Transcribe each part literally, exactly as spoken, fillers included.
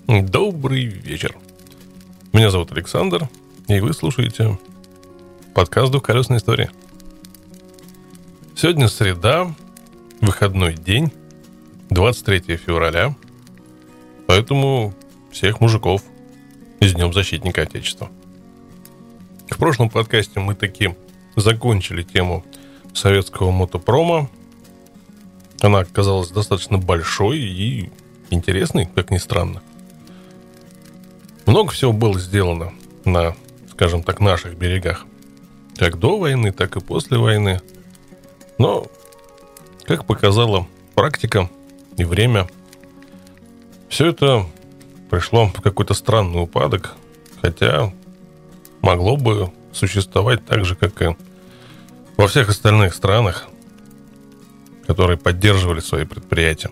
Добрый вечер. Меня зовут Александр, и вы слушаете подкаст «Двухколесная история». Сегодня среда, выходной день, двадцать третьего февраля, поэтому всех мужиков с Днем Защитника Отечества. В прошлом подкасте мы таки закончили тему советского мотопрома. Она оказалась достаточно большой и интересной, как ни странно. Много всего было сделано на, скажем так, наших берегах. Как до войны, так и после войны. Но, как показала практика и время, все это пришло в какой-то странный упадок, хотя могло бы существовать так же, как и во всех остальных странах, которые поддерживали свои предприятия.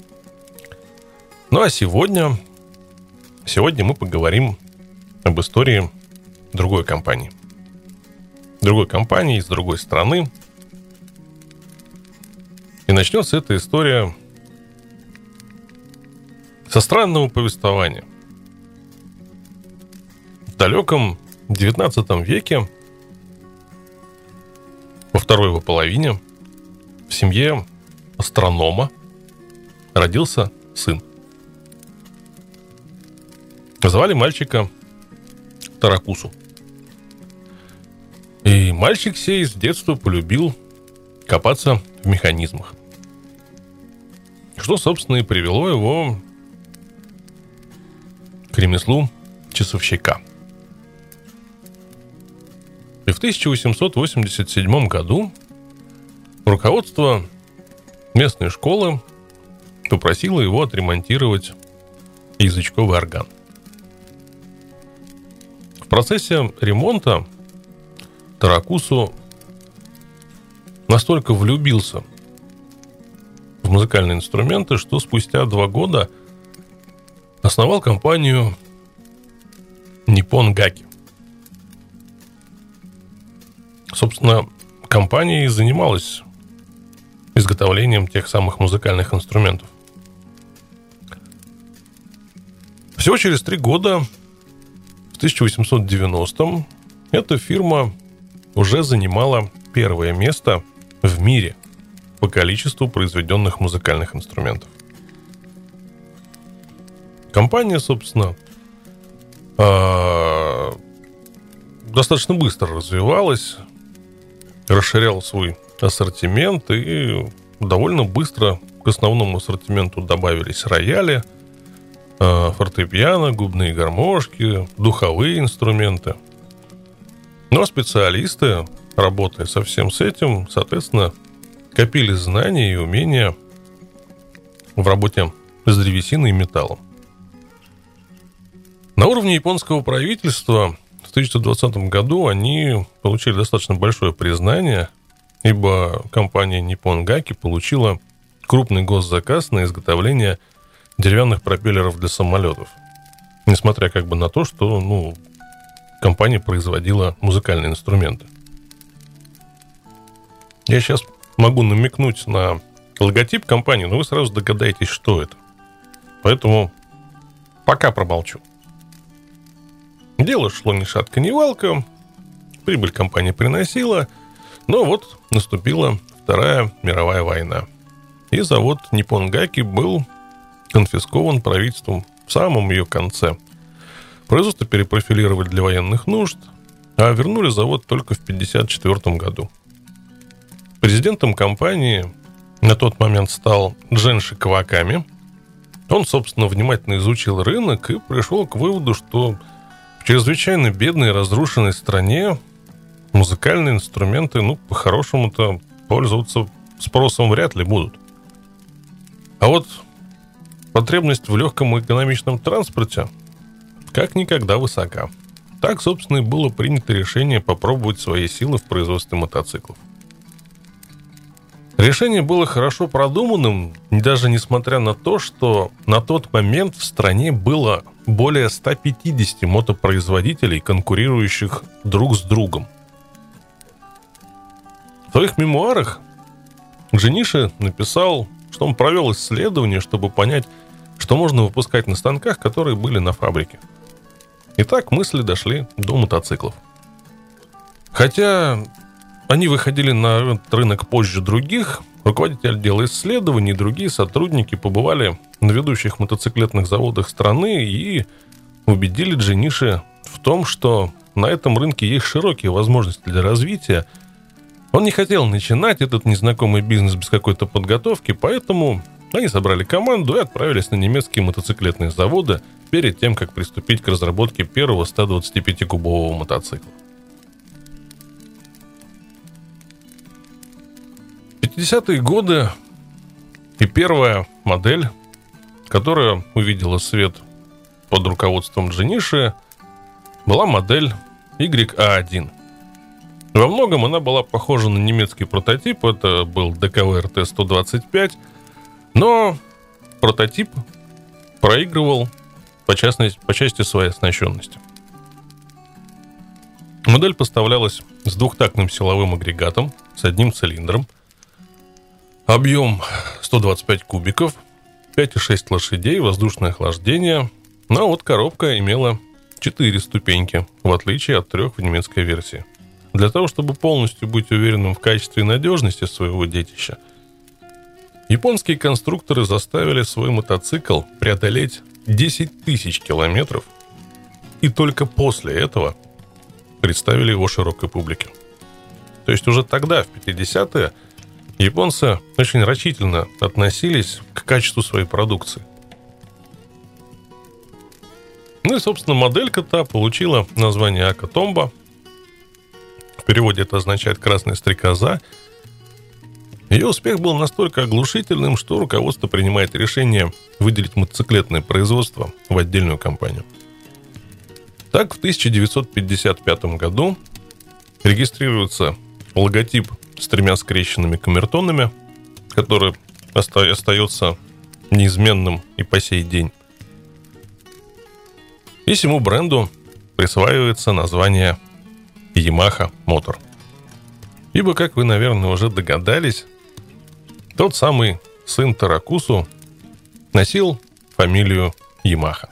Ну а сегодня, сегодня мы поговорим об истории другой компании. Другой компании из другой страны. И начнется эта история со странного повествования. В далеком девятнадцатом веке, во второй его половине, в семье астронома родился сын. Звали мальчика Таракусу. И мальчик сей с детства полюбил копаться в механизмах. Что, собственно, и привело его к ремеслу часовщика. И в тысяча восемьсот восемьдесят седьмом году руководство местной школы попросило его отремонтировать язычковый орган. В процессе ремонта Таракусу настолько влюбился в музыкальные инструменты, что спустя два года основал компанию Nippon Gakki. Собственно, компания и занималась изготовлением тех самых музыкальных инструментов. Всего через три года, в тысяча восемьсот девяностом, эта фирма уже занимала первое место в мире по количеству произведенных музыкальных инструментов. Компания, собственно, достаточно быстро развивалась, расширял свой ассортимент, и довольно быстро к основному ассортименту добавились рояли, фортепиано, губные гармошки, духовые инструменты. Но специалисты, работая со всем с этим, соответственно, копили знания и умения в работе с древесиной и металлом. На уровне японского правительства в тысяча девятьсот двадцатом году они получили достаточно большое признание, ибо компания Nippon Gakki получила крупный госзаказ на изготовление деревянных пропеллеров для самолетов. Несмотря как бы на то, что, ну, компания производила музыкальные инструменты. Я сейчас могу намекнуть на логотип компании, но вы сразу догадаетесь, что это. Поэтому пока промолчу. Дело шло ни шатка, ни валка. Прибыль компания приносила. Но вот наступила Вторая мировая война. И завод Nippon Gakki был конфискован правительством в самом ее конце. Производство перепрофилировали для военных нужд, а вернули завод только в пятьдесят четвёртом году. Президентом компании на тот момент стал Дженши Каваками. Он, собственно, внимательно изучил рынок и пришел к выводу, что в чрезвычайно бедной и разрушенной стране музыкальные инструменты, ну, по-хорошему-то пользоваться спросом вряд ли будут. А вот потребность в легком и экономичном транспорте как никогда высока. Так, собственно, и было принято решение попробовать свои силы в производстве мотоциклов. Решение было хорошо продуманным, даже несмотря на то, что на тот момент в стране было более ста пятидесяти мотопроизводителей, конкурирующих друг с другом. В своих мемуарах Джениши написал, что он провел исследование, чтобы понять, что можно выпускать на станках, которые были на фабрике. И так мысли дошли до мотоциклов. Хотя они выходили на рынок позже других, руководитель отдела исследований и другие сотрудники побывали на ведущих мотоциклетных заводах страны и убедили Джениши в том, что на этом рынке есть широкие возможности для развития. Он не хотел начинать этот незнакомый бизнес без какой-то подготовки, поэтому они собрали команду и отправились на немецкие мотоциклетные заводы перед тем, как приступить к разработке первого ста двадцати пяти кубового мотоцикла. В пятидесятые годы и первая модель, которая увидела свет под руководством Джениши, была модель икс а один. Во многом она была похожа на немецкий прототип, это был дэ ка вэ эр тэ сто двадцать пять, но прототип проигрывал по, частности, по части своей оснащенности. Модель поставлялась с двухтактным силовым агрегатом с одним цилиндром, объем сто двадцать пять кубиков, пять и шесть лошадей, воздушное охлаждение, но вот коробка имела четыре ступеньки, в отличие от трех в немецкой версии. Для того, чтобы полностью быть уверенным в качестве и надежности своего детища, японские конструкторы заставили свой мотоцикл преодолеть десять тысяч километров и только после этого представили его широкой публике. То есть уже тогда, в пятидесятые, японцы очень рачительно относились к качеству своей продукции. Ну и, собственно, моделька-то получила название Ака Томба. В переводе это означает «красная стрекоза». Ее успех был настолько оглушительным, что руководство принимает решение выделить мотоциклетное производство в отдельную компанию. Так, в тысяча девятьсот пятьдесят пятом году регистрируется логотип с тремя скрещенными камертонами, который оста- остается неизменным и по сей день. И всему бренду присваивается название Yamaha Motor. Ибо, как вы, наверное, уже догадались, тот самый сын Таракусу носил фамилию Yamaha.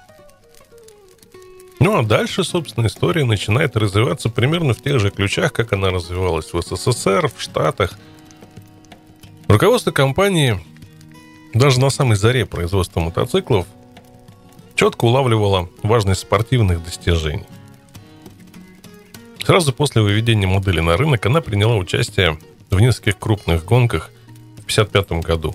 Ну а дальше, собственно, история начинает развиваться примерно в тех же ключах, как она развивалась в эс эс эс эр, в Штатах. Руководство компании даже на самой заре производства мотоциклов четко улавливало важность спортивных достижений. Сразу после выведения модели на рынок она приняла участие в нескольких крупных гонках в пятьдесят пятом году.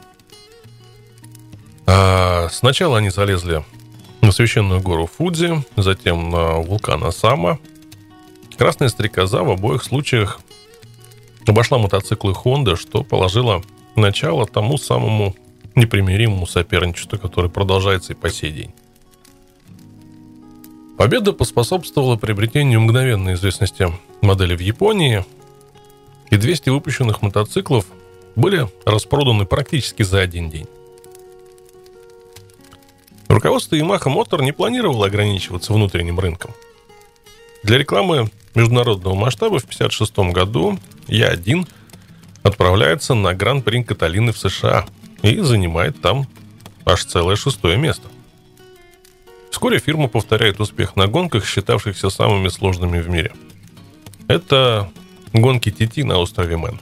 А сначала они залезли на священную гору Фудзи, затем на вулкан Осама. Красная стрекоза в обоих случаях обошла мотоциклы Honda, что положило начало тому самому непримиримому соперничеству, которое продолжается и по сей день. Победа поспособствовала приобретению мгновенной известности модели в Японии, и двести выпущенных мотоциклов были распроданы практически за один день. Руководство Yamaha Motor не планировало ограничиваться внутренним рынком. Для рекламы международного масштаба в пятьдесят шестом году Я один отправляется на Гран-при Каталины в США и занимает там аж целое шестое место. Вскоре фирма повторяет успех на гонках, считавшихся самыми сложными в мире. Это гонки ти ти на острове Мэн.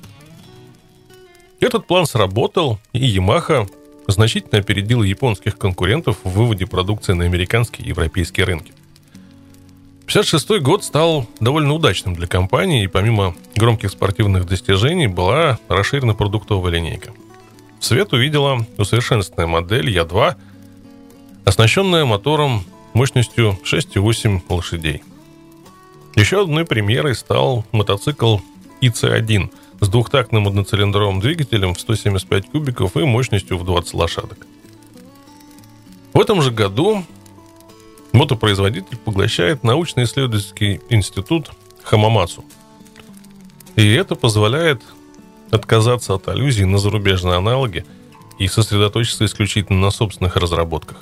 Этот план сработал, и Yamaha значительно опередила японских конкурентов в выводе продукции на американские и европейские рынки. пятьдесят шестой год стал довольно удачным для компании, и помимо громких спортивных достижений была расширена продуктовая линейка. В свет увидела усовершенствованная модель Я два, оснащенная мотором мощностью шесть и восемь лошадей. Еще одной премьерой стал мотоцикл И Цэ один с двухтактным одноцилиндровым двигателем в сто семьдесят пять кубиков и мощностью в двадцать лошадок. В этом же году мотопроизводитель поглощает научно-исследовательский институт Хамамацу. И это позволяет отказаться от аллюзий на зарубежные аналоги и сосредоточиться исключительно на собственных разработках.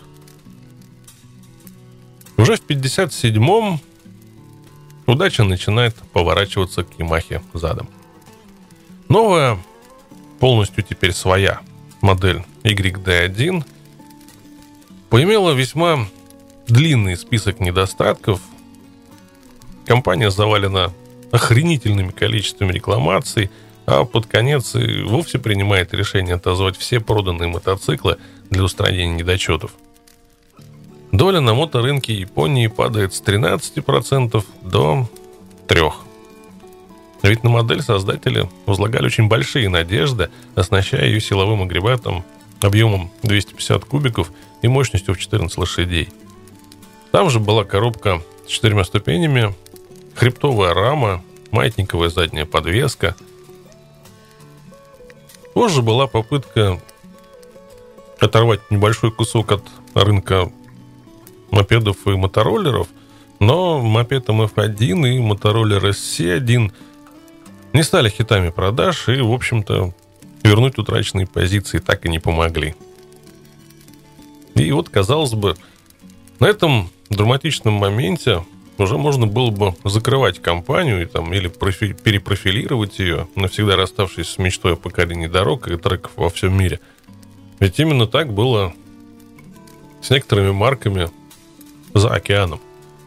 Уже в пятьдесят седьмом удача начинает поворачиваться к Ямахе задом. Новая, полностью теперь своя модель икс ди один поимела весьма длинный список недостатков. Компания завалена охренительными количествами рекламаций, а под конец и вовсе принимает решение отозвать все проданные мотоциклы для устранения недочетов. Доля на моторынке Японии падает с тринадцати процентов до трёх процентов. Ведь на модель создатели возлагали очень большие надежды, оснащая ее силовым агрегатом объемом двести пятьдесят кубиков и мощностью в четырнадцать лошадей. Там же была коробка с четырьмя ступенями, хребтовая рама, маятниковая задняя подвеска. Позже была попытка оторвать небольшой кусок от рынка мопедов и мотороллеров, но мопед эм эф один и мотороллер эс си один не стали хитами продаж и, в общем-то, вернуть утраченные позиции так и не помогли. И вот, казалось бы, на этом драматичном моменте уже можно было бы закрывать компанию и, там, или профи- перепрофилировать ее, навсегда расставшись с мечтой о покорении дорог и треков во всем мире. Ведь именно так было с некоторыми марками за океаном.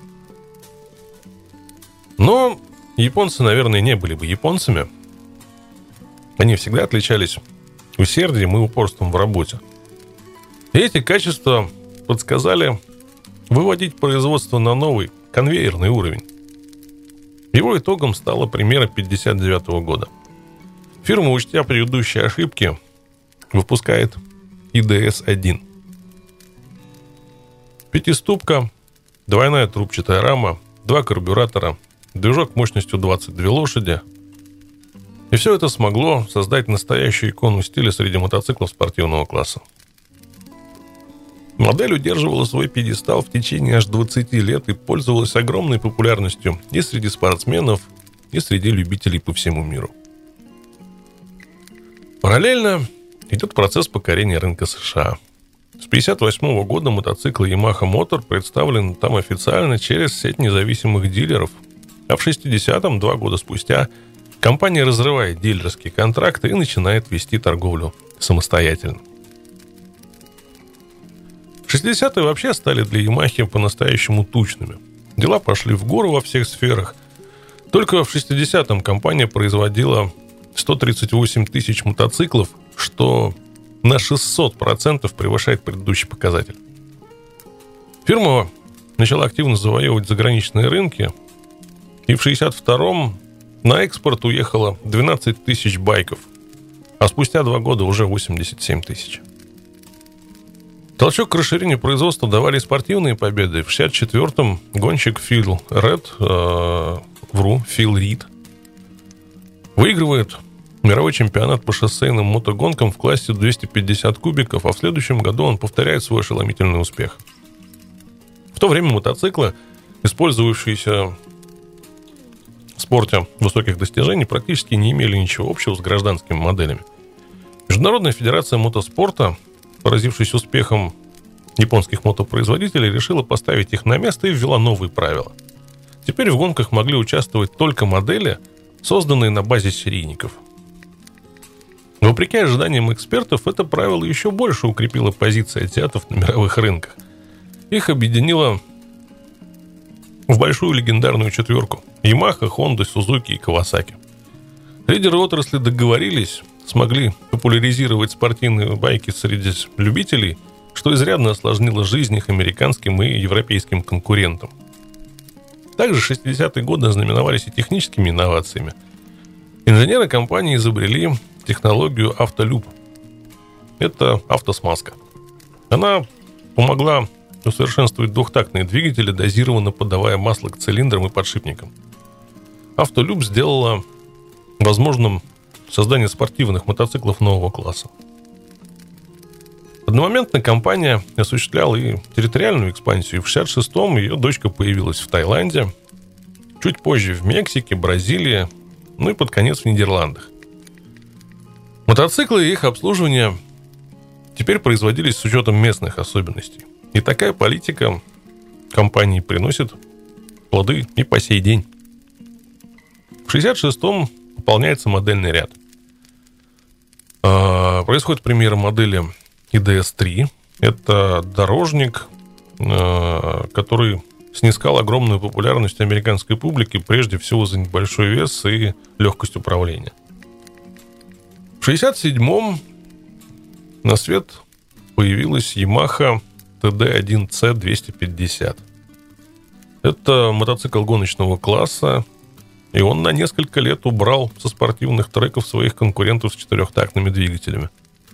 Но японцы, наверное, не были бы японцами. Они всегда отличались усердием и упорством в работе. И эти качества подсказали выводить производство на новый конвейерный уровень. Его итогом стала примера пятьдесят девятого года. Фирма, учтя предыдущие ошибки, выпускает и ди эс один. Пятиступка, двойная трубчатая рама, два карбюратора, движок мощностью двадцать две лошади. И все это смогло создать настоящую икону стиля среди мотоциклов спортивного класса. Модель удерживала свой пьедестал в течение аж двадцати лет и пользовалась огромной популярностью и среди спортсменов, и среди любителей по всему миру. Параллельно идет процесс покорения рынка США. С пятьдесят восьмого года мотоциклы Yamaha Motor представлены там официально через сеть независимых дилеров, а в шестидесятом, два года спустя, компания разрывает дилерские контракты и начинает вести торговлю самостоятельно. шестидесятые вообще стали для Ямахи по-настоящему тучными. Дела пошли в гору во всех сферах. Только в шестидесятом компания производила сто тридцать восемь тысяч мотоциклов, что на шестьсот процентов превышает предыдущий показатель. Фирма начала активно завоевывать заграничные рынки, и в шестьдесят втором на экспорт уехало двенадцать тысяч байков, а спустя два года уже восемьдесят семь тысяч. Толчок к расширению производства давали спортивные победы. В шестьдесят четвёртом гонщик Фил Ред, э, вру, Фил Рид, выигрывает мировой чемпионат по шоссейным мотогонкам в классе двести пятьдесят кубиков, а в следующем году он повторяет свой ошеломительный успех. В то время мотоциклы, использующиеся в спорте высоких достижений, практически не имели ничего общего с гражданскими моделями. Международная федерация мотоспорта, поразившись успехом японских мотопроизводителей, решила поставить их на место и ввела новые правила. Теперь в гонках могли участвовать только модели, созданные на базе серийников. Вопреки ожиданиям экспертов, это правило еще больше укрепило позиции азиатов на мировых рынках. Их объединило в большую легендарную четверку – Yamaha, Honda, Suzuki и Kawasaki. Лидеры отрасли договорились, смогли популяризировать спортивные байки среди любителей, что изрядно осложнило жизнь их американским и европейским конкурентам. Также шестидесятые годы ознаменовались и техническими инновациями. Инженеры компании изобрели технологию автолюб. Это автосмазка. Она помогла усовершенствовать двухтактные двигатели, дозированно подавая масло к цилиндрам и подшипникам. Автолюб сделала возможным создание спортивных мотоциклов нового класса. Одномоментно компания осуществляла и территориальную экспансию. В шестьдесят шестом ее дочка появилась в Таиланде, чуть позже в Мексике, Бразилии, ну и под конец в Нидерландах. Мотоциклы и их обслуживание теперь производились с учетом местных особенностей. И такая политика компании приносит плоды и по сей день. В шестьдесят шестом пополняется модельный ряд. Происходит премьера модели и ди эс три, Это дорожник, который снискал огромную популярность американской публики, прежде всего за небольшой вес и легкость управления. В шестьдесят седьмом на свет появилась Yamaha ти ди один си двести пятьдесят. Это мотоцикл гоночного класса, и он на несколько лет убрал со спортивных треков своих конкурентов с четырехтактными двигателями.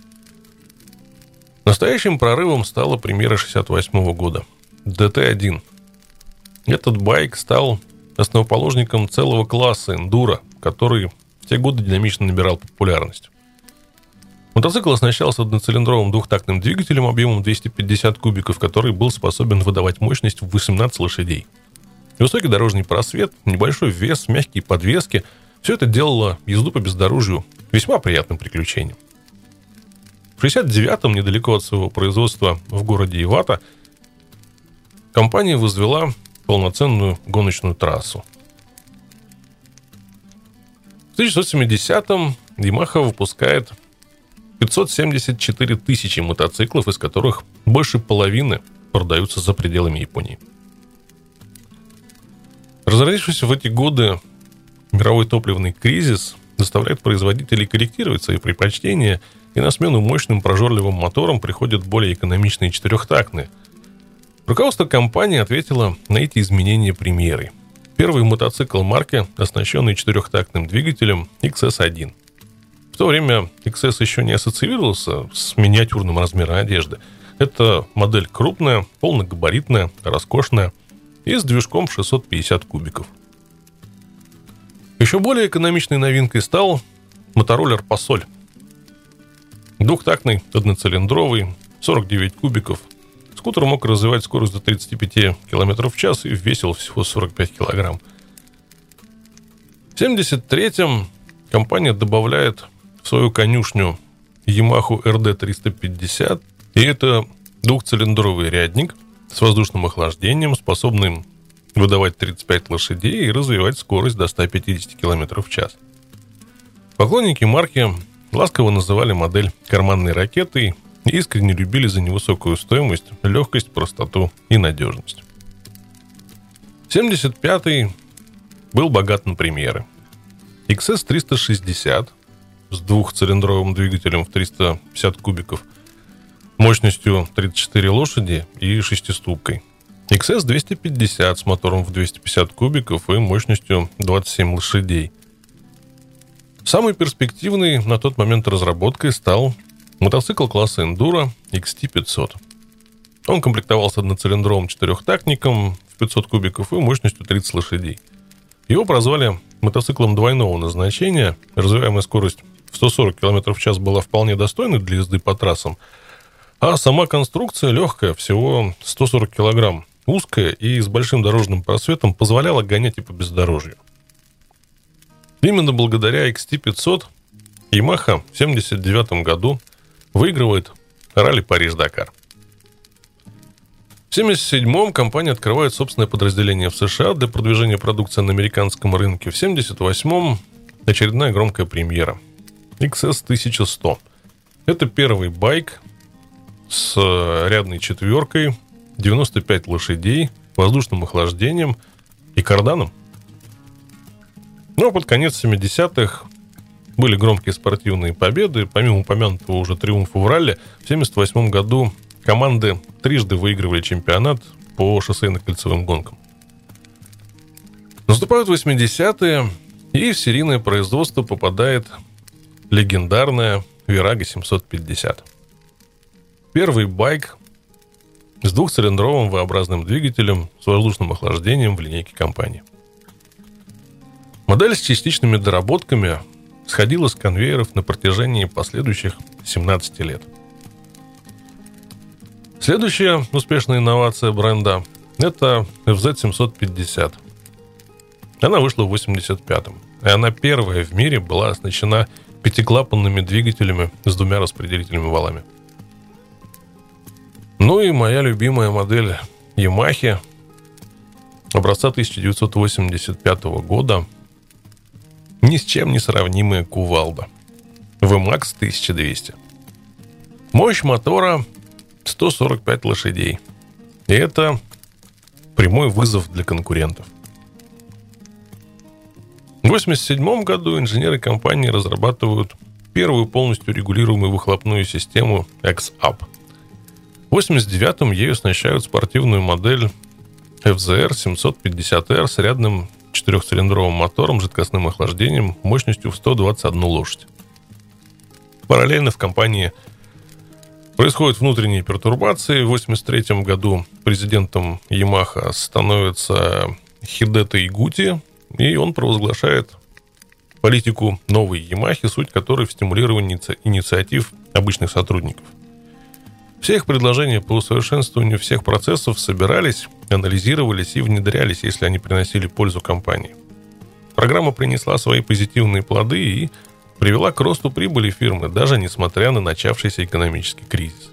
Настоящим прорывом стала премьера шестьдесят восьмого года – ди ти один. Этот байк стал основоположником целого класса эндуро, который в те годы динамично набирал популярность. Мотоцикл оснащался одноцилиндровым двухтактным двигателем объемом двести пятьдесят кубиков, который был способен выдавать мощность в восемнадцать лошадей. Высокий дорожный просвет, небольшой вес, мягкие подвески – все это делало езду по бездорожью весьма приятным приключением. В шестьдесят девятом, недалеко от своего производства в городе Ивата, компания возвела полноценную гоночную трассу. В тысяча девятьсот семидесятом Yamaha выпускает пятьсот семьдесят четыре тысячи мотоциклов, из которых больше половины продаются за пределами Японии. Разразившийся в эти годы мировой топливный кризис заставляет производителей корректировать свои предпочтения, и на смену мощным прожорливым моторам приходят более экономичные четырехтактные. Руководство компании ответило на эти изменения премьерой. Первый мотоцикл марки, оснащенный четырехтактным двигателем икс эс один. В то время икс эс еще не ассоциировался с миниатюрным размером одежды. Это модель крупная, полногабаритная, роскошная и с движком в шестьсот пятьдесят кубиков. Еще более экономичной новинкой стал мотороллер Посоль. Двухтактный, одноцилиндровый, сорок девять кубиков. Скутер мог развивать скорость до тридцать пять километров в час и весил всего сорок пять килограмм. В семьдесят третьем компания добавляет в свою конюшню Yamaha эр ди триста пятьдесят. И это двухцилиндровый рядник с воздушным охлаждением, способным выдавать тридцать пять лошадей и развивать скорость до ста пятидесяти километров в час. Поклонники марки ласково называли модель карманной ракетой и искренне любили за невысокую стоимость, легкость, простоту и надежность. семьдесят пятый был богат на премьеры. икс эс триста шестьдесят с двухцилиндровым двигателем в триста пятьдесят кубиков, мощностью тридцать четыре лошади и шестиступкой. икс эс двести пятьдесят с мотором в двести пятьдесят кубиков и мощностью двадцать семь лошадей. Самой перспективной на тот момент разработкой стал мотоцикл класса эндуро икс ти пятьсот. Он комплектовался одноцилиндровым четырехтактником в пятьсот кубиков и мощностью тридцать лошадей. Его прозвали мотоциклом двойного назначения. Развиваемая скорость в сто сорок километров в час была вполне достойной для езды по трассам, а сама конструкция легкая, всего сто сорок килограмм, узкая и с большим дорожным просветом, позволяла гонять и по бездорожью. Именно благодаря икс ти пятьсот Yamaha в семьдесят девятом году выигрывает ралли Париж-Дакар. В семьдесят седьмом компания открывает собственное подразделение в США для продвижения продукции на американском рынке. В семьдесят восьмом очередная громкая премьера. икс эс тысяча сто. Это первый байк с рядной четверкой, девяносто пять лошадей, воздушным охлаждением и карданом. Ну а под конец семидесятых были громкие спортивные победы. Помимо упомянутого уже триумфа в ралли, в семьдесят восьмом году команды трижды выигрывали чемпионат по шоссейно-кольцевым гонкам. Наступают восьмидесятые, и в серийное производство попадает легендарная Virago семьсот пятьдесят. Первый байк с двухцилиндровым V-образным двигателем с воздушным охлаждением в линейке компании. Модель с частичными доработками сходила с конвейеров на протяжении последующих семнадцати лет. Следующая успешная инновация бренда – это эф зет семьсот пятьдесят. Она вышла в восемьдесят пятом, и она первая в мире была оснащена пятиклапанными двигателями с двумя распределительными валами. Ну и моя любимая модель Yamaha образца тысяча девятьсот восемьдесят пятого года, ни с чем не сравнимая кувалда ви макс тысяча двести. Мощь мотора сто сорок пять лошадей. И это прямой вызов для конкурентов. В восемьдесят седьмом году инженеры компании разрабатывают первую полностью регулируемую выхлопную систему икс эй пи. В восемьдесят девятом ею оснащают спортивную модель эф зет эр семьсот пятьдесят эр с рядным четырехцилиндровым мотором с жидкостным охлаждением мощностью в сто двадцать одну лошадь. Параллельно в компании происходят внутренние пертурбации. В восемьдесят третьем году президентом Yamaha становится Хидето Игути, и он провозглашает политику новой Yamaha, суть которой в стимулировании инициатив обычных сотрудников. Все их предложения по усовершенствованию всех процессов собирались, анализировались и внедрялись, если они приносили пользу компании. Программа принесла свои позитивные плоды и привела к росту прибыли фирмы, даже несмотря на начавшийся экономический кризис.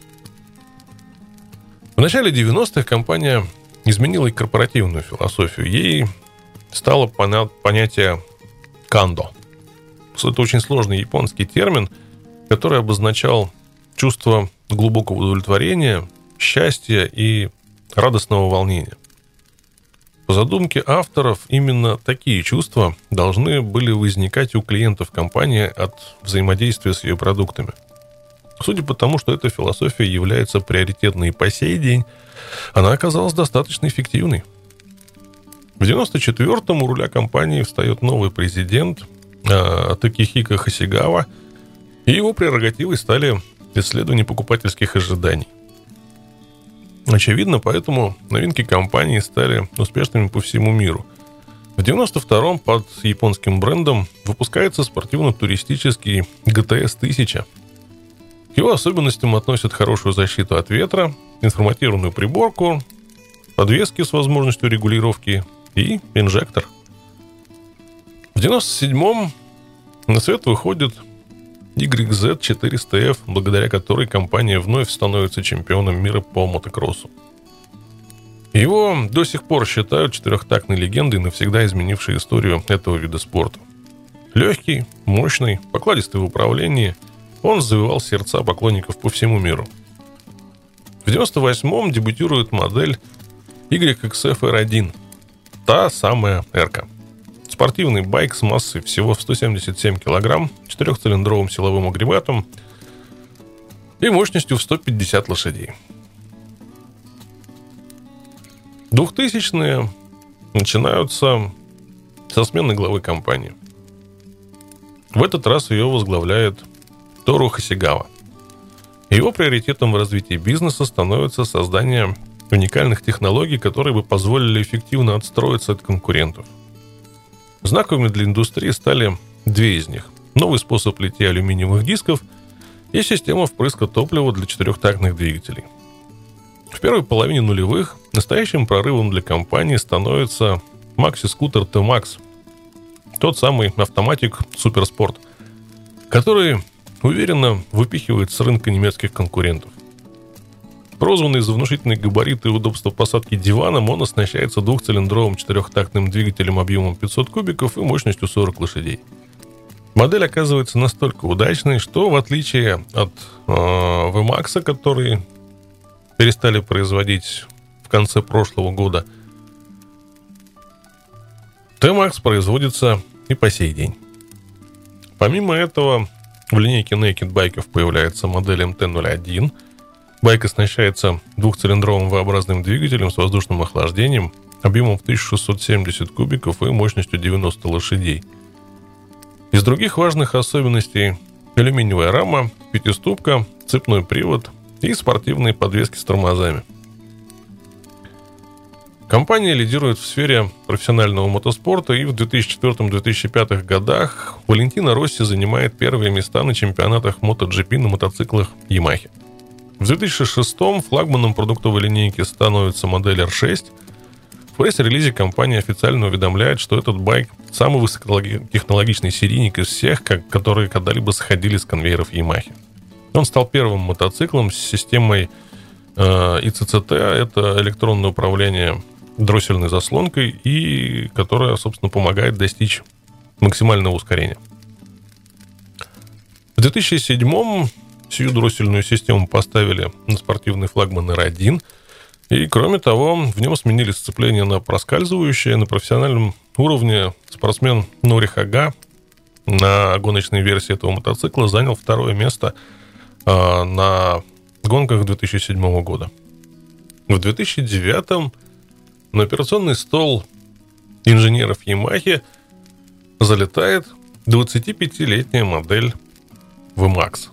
В начале девяностых компания изменила и корпоративную философию. Ей стало понятие кандо. Это очень сложный японский термин, который обозначал чувство глубокого удовлетворения, счастья и радостного волнения. По задумке авторов, именно такие чувства должны были возникать у клиентов компании от взаимодействия с ее продуктами. Судя по тому, что эта философия является приоритетной и по сей день, она оказалась достаточно эффективной. В девяносто четвёртом у руля компании встает новый президент Такихико Хасигава, и его прерогативой стали исследования покупательских ожиданий. Очевидно, поэтому новинки компании стали успешными по всему миру. В девяносто втором под японским брендом выпускается спортивно-туристический джи ти эс тысяча. К его особенностям относят хорошую защиту от ветра, информативную приборку, подвески с возможностью регулировки и инжектор. В девяносто седьмом на свет выходит икс зет четыреста эф, благодаря которой компания вновь становится чемпионом мира по мотокроссу. Его до сих пор считают четырехтактной легендой, навсегда изменившей историю этого вида спорта. Легкий, мощный, покладистый в управлении, он завоевал сердца поклонников по всему миру. В девяносто восьмом дебютирует модель уай икс эф эр один, та самая R-ка. Спортивный байк с массой всего в сто семьдесят семь килограмм, четырехцилиндровым силовым агрегатом и мощностью в сто пятьдесят лошадей. Двухтысячные начинаются со смены главы компании. В этот раз ее возглавляет Тору Хасигава. Его приоритетом в развитии бизнеса становится создание уникальных технологий, которые бы позволили эффективно отстроиться от конкурентов. Знаковыми для индустрии стали две из них. Новый способ литья алюминиевых дисков и система впрыска топлива для четырехтактных двигателей. В первой половине нулевых настоящим прорывом для компании становится макси-скутер T-Max, тот самый автоматик Суперспорт, который уверенно выпихивает с рынка немецких конкурентов. Прозванный за внушительные габариты и удобство посадки диваном, он оснащается двухцилиндровым четырехтактным двигателем объемом пятьсот кубиков и мощностью сорок лошадей. Модель оказывается настолько удачной, что в отличие от э, V-Max, который перестали производить в конце прошлого года, T-Max производится и по сей день. Помимо этого, в линейке Naked байков появляется модель эм тэ ноль один. Байк оснащается двухцилиндровым V-образным двигателем с воздушным охлаждением, объемом в тысячу шестьсот семьдесят кубиков и мощностью девяносто лошадей. Из других важных особенностей – алюминиевая рама, пятиступка, цепной привод и спортивные подвески с тормозами. Компания лидирует в сфере профессионального мотоспорта, и в две тысячи четвёртом - две тысячи пятом годах Валентино Росси занимает первые места на чемпионатах MotoGP на мотоциклах Yamaha. В две тысячи шестом флагманом продуктовой линейки становится модель эр шесть. В пресс-релизе компания официально уведомляет, что этот байк самый высокотехнологичный серийник из всех, которые когда-либо сходили с конвейеров Yamaha. Он стал первым мотоциклом с системой э, и си си ти, это электронное управление дроссельной заслонкой, и которая, собственно, помогает достичь максимального ускорения. В две тысячи седьмом Сию дроссельную систему поставили на спортивный флагман эр один. И, кроме того, в нем сменили сцепление на проскальзывающее. На профессиональном уровне спортсмен Нори Хага на гоночной версии этого мотоцикла занял второе место э, на гонках две тысячи седьмого года. В две тысячи девятом на операционный стол инженеров Ямахи залетает двадцатипятилетняя модель ви макс.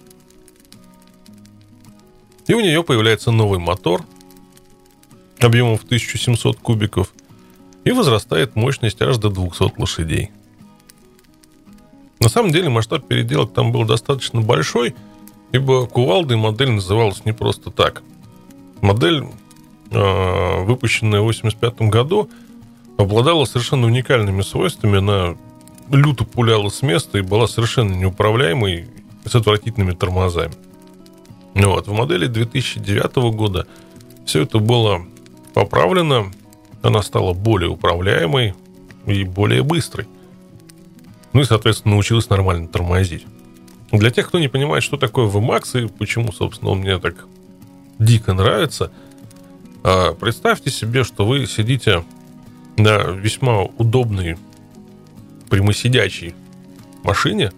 И у нее появляется новый мотор объемом в тысяча семьсот кубиков и возрастает мощность аж до двухсот лошадей. На самом деле масштаб переделок там был достаточно большой, ибо кувалдой модель называлась не просто так. Модель, выпущенная в восемьдесят пятом году, обладала совершенно уникальными свойствами. Она люто пуляла с места и была совершенно неуправляемой, с отвратительными тормозами. Вот. В модели две тысячи девятого года все это было поправлено. Она стала более управляемой и более быстрой. Ну и, соответственно, научилась нормально тормозить. Для тех, кто не понимает, что такое ви макс и почему, собственно, он мне так дико нравится, представьте себе, что вы сидите на весьма удобной прямосидячей машине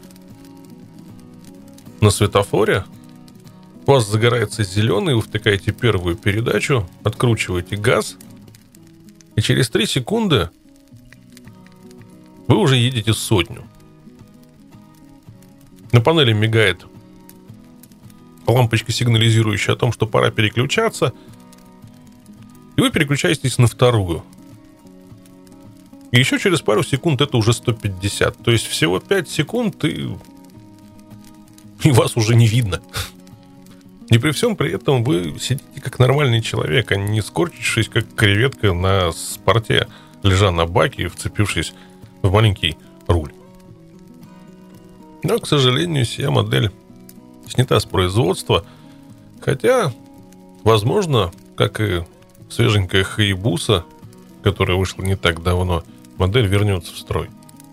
на светофоре. У вас загорается зеленый, вы втыкаете первую передачу, откручиваете газ, и через три секунды вы уже едете сотню. На панели мигает лампочка, сигнализирующая о том, что пора переключаться, и вы переключаетесь на вторую. И еще через пару секунд это уже сто пятьдесят. То есть всего пять секунд, и, и вас уже не видно. И при всем при этом вы сидите как нормальный человек, а не скорчившись, как креветка на спорте, лежа на баке и вцепившись в маленький руль. Но, к сожалению, сия модель снята с производства, хотя, возможно, как и свеженькая Хаябуса, которая вышла не так давно, модель вернется в строй.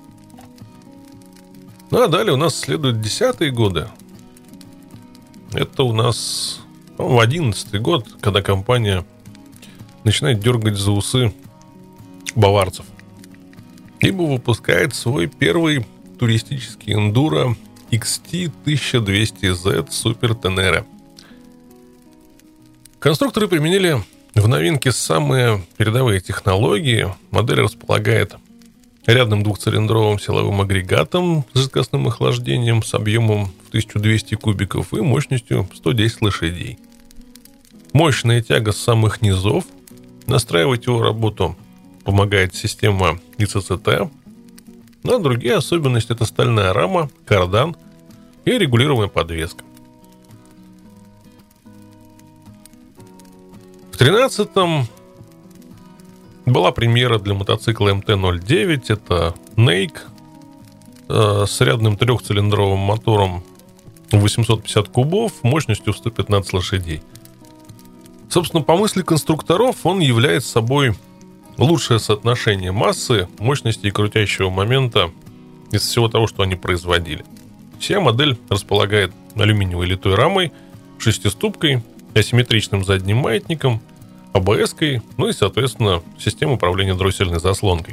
Ну а далее у нас следуют десятые годы. Это у нас, по-моему, одиннадцатый год, когда компания начинает дергать за усы баварцев. Ибо выпускает свой первый туристический эндуро икс ти тысяча двести зет Super Tenere. Конструкторы применили в новинке самые передовые технологии. Модель располагает рядным двухцилиндровым силовым агрегатом с жидкостным охлаждением с объемом в тысячу двести кубиков и мощностью сто десять лошадей. Мощная тяга с самых низов. Настраивать его работу помогает система и си си ти. Но другие особенности — это стальная рама, кардан и регулируемая подвеска. В тринадцатом была премьера для мотоцикла эм тэ ноль девять. Это Нейк э, с рядным трехцилиндровым мотором восемьсот пятьдесят кубов, мощностью в сто пятнадцать лошадей. Собственно, по мысли конструкторов, он является собой лучшее соотношение массы, мощности и крутящего момента из всего того, что они производили. Вся модель располагает алюминиевой литой рамой, шестиступкой, асимметричным задним маятником, а бэ эс-кой, ну и, соответственно, системой управления дроссельной заслонкой.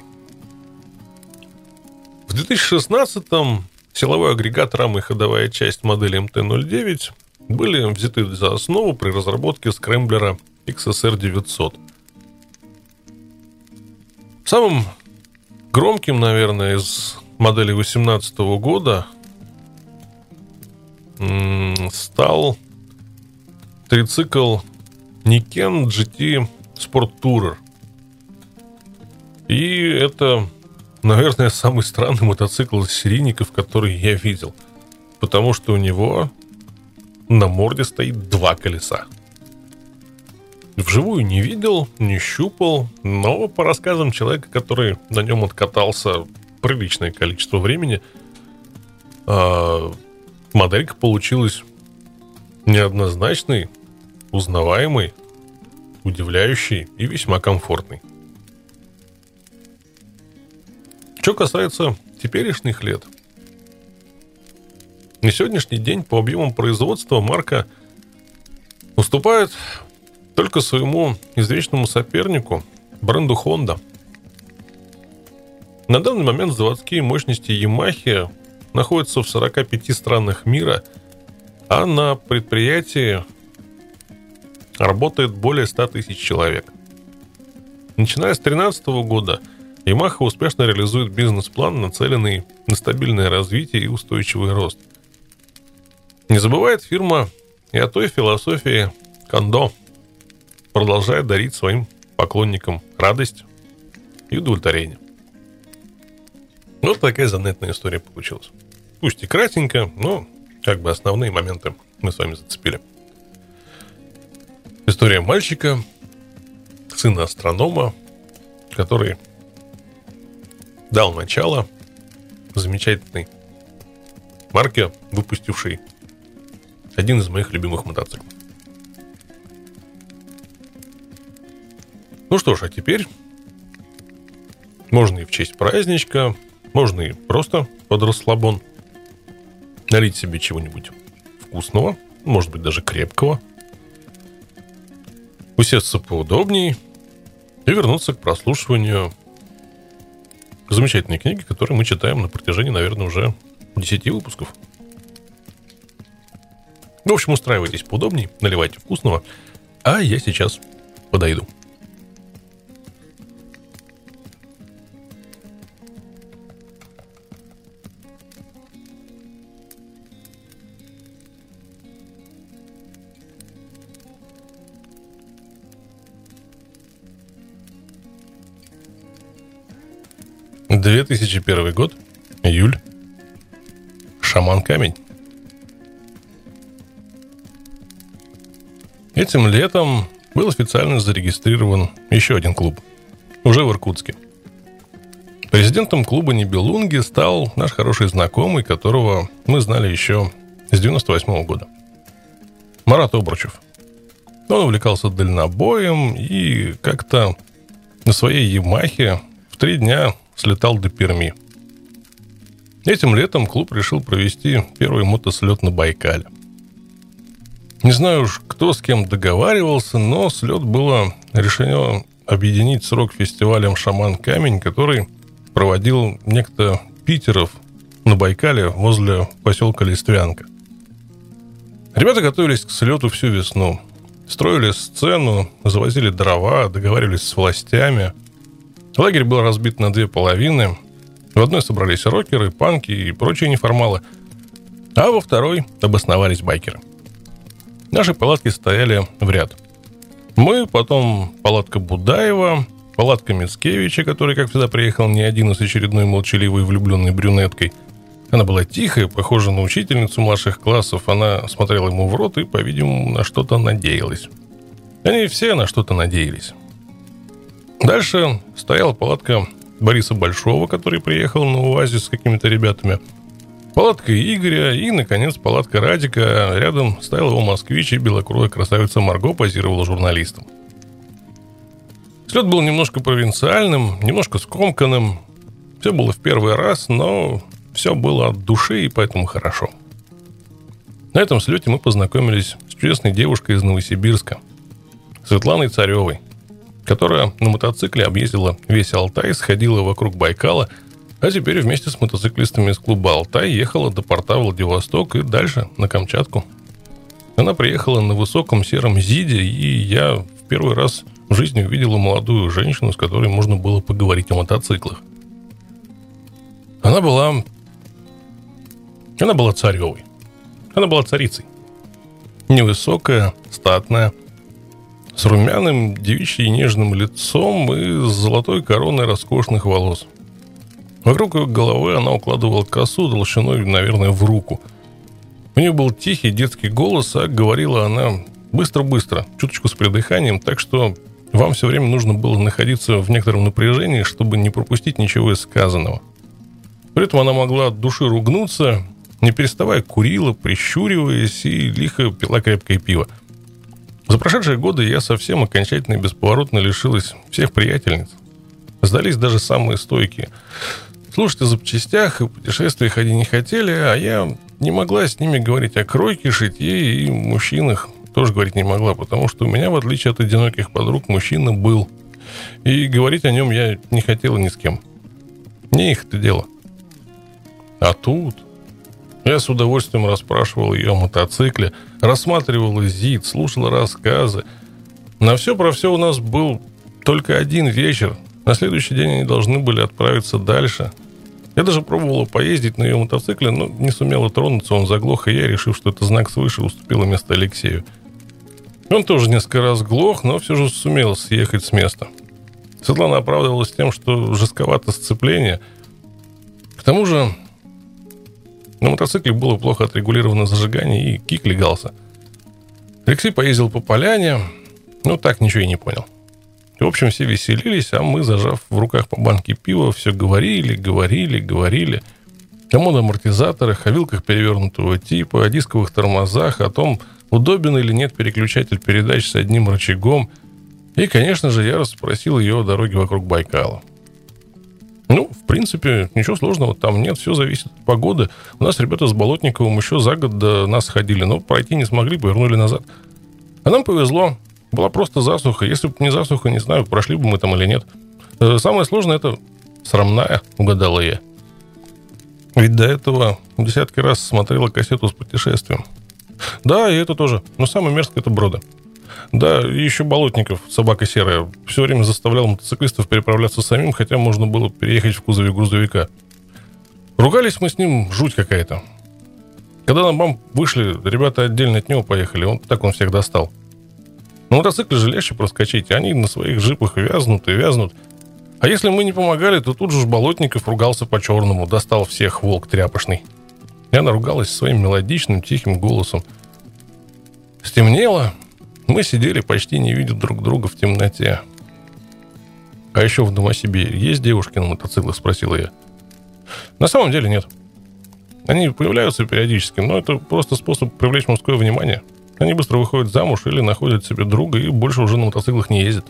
В две тысячи шестнадцатом силовой агрегат, рама и ходовая часть модели эм тэ ноль девять были взяты за основу при разработке скрэмблера икс эс эр девятьсот. Самым громким, наверное, из моделей две тысячи восемнадцатого года стал трицикл Niken джи ти Sport Tourer. И это, наверное, самый странный мотоцикл из серийников, который я видел. Потому что у него на морде стоит два колеса. Вживую не видел, не щупал, но по рассказам человека, который на нем откатался приличное количество времени, моделька получилась неоднозначной, узнаваемой, удивляющей и весьма комфортной. Что касается теперешних лет, На сегодняшний день по объемам производства марка уступает только своему извечному сопернику, бренду Honda. На данный момент заводские мощности Yamaha находятся в сорока пяти странах мира, а на предприятии работает более ста тысяч человек. Начиная с две тысячи тринадцатого года Yamaha успешно реализует бизнес-план, нацеленный на стабильное развитие и устойчивый рост. Не забывает фирма и о той философии кондо, продолжая дарить своим поклонникам радость и удовлетворение. Вот такая занятная история получилась. Пусть и кратенько, но как бы основные моменты мы с вами зацепили. История мальчика, сына астронома, который дал начало замечательной марке, выпустившей один из моих любимых мотоциклов. Ну что ж, а теперь можно и в честь праздничка, можно и просто под расслабон налить себе чего-нибудь вкусного, может быть, даже крепкого, усесться поудобней и вернуться к прослушиванию замечательной книги, которую мы читаем на протяжении, наверное, уже десяти выпусков. В общем, устраивайтесь поудобней, наливайте вкусного, а я сейчас подойду. две тысячи первый год, июль. Шаман-камень. Этим летом был официально зарегистрирован еще один клуб, уже в Иркутске. Президентом клуба Нибелунги стал наш хороший знакомый, которого мы знали еще с девяносто восьмого года. Марат Обручев. Он увлекался дальнобоем и как-то на своей Ямахе в три дня слетал до Перми. Этим летом клуб решил провести первый мотослет на Байкале. Не знаю уж, кто с кем договаривался, но слет было решено объединить с рок-фестивалем «Шаман-камень», который проводил некто Питеров на Байкале возле поселка Листвянка. Ребята готовились к слету всю весну. Строили сцену, завозили дрова, договаривались с властями. Лагерь был разбит на две половины. В одной собрались рокеры, панки и прочие неформалы, а во второй обосновались байкеры. Наши палатки стояли в ряд. Мы, потом палатка Будаева, палатка Мицкевича, который, как всегда, приехал не один, а с очередной молчаливой влюбленной брюнеткой. Она была тихая, похожа на учительницу младших классов. Она смотрела ему в рот и, по-видимому, на что-то надеялась. Они все на что-то надеялись. Дальше стояла палатка Бориса Большого, который приехал на УАЗе с какими-то ребятами. Палатка Игоря и, наконец, палатка Радика. Рядом стоял его москвич, и белокурая красавица Марго позировала журналистам. Слет был немножко провинциальным, немножко скомканным. Все было в первый раз, но все было от души, и поэтому хорошо. На этом слете мы познакомились с чудесной девушкой из Новосибирска, Светланой Царевой, которая на мотоцикле объездила весь Алтай, сходила вокруг Байкала, а теперь вместе с мотоциклистами из клуба «Алтай» ехала до порта Владивосток и дальше на Камчатку. Она приехала на высоком сером Зиде, и я в первый раз в жизни увидела молодую женщину, с которой можно было поговорить о мотоциклах. Она была... Она была царевой. Она была царицей. Невысокая, статная, с румяным, девичьим нежным лицом и с золотой короной роскошных волос. Вокруг ее головы она укладывала косу толщиной, наверное, в руку. У нее был тихий детский голос, а говорила она быстро-быстро, чуточку с придыханием, так что вам все время нужно было находиться в некотором напряжении, чтобы не пропустить ничего из сказанного. При этом она могла от души ругнуться, не переставая курила, прищуриваясь, и лихо пила крепкое пиво. За прошедшие годы я совсем окончательно и бесповоротно лишилась всех приятельниц. Сдались даже самые стойкие. Слушать о запчастях и путешествиях они не хотели, а я не могла с ними говорить о кройке, шитье и мужчинах. Тоже говорить не могла, потому что у меня, в отличие от одиноких подруг, мужчина был. И говорить о нем я не хотела ни с кем. Не их это дело. А тут я с удовольствием расспрашивал ее о мотоцикле, рассматривал ЗИД, слушал рассказы. На все про все у нас был только один вечер. На следующий день они должны были отправиться дальше. Я даже пробовала поездить на ее мотоцикле, но не сумела тронуться, он заглох, и я, решив, что это знак свыше, уступила место Алексею. Он тоже несколько раз глох, но все же сумел съехать с места. Светлана оправдывалась тем, что жестковато сцепление. К тому же на мотоцикле было плохо отрегулировано зажигание, и кик легался. Алексей поездил по поляне, но так ничего и не понял. В общем, все веселились, а мы, зажав в руках по банке пива, все говорили, говорили, говорили. О модоамортизаторах, о вилках перевернутого типа, о дисковых тормозах, о том, удобен или нет переключатель передач с одним рычагом. И, конечно же, я расспросил ее о дороге вокруг Байкала. Ну, в принципе, ничего сложного там нет, все зависит от погоды. У нас ребята с Болотниковым еще за год до нас ходили, но пройти не смогли, повернули назад. А нам повезло. Была просто засуха. Если бы не засуха, не знаю, прошли бы мы там или нет. Самое сложное — это срамная, угадала я. Ведь до этого десятки раз смотрела кассету с путешествием. Да, и это тоже. Но самое мерзкое — это Брода. Да, и еще Болотников, собака серая, все время заставлял мотоциклистов переправляться самим, хотя можно было переехать в кузове грузовика. Ругались мы с ним, жуть какая-то. Когда на бамп вышли, ребята отдельно от него поехали. Он, так он всех достал. На мотоцикле же легче проскочить. Они на своих джипах вязнут и вязнут. А если мы не помогали, то тут же Болотников ругался по-черному. Достал всех, волк тряпочный. И она ругалась своим мелодичным, тихим голосом. Стемнело. Мы сидели, почти не видя друг друга в темноте. «А еще в Новосибирске есть девушки на мотоциклах?» — спросила я. На самом деле нет. Они появляются периодически, но это просто способ привлечь мужское внимание. Они быстро выходят замуж или находят себе друга и больше уже на мотоциклах не ездят.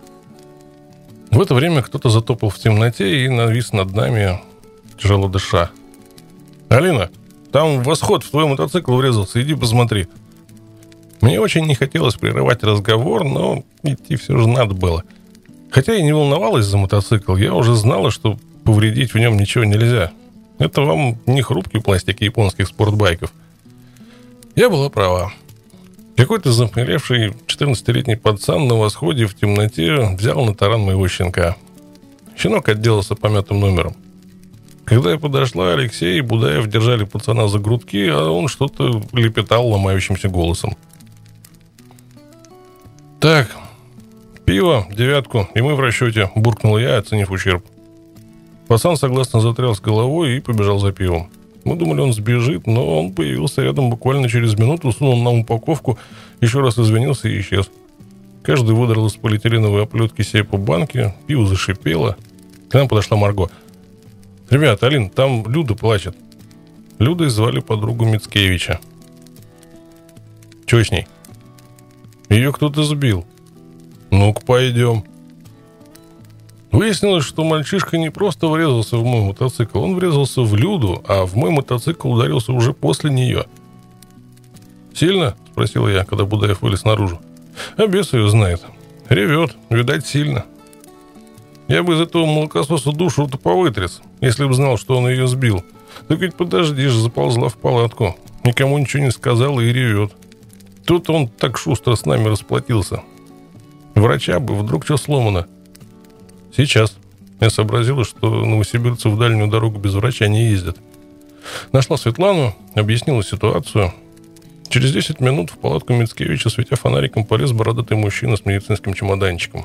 В это время кто-то затопал в темноте и навис над нами, тяжело дыша. «Алина, там восход в твой мотоцикл врезался, иди посмотри». Мне очень не хотелось прерывать разговор, но идти все же надо было. Хотя я не волновалась за мотоцикл, я уже знала, что повредить в нем ничего нельзя. Это вам не хрупкий пластик японских спортбайков. Я была права. Какой-то захмелевший четырнадцатилетний пацан на восходе в темноте взял на таран моего щенка. Щенок отделался помятым номером. Когда я подошла, Алексей и Будаев держали пацана за грудки, а он что-то лепетал ломающимся голосом. «Так, пиво, девятку, и мы в расчете», — буркнул я, оценив ущерб. Пацан согласно затряс головой и побежал за пивом. Мы думали, он сбежит, но он появился рядом буквально через минуту, сунул нам упаковку, еще раз извинился и исчез. Каждый выдрал из полиэтиленовой оплетки себе по банке, пиво зашипело. К нам подошла Марго. «Ребят, Алин, там Люда плачет». Людой звали подругу Мицкевича. «Че с ней?» «Ее кто-то сбил». «Ну-ка, пойдем». Выяснилось, что мальчишка не просто врезался в мой мотоцикл, он врезался в Люду, а в мой мотоцикл ударился уже после нее. «Сильно?» — спросил я, когда Будаев вылез наружу. «А бес ее знает. Ревет, видать, сильно. Я бы из этого молокососа душу-то повытряс, если бы знал, что он ее сбил. Так ведь подожди же, заползла в палатку. Никому ничего не сказала и ревет. Тут он так шустро с нами расплатился. Врача бы, вдруг что сломано». «Сейчас». Я сообразила, что новосибирцы в дальнюю дорогу без врача не ездят. Нашла Светлану, объяснила ситуацию. Через десять минут в палатку Мицкевича, светя фонариком, полез бородатый мужчина с медицинским чемоданчиком.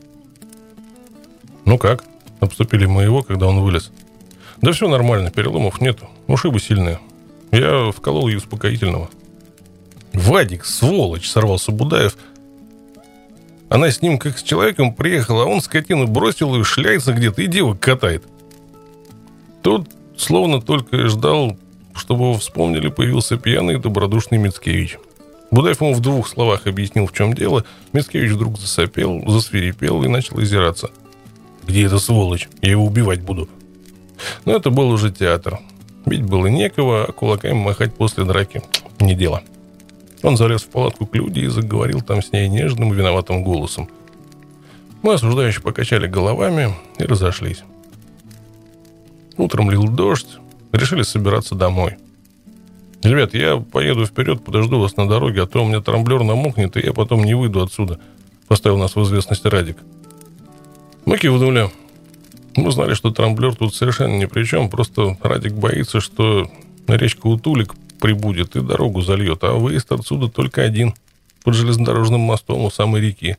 «Ну как?» — обступили мы его, когда он вылез. «Да все нормально, переломов нету. Ушибы сильные. Я вколол ей успокоительного». «Вадик, сволочь!» — сорвался Будаев. «Она с ним как с человеком приехала, а он скотину бросил и шляется где-то, и девок катает». Тут, словно только и ждал, чтобы его вспомнили, появился пьяный и добродушный Мицкевич. Будаев ему в двух словах объяснил, в чем дело. Мицкевич вдруг засопел, засвирепел и начал озираться. «Где эта сволочь? Я его убивать буду». Но это был уже театр. Бить было некого, а кулаками махать после драки — не дело. Он залез в палатку к Люде и заговорил там с ней нежным и виноватым голосом. Мы осуждающе покачали головами и разошлись. Утром лил дождь, решили собираться домой. «Ребят, я поеду вперед, подожду вас на дороге, а то у меня трамблер намокнет, и я потом не выйду отсюда», — поставил нас в известность Радик. Мы кивнули. Мы знали, что трамблер тут совершенно ни при чем, просто Радик боится, что речка Утулик прибудет и дорогу зальет, а выезд отсюда только один, под железнодорожным мостом у самой реки.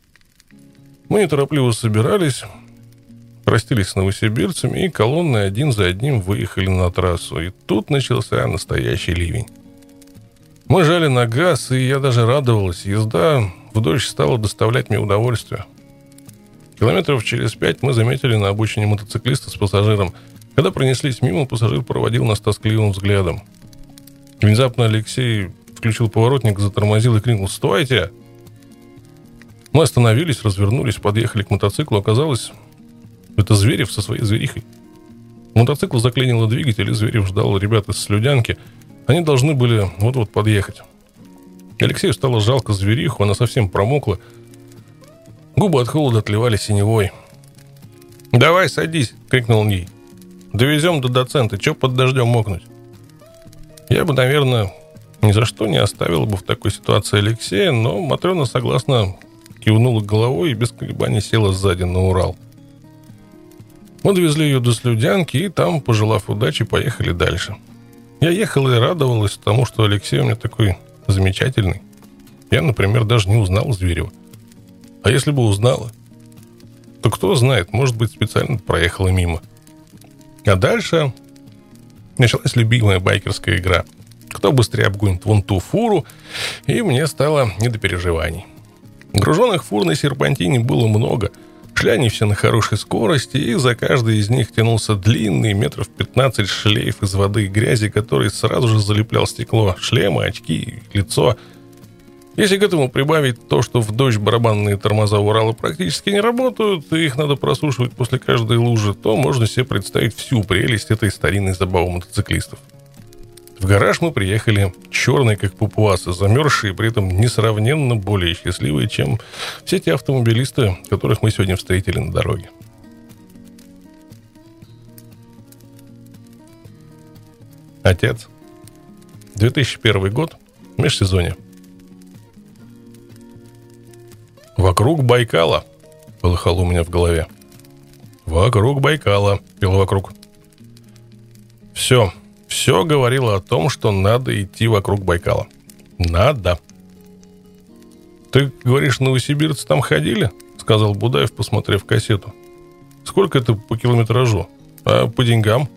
Мы неторопливо собирались, простились с новосибирцами, и колонны один за одним выехали на трассу. И тут начался настоящий ливень. Мы жали на газ, и я даже радовалась. Езда в дождь стала доставлять мне удовольствие. Километров через пять мы заметили на обочине мотоциклиста с пассажиром. Когда пронеслись мимо, пассажир проводил нас тоскливым взглядом. Внезапно Алексей включил поворотник, затормозил и крикнул: «Стойте!» Мы остановились, развернулись, подъехали к мотоциклу. Оказалось, это Зверев со своей зверихой. Мотоцикл заклинило двигатель, и Зверев ждал ребят из Слюдянки. Они должны были вот-вот подъехать. Алексею стало жалко звериху, она совсем промокла. Губы от холода отливали синевой. «Давай, садись!» — крикнул он ей. «Довезем до доцента, чё под дождем мокнуть?» Я бы, наверное, ни за что не оставил бы в такой ситуации Алексея, но Матрена согласно кивнула головой и без колебаний села сзади на Урал. Мы довезли ее до Слюдянки, и там, пожелав удачи, поехали дальше. Я ехал и радовалась тому, что Алексей у меня такой замечательный. Я, например, даже не узнал Зверева. А если бы узнала, то кто знает, может быть, специально проехала мимо. А дальше началась любимая байкерская игра. Кто быстрее обгонит вон ту фуру, и мне стало не до переживаний. Груженных фур на серпантине было много. Шли они все на хорошей скорости, и за каждой из них тянулся длинный, метров пятнадцать шлейф из воды и грязи, который сразу же залеплял стекло, шлемы, очки, лицо. Если к этому прибавить то, что в дождь барабанные тормоза Урала практически не работают, и их надо просушивать после каждой лужи, то можно себе представить всю прелесть этой старинной забавы мотоциклистов. В гараж мы приехали черные, как папуасы, замерзшие, при этом несравненно более счастливые, чем все те автомобилисты, которых мы сегодня встретили на дороге. Отец. две тысячи первый год. Межсезонье. «Вокруг Байкала», — полыхало у меня в голове. «Вокруг Байкала», — пело вокруг. Все. Все говорило о том, что надо идти вокруг Байкала. Надо. «Ты, говоришь, новосибирцы там ходили?» — сказал Будаев, посмотрев кассету. «Сколько это по километражу? А по деньгам?»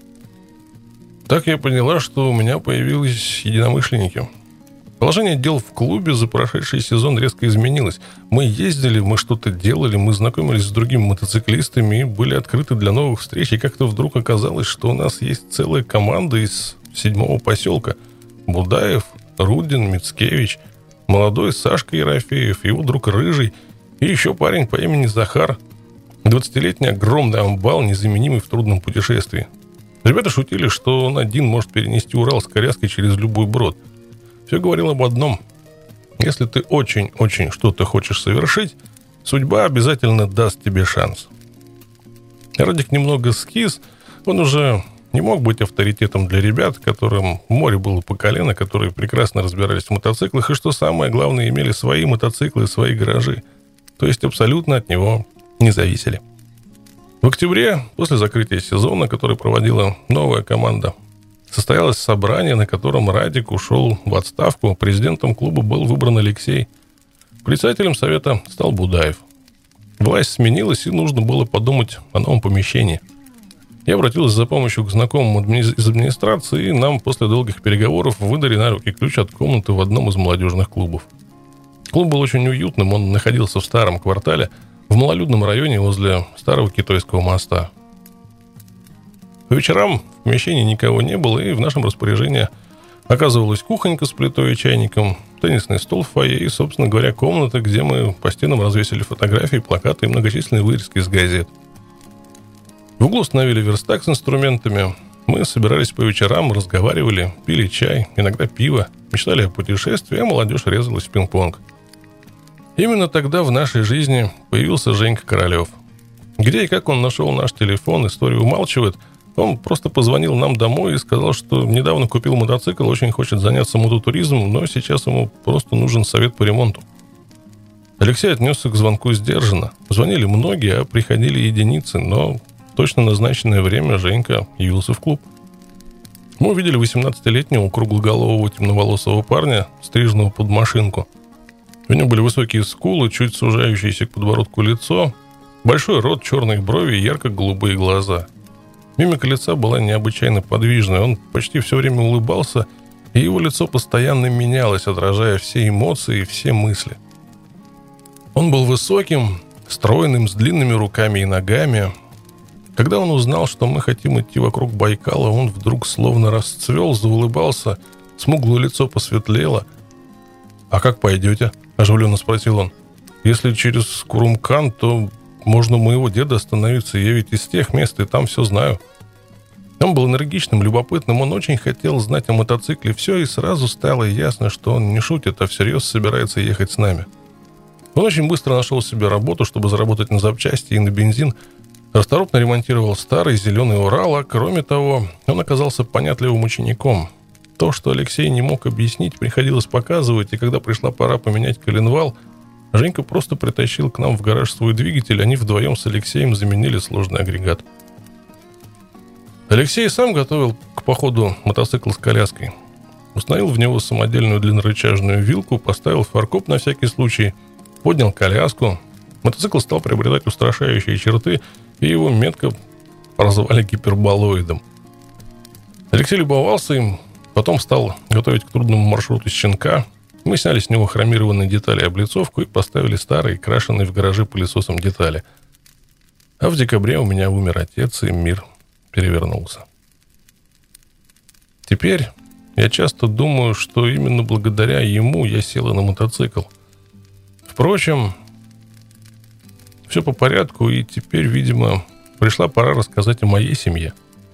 Так я поняла, что у меня появились единомышленники. Положение дел в клубе за прошедший сезон резко изменилось. Мы ездили, мы что-то делали, мы знакомились с другими мотоциклистами и были открыты для новых встреч. И как-то вдруг оказалось, что у нас есть целая команда из седьмого поселка. Будаев, Рудин, Мицкевич, молодой Сашка Ерофеев, его друг Рыжий и еще парень по имени Захар. Двадцатилетний огромный амбал, незаменимый в трудном путешествии. Ребята шутили, что он один может перенести Урал с коляской через любой брод. Все говорил об одном. Если ты очень-очень что-то хочешь совершить, судьба обязательно даст тебе шанс. Радик немного скис. Он уже не мог быть авторитетом для ребят, которым море было по колено, которые прекрасно разбирались в мотоциклах и, что самое главное, имели свои мотоциклы и свои гаражи. То есть абсолютно от него не зависели. В октябре, после закрытия сезона, который проводила новая команда, состоялось собрание, на котором Радик ушел в отставку. Президентом клуба был выбран Алексей. Председателем совета стал Будаев. Власть сменилась, и нужно было подумать о новом помещении. Я обратился за помощью к знакомым из администрации, и нам после долгих переговоров выдали на руки ключ от комнаты в одном из молодежных клубов. Клуб был очень уютным, он находился в старом квартале, в малолюдном районе возле старого Китайского моста. По вечерам в помещении никого не было, и в нашем распоряжении оказывалась кухонька с плитой и чайником, теннисный стол в фойе и, собственно говоря, комната, где мы по стенам развесили фотографии, плакаты и многочисленные вырезки из газет. В углу установили верстак с инструментами. Мы собирались по вечерам, разговаривали, пили чай, иногда пиво, мечтали о путешествии, а молодежь резалась в пинг-понг. Именно тогда в нашей жизни появился Женька Королев. Где и как он нашел наш телефон, история умалчивает. Он просто позвонил нам домой и сказал, что недавно купил мотоцикл, очень хочет заняться мототуризмом, но сейчас ему просто нужен совет по ремонту. Алексей отнесся к звонку сдержанно. Звонили многие, а приходили единицы, но в точно назначенное время Женька явился в клуб. Мы увидели восемнадцатилетнего круглоголового темноволосого парня, стриженного под машинку. У него были высокие скулы, чуть сужающееся к подбородку лицо, большой рот, черные брови и ярко-голубые глаза. Мимика лица была необычайно подвижной, он почти все время улыбался, и его лицо постоянно менялось, отражая все эмоции и все мысли. Он был высоким, стройным, с длинными руками и ногами. Когда он узнал, что мы хотим идти вокруг Байкала, он вдруг словно расцвел, заулыбался, смуглое лицо посветлело. «А как пойдете?» – оживленно спросил он. «Если через Курумкан, то можно у моего деда остановиться, я ведь из тех мест, и там все знаю». Он был энергичным, любопытным, он очень хотел знать о мотоцикле все, и сразу стало ясно, что он не шутит, а всерьез собирается ехать с нами. Он очень быстро нашел себе работу, чтобы заработать на запчасти и на бензин. Расторопно ремонтировал старый зеленый Урал, а кроме того, он оказался понятливым учеником. То, что Алексей не мог объяснить, приходилось показывать, и когда пришла пора поменять коленвал, Женька просто притащил к нам в гараж свой двигатель, они вдвоем с Алексеем заменили сложный агрегат. Алексей сам готовил к походу мотоцикл с коляской. Установил в него самодельную длиннорычажную вилку, поставил фаркоп на всякий случай, поднял коляску. Мотоцикл стал приобретать устрашающие черты, и его метко прозвали гиперболоидом. Алексей любовался им, потом стал готовить к трудному маршруту щенка. Мы сняли с него хромированные детали и облицовку и поставили старые, крашеные в гараже пылесосом детали. А в декабре у меня умер отец, и мир перевернулся. Теперь я часто думаю, что именно благодаря ему я села на мотоцикл. Впрочем, все по порядку, и теперь, видимо, пришла пора рассказать о моей семье.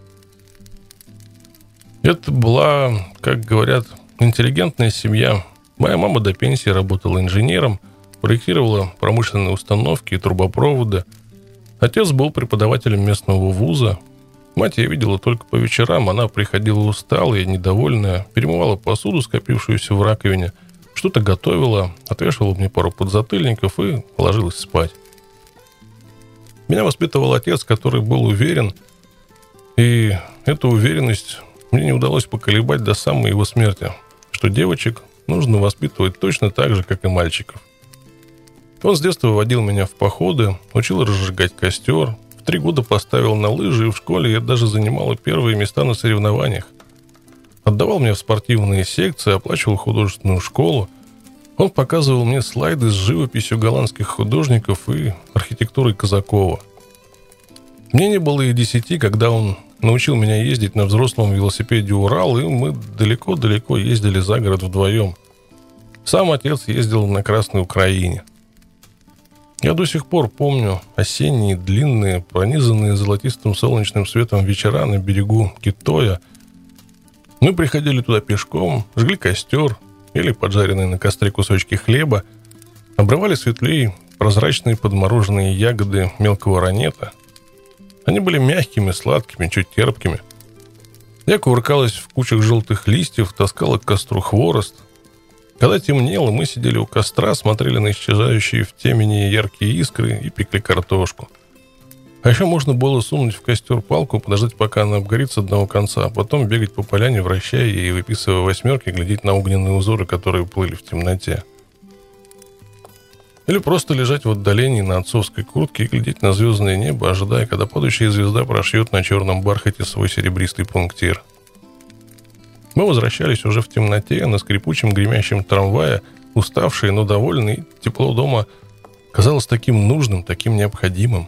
Это была, как говорят, интеллигентная семья. Моя мама до пенсии работала инженером, проектировала промышленные установки и трубопроводы. Отец был преподавателем местного вуза. Мать я видела только по вечерам. Она приходила усталая и недовольная, перемывала посуду, скопившуюся в раковине, что-то готовила, отвешивала мне пару подзатыльников и ложилась спать. Меня воспитывал отец, который был уверен, и эту уверенность мне не удалось поколебать до самой его смерти, что девочек нужно воспитывать точно так же, как и мальчиков. Он с детства водил меня в походы, учил разжигать костер, в три года поставил на лыжи, и в школе я даже занимала первые места на соревнованиях. Отдавал меня в спортивные секции, оплачивал художественную школу. Он показывал мне слайды с живописью голландских художников и архитектурой Казакова. Мне не было и десяти, когда он научил меня ездить на взрослом велосипеде «Урал», и мы далеко-далеко ездили за город вдвоем. Сам отец ездил на Красной Украине. Я до сих пор помню осенние, длинные, пронизанные золотистым солнечным светом вечера на берегу Китоя. Мы приходили туда пешком, жгли костер, ели поджаренные на костре кусочки хлеба, обрывали светлей прозрачные подмороженные ягоды мелкого ранета. Они были мягкими, сладкими, чуть терпкими. Я кувыркалась в кучах желтых листьев, таскала к костру хворост. Когда темнело, мы сидели у костра, смотрели на исчезающие в темени яркие искры и пекли картошку. А еще можно было сунуть в костер палку, подождать, пока она обгорит с одного конца, а потом бегать по поляне, вращая и выписывая восьмерки, глядеть на огненные узоры, которые плыли в темноте. Или просто лежать в отдалении на отцовской куртке и глядеть на звездное небо, ожидая, когда падающая звезда прошьет на черном бархате свой серебристый пунктир. Мы возвращались уже в темноте, на скрипучем гремящем трамвае, уставшие, но довольные, и тепло дома казалось таким нужным, таким необходимым.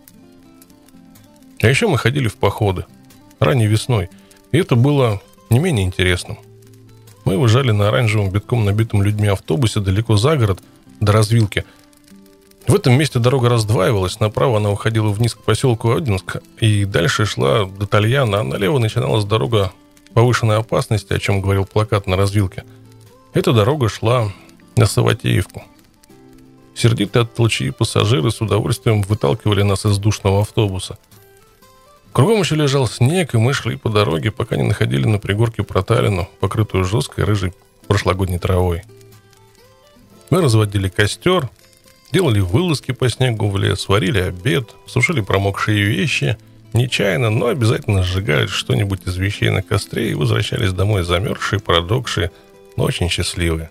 А еще мы ходили в походы, ранней весной, и это было не менее интересным. Мы выезжали на оранжевом битком набитом людьми автобусе далеко за город, до развилки. В этом месте дорога раздваивалась. Направо она уходила вниз к поселку Одинск, и дальше шла до Тальяна, а налево начиналась дорога повышенной опасности, о чем говорил плакат на развилке. Эта дорога шла на Саватеевку. Сердитые от толчии пассажиры с удовольствием выталкивали нас из душного автобуса. Кругом еще лежал снег, и мы шли по дороге, пока не находили на пригорке проталину, покрытую жесткой рыжей прошлогодней травой. Мы разводили костер, делали вылазки по снегу в лес, варили обед, сушили промокшие вещи, нечаянно, но обязательно сжигали что-нибудь из вещей на костре и возвращались домой замерзшие, продохшие, но очень счастливые.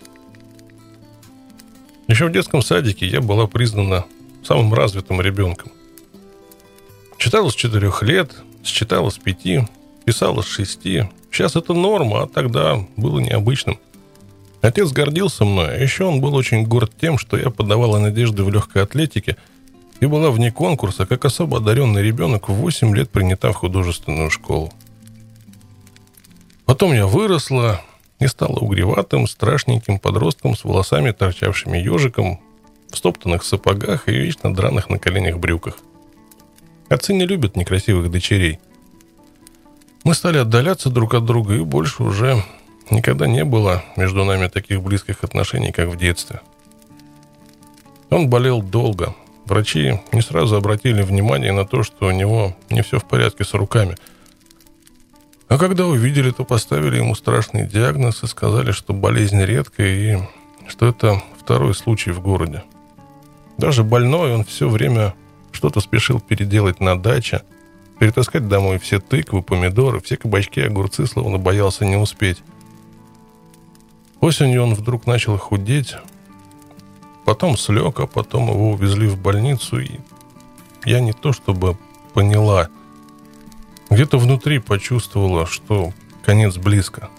Еще в детском садике я была признана самым развитым ребенком. Читала с четырех лет, считала с пяти, писала с шести. Сейчас это норма, а тогда было необычным. Отец гордился мной, а еще он был очень горд тем, что я подавала надежды в легкой атлетике и была вне конкурса, как особо одаренный ребенок в восемь лет принята в художественную школу. Потом я выросла и стала угреватым, страшненьким подростком с волосами, торчавшими ежиком, в стоптанных сапогах и вечно драных на коленях брюках. Отцы не любят некрасивых дочерей. Мы стали отдаляться друг от друга, и больше уже никогда не было между нами таких близких отношений, как в детстве. Он болел долго. Врачи не сразу обратили внимание на то, что у него не все в порядке с руками. А когда увидели, то поставили ему страшный диагноз и сказали, что болезнь редкая и что это второй случай в городе. Даже больной он все время что-то спешил переделать на даче, перетаскать домой все тыквы, помидоры, все кабачки, огурцы, словно боялся не успеть. Осенью он вдруг начал худеть, потом слег, а потом его увезли в больницу, и я не то чтобы поняла, где-то внутри почувствовала, что конец близко.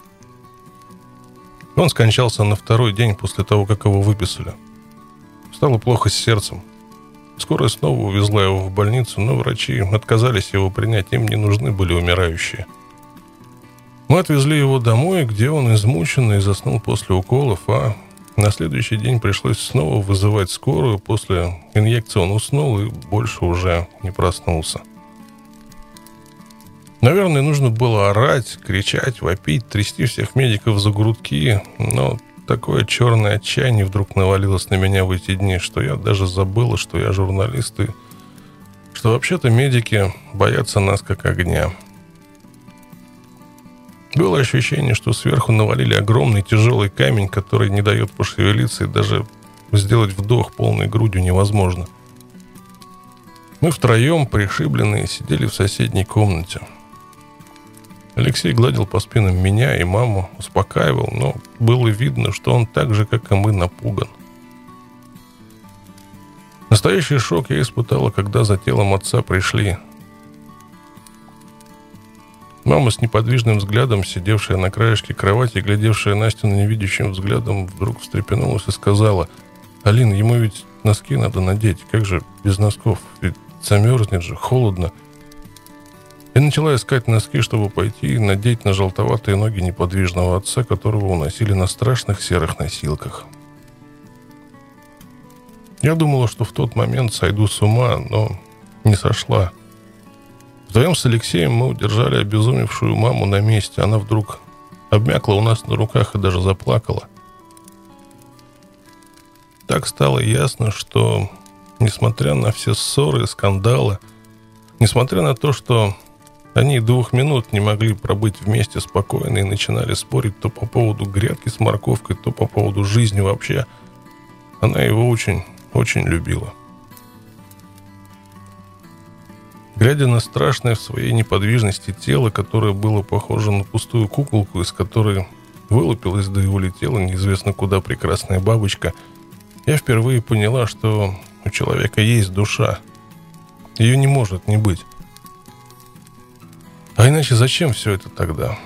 Он скончался на второй день после того, как его выписали. Стало плохо с сердцем. Скорая снова увезла его в больницу, но врачи отказались его принять, им не нужны были умирающие. Мы отвезли его домой, где он измученный заснул после уколов, а на следующий день пришлось снова вызывать скорую. После инъекции он уснул и больше уже не проснулся. Наверное, нужно было орать, кричать, вопить, трясти всех медиков за грудки, но такое черное отчаяние вдруг навалилось на меня в эти дни, что я даже забыла, что я журналист, и что вообще-то медики боятся нас как огня. Было ощущение, что сверху навалили огромный тяжелый камень, который не дает пошевелиться, и даже сделать вдох полной грудью невозможно. Мы втроем, пришибленные, сидели в соседней комнате. Алексей гладил по спинам меня и маму, успокаивал, но было видно, что он так же, как и мы, напуган. Настоящий шок я испытала, когда за телом отца пришли. Мама с неподвижным взглядом, сидевшая на краешке кровати, глядевшая Настю невидящим взглядом, вдруг встрепенулась и сказала: «Алин, ему ведь носки надо надеть, как же без носков, ведь замерзнет же, холодно». И начала искать носки, чтобы пойти и надеть на желтоватые ноги неподвижного отца, которого уносили на страшных серых носилках. Я думала, что в тот момент сойду с ума, но не сошла. Вдвоем с Алексеем мы удержали обезумевшую маму на месте. Она вдруг обмякла у нас на руках и даже заплакала. Так стало ясно, что, несмотря на все ссоры и скандалы, несмотря на то, что они двух минут не могли пробыть вместе спокойно и начинали спорить то по поводу грядки с морковкой, то по поводу жизни вообще, она его очень, очень любила. Глядя на страшное в своей неподвижности тело, которое было похоже на пустую куколку, из которой вылупилась да и улетела неизвестно куда прекрасная бабочка, я впервые поняла, что у человека есть душа. Ее не может не быть. А иначе зачем все это тогда?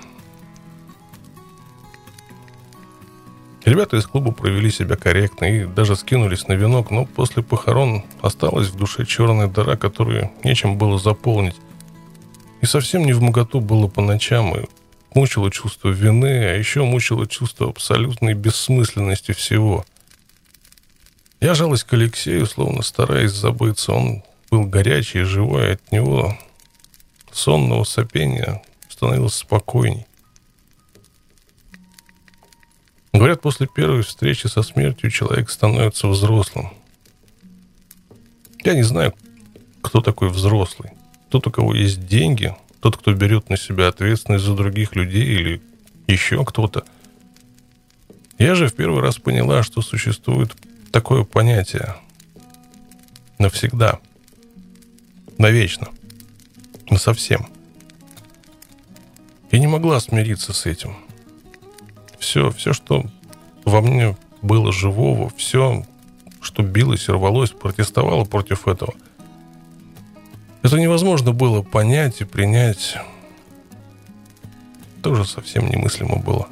Ребята из клуба провели себя корректно и даже скинулись на венок, но после похорон осталась в душе черная дыра, которую нечем было заполнить. И совсем не вмоготу было по ночам, и мучило чувство вины, а еще мучило чувство абсолютной бессмысленности всего. Я жалась к Алексею, словно стараясь забыться. Он был горячий и живой, от него сонного сопения становилось спокойней. Говорят, после первой встречи со смертью человек становится взрослым. Я не знаю, кто такой взрослый. Тот, у кого есть деньги, тот, кто берет на себя ответственность за других людей или еще кто-то. Я же в первый раз поняла, что существует такое понятие навсегда, навечно, насовсем. Я не могла смириться с этим. Все, все, что во мне было живого, все, что билось и рвалось, протестовало против этого. Это невозможно было понять и принять. Тоже совсем немыслимо было.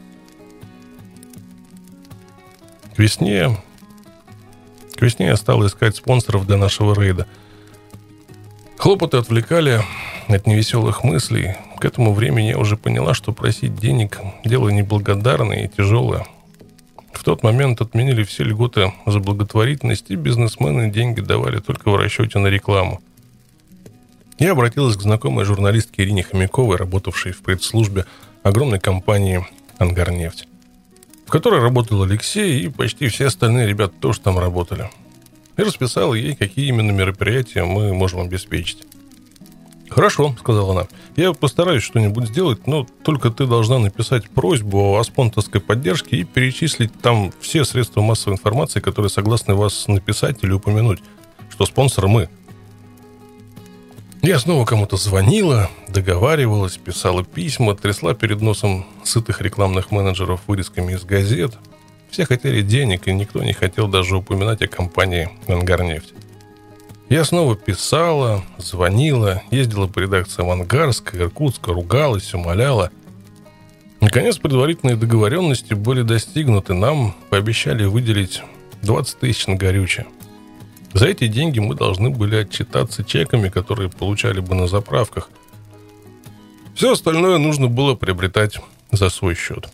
К весне... К весне я стал искать спонсоров для нашего рейда. Хлопоты отвлекали от невеселых мыслей. К этому времени я уже поняла, что просить денег – дело неблагодарное и тяжелое. В тот момент отменили все льготы за благотворительность, и бизнесмены деньги давали только в расчете на рекламу. Я обратилась к знакомой журналистке Ирине Хомяковой, работавшей в пресс-службе огромной компании «Ангарнефть», в которой работал Алексей, и почти все остальные ребята тоже там работали. И расписала ей, какие именно мероприятия мы можем обеспечить. «Хорошо», — сказала она, — «я постараюсь что-нибудь сделать, но только ты должна написать просьбу о спонсорской поддержке и перечислить там все средства массовой информации, которые согласны вас написать или упомянуть, что спонсоры мы». Я снова кому-то звонила, договаривалась, писала письма, трясла перед носом сытых рекламных менеджеров вырезками из газет. Все хотели денег, и никто не хотел даже упоминать о компании «Ангарнефть». Я снова писала, звонила, ездила по редакциям Ангарска, Иркутска, ругалась, умоляла. Наконец, предварительные договоренности были достигнуты. Нам пообещали выделить двадцать тысяч на горючее. За эти деньги мы должны были отчитаться чеками, которые получали бы на заправках. Все остальное нужно было приобретать за свой счет.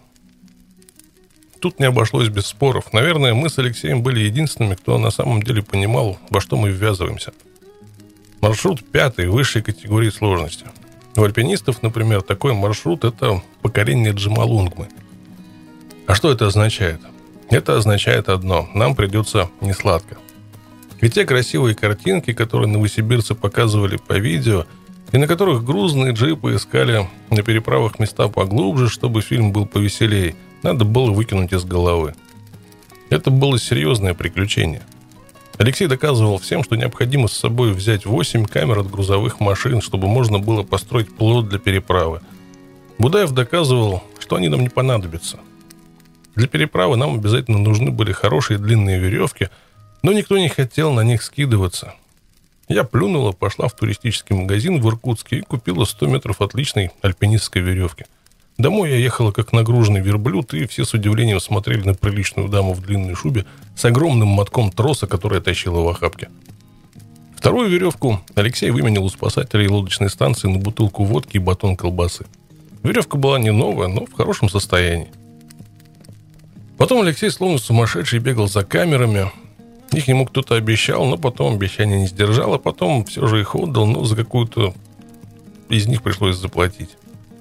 Тут не обошлось без споров. Наверное, мы с Алексеем были единственными, кто на самом деле понимал, во что мы ввязываемся. Маршрут пятой, высшей категории сложности. У альпинистов, например, такой маршрут – это покорение Джомолунгмы. А что это означает? Это означает одно – нам придется несладко. Ведь те красивые картинки, которые новосибирцы показывали по видео, и на которых грузные джипы искали на переправах места поглубже, чтобы фильм был повеселее, надо было выкинуть из головы. Это было серьезное приключение. Алексей доказывал всем, что необходимо с собой взять восемь камер от грузовых машин, чтобы можно было построить плот для переправы. Будаев доказывал, что они нам не понадобятся. Для переправы нам обязательно нужны были хорошие длинные веревки, но никто не хотел на них скидываться. Я плюнула, пошла в туристический магазин в Иркутске и купила сто метров отличной альпинистской веревки. Домой я ехала как нагруженный верблюд, и все с удивлением смотрели на приличную даму в длинной шубе с огромным мотком троса, который я тащила в охапке. Вторую веревку Алексей выменял у спасателей лодочной станции на бутылку водки и батон колбасы. Веревка была не новая, но в хорошем состоянии. Потом Алексей словно сумасшедший бегал за камерами. Их ему кто-то обещал, но потом обещание не сдержал, а потом все же их отдал, но за какую-то из них пришлось заплатить.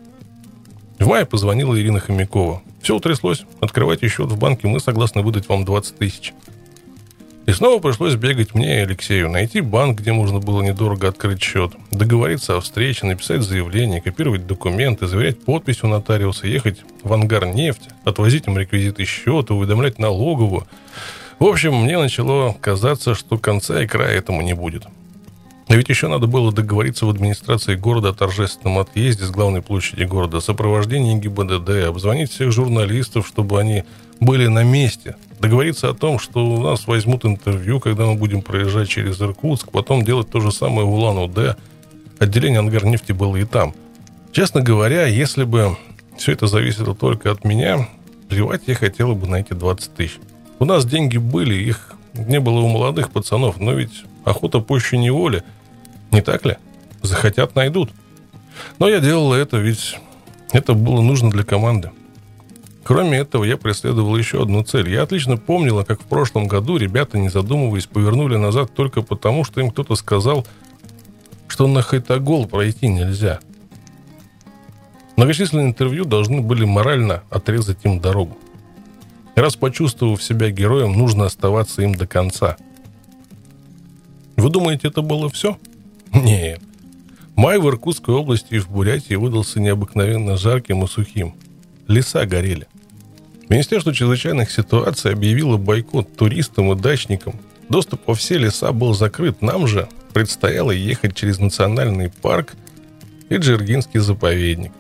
В мае позвонила Ирина Хомякова. Все утряслось. Открывайте счет в банке, мы согласны выдать вам двадцать тысяч. И снова пришлось бегать мне и Алексею, найти банк, где можно было недорого открыть счет, договориться о встрече, написать заявление, копировать документы, заверять подпись у нотариуса, ехать в Ангарнефть, отвозить им реквизиты счета, уведомлять налоговую. В общем, мне начало казаться, что конца и края этому не будет. А ведь еще надо было договориться в администрации города о торжественном отъезде с главной площади города, сопровождении ГИБДД, обзвонить всех журналистов, чтобы они были на месте, договориться о том, что у нас возьмут интервью, когда мы будем проезжать через Иркутск, потом делать то же самое в Улан-Удэ. Отделение Ангарнефти было и там. Честно говоря, если бы все это зависело только от меня, плевать я хотела бы на эти двадцать тысяч. У нас деньги были, их не было у молодых пацанов, но ведь охота пуще неволи. Не так ли? Захотят — найдут. Но я делала это, ведь это было нужно для команды. Кроме этого, я преследовал еще одну цель. Я отлично помнила, как в прошлом году ребята, не задумываясь, повернули назад только потому, что им кто-то сказал, что на Хайтагол пройти нельзя. Многочисленные интервью должны были морально отрезать им дорогу. Раз почувствовав себя героем, нужно оставаться им до конца. Вы думаете, это было все? Нет. Май в Иркутской области и в Бурятии выдался необыкновенно жарким и сухим. Леса горели. Министерство чрезвычайных ситуаций объявило бойкот туристам и дачникам. Доступ во все леса был закрыт. Нам же предстояло ехать через национальный парк и Джиргинский заповедник.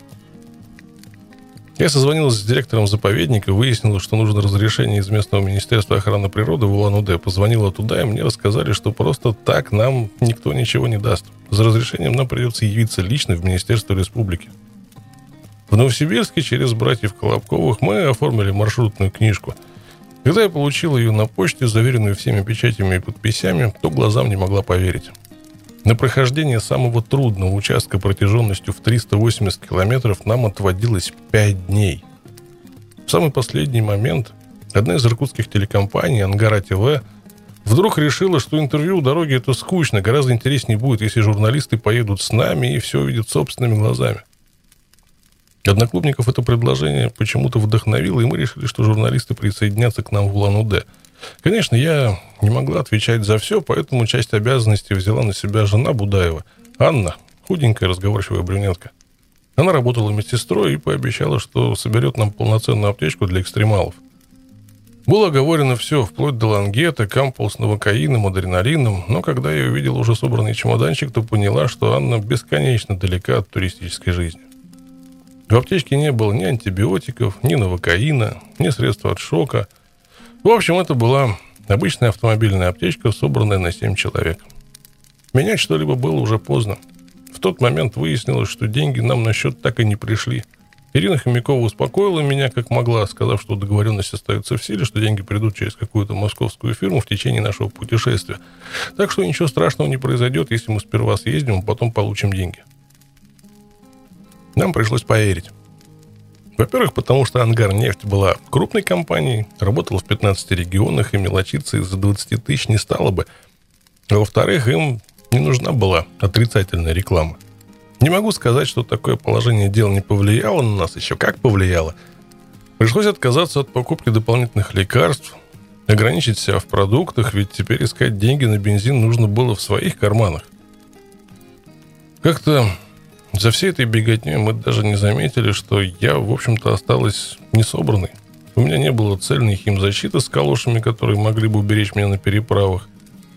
Я созвонился с директором заповедника, выяснил, что нужно разрешение из местного министерства охраны природы в Улан-Удэ. Позвонила туда, и мне рассказали, что просто так нам никто ничего не даст. За разрешением нам придется явиться лично в Министерство республики. В Новосибирске через братьев Колобковых мы оформили маршрутную книжку. Когда я получил ее на почте, заверенную всеми печатями и подписями, то глазам не могла поверить. На прохождение самого трудного участка протяженностью в триста восемьдесят километров нам отводилось пять дней. В самый последний момент одна из иркутских телекомпаний, Ангара ТВ, вдруг решила, что интервью у дороги это скучно, гораздо интереснее будет, если журналисты поедут с нами и все увидят собственными глазами. Одноклубников это предложение почему-то вдохновило, и мы решили, что журналисты присоединятся к нам в Улан-Удэ. Конечно, я не могла отвечать за все, поэтому часть обязанностей взяла на себя жена Будаева, Анна, худенькая, разговорчивая брюнетка. Она работала медсестрой и пообещала, что соберет нам полноценную аптечку для экстремалов. Было оговорено все, вплоть до лангета, кампул с новокаином, адреналином, но когда я увидела уже собранный чемоданчик, то поняла, что Анна бесконечно далека от туристической жизни. В аптечке не было ни антибиотиков, ни новокаина, ни средств от шока. В общем, это была обычная автомобильная аптечка, собранная на семь человек. Менять что-либо было уже поздно. В тот момент выяснилось, что деньги нам на счет так и не пришли. Ирина Хомякова успокоила меня, как могла, сказав, что договоренность остается в силе, что деньги придут через какую-то московскую фирму в течение нашего путешествия. Так что ничего страшного не произойдет, если мы сперва съездим, а потом получим деньги. Нам пришлось поверить. Во-первых, потому что «Ангарнефть» была крупной компанией, работала в пятнадцати регионах, и мелочиться из-за двадцати тысяч не стало бы. А во-вторых, им не нужна была отрицательная реклама. Не могу сказать, что такое положение дел не повлияло на нас, еще как повлияло. Пришлось отказаться от покупки дополнительных лекарств, ограничить себя в продуктах, ведь теперь искать деньги на бензин нужно было в своих карманах. Как-то за всей этой беготней мы даже не заметили, что я, в общем-то, осталась несобранной. У меня не было цельной химзащиты с калошами, которые могли бы уберечь меня на переправах.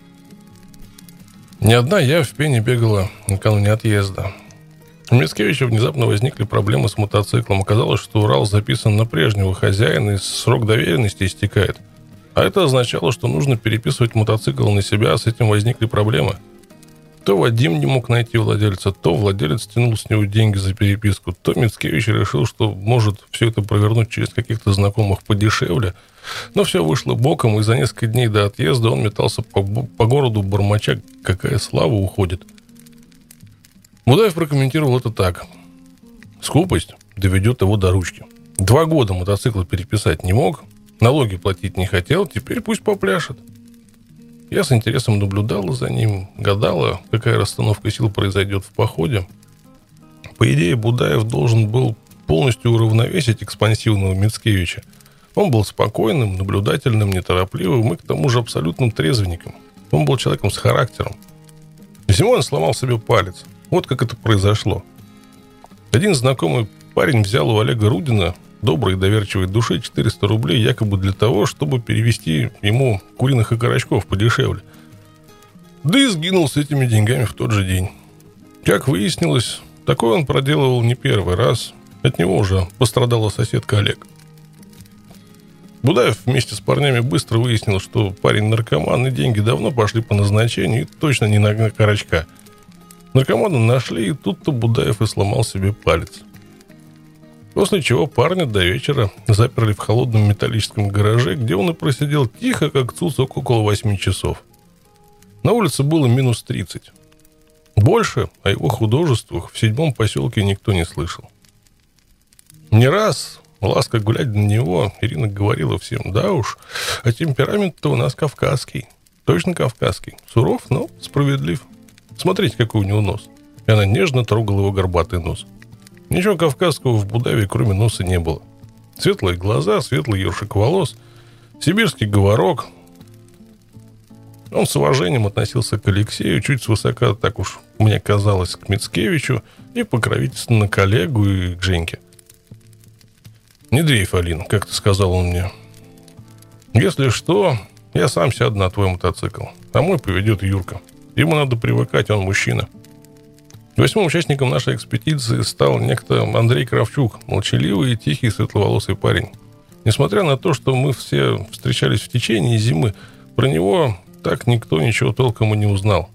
Не одна я в пене бегала накануне отъезда. У Мицкевича внезапно возникли проблемы с мотоциклом. Оказалось, что Урал записан на прежнего хозяина, и срок доверенности истекает. А это означало, что нужно переписывать мотоцикл на себя, а с этим возникли проблемы. То Вадим не мог найти владельца, то владелец тянул с него деньги за переписку, то Мицкевич решил, что может все это провернуть через каких-то знакомых подешевле. Но все вышло боком, и за несколько дней до отъезда он метался по, по городу бормоча, какая слава уходит. Будаев прокомментировал это так. Скупость доведет его до ручки. Два года мотоцикл переписать не мог, налоги платить не хотел, теперь пусть попляшет. Я с интересом наблюдала за ним, гадала, какая расстановка сил произойдет в походе. По идее, Будаев должен был полностью уравновесить экспансивного Мицкевича. Он был спокойным, наблюдательным, неторопливым и к тому же абсолютным трезвенником. Он был человеком с характером. Зимой он сломал себе палец. Вот как это произошло. Один знакомый парень взял у Олега Рудина, доброй и доверчивой души, четыреста рублей якобы для того, чтобы перевести ему куриных окорочков подешевле. Да и сгинул с этими деньгами в тот же день. Как выяснилось, такое он проделывал не первый раз. От него уже пострадала соседка Олег. Будаев вместе с парнями быстро выяснил, что парень наркоман, и деньги давно пошли по назначению, и точно не на окорочка. Наркомана нашли, и тут-то Будаев и сломал себе палец. После чего парня до вечера заперли в холодном металлическом гараже, где он и просидел тихо, как цуцок, около восьми часов. На улице было минус тридцать. Больше о его художествах в седьмом поселке никто не слышал. Не раз ласко глядя на него, Ирина говорила всем: да уж, а темперамент-то у нас кавказский. Точно кавказский. Суров, но справедлив. Смотрите, какой у него нос. И она нежно трогала его горбатый нос. Ничего кавказского в Будаве, кроме носа, не было. Светлые глаза, светлый ёршик волос, сибирский говорок. Он с уважением относился к Алексею, чуть свысока, так уж мне казалось, к Мицкевичу, и покровительственно к Олегу и к Женьке. «Не дрейф, Алин», — как-то сказал он мне. «Если что, я сам сяду на твой мотоцикл, а мой поведет Юрка. Ему надо привыкать, он мужчина». Восьмым участником нашей экспедиции стал некто Андрей Кравчук, молчаливый и тихий светловолосый парень. Несмотря на то, что мы все встречались в течение зимы, про него так никто ничего толком и не узнал.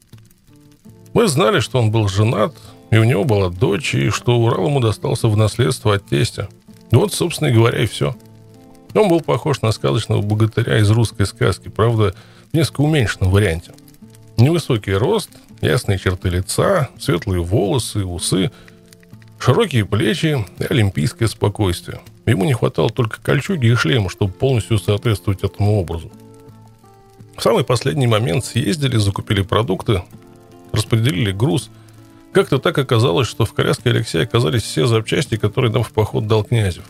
Мы знали, что он был женат, и у него была дочь, и что Урал ему достался в наследство от тестя. Вот, собственно и говоря, и все. Он был похож на сказочного богатыря из русской сказки, правда, в несколько уменьшенном варианте. Невысокий рост, ясные черты лица, светлые волосы, усы, широкие плечи и олимпийское спокойствие. Ему не хватало только кольчуги и шлема, чтобы полностью соответствовать этому образу. В самый последний момент съездили, закупили продукты, распределили груз. Как-то так оказалось, что в коляске Алексея оказались все запчасти, которые нам в поход дал Князев.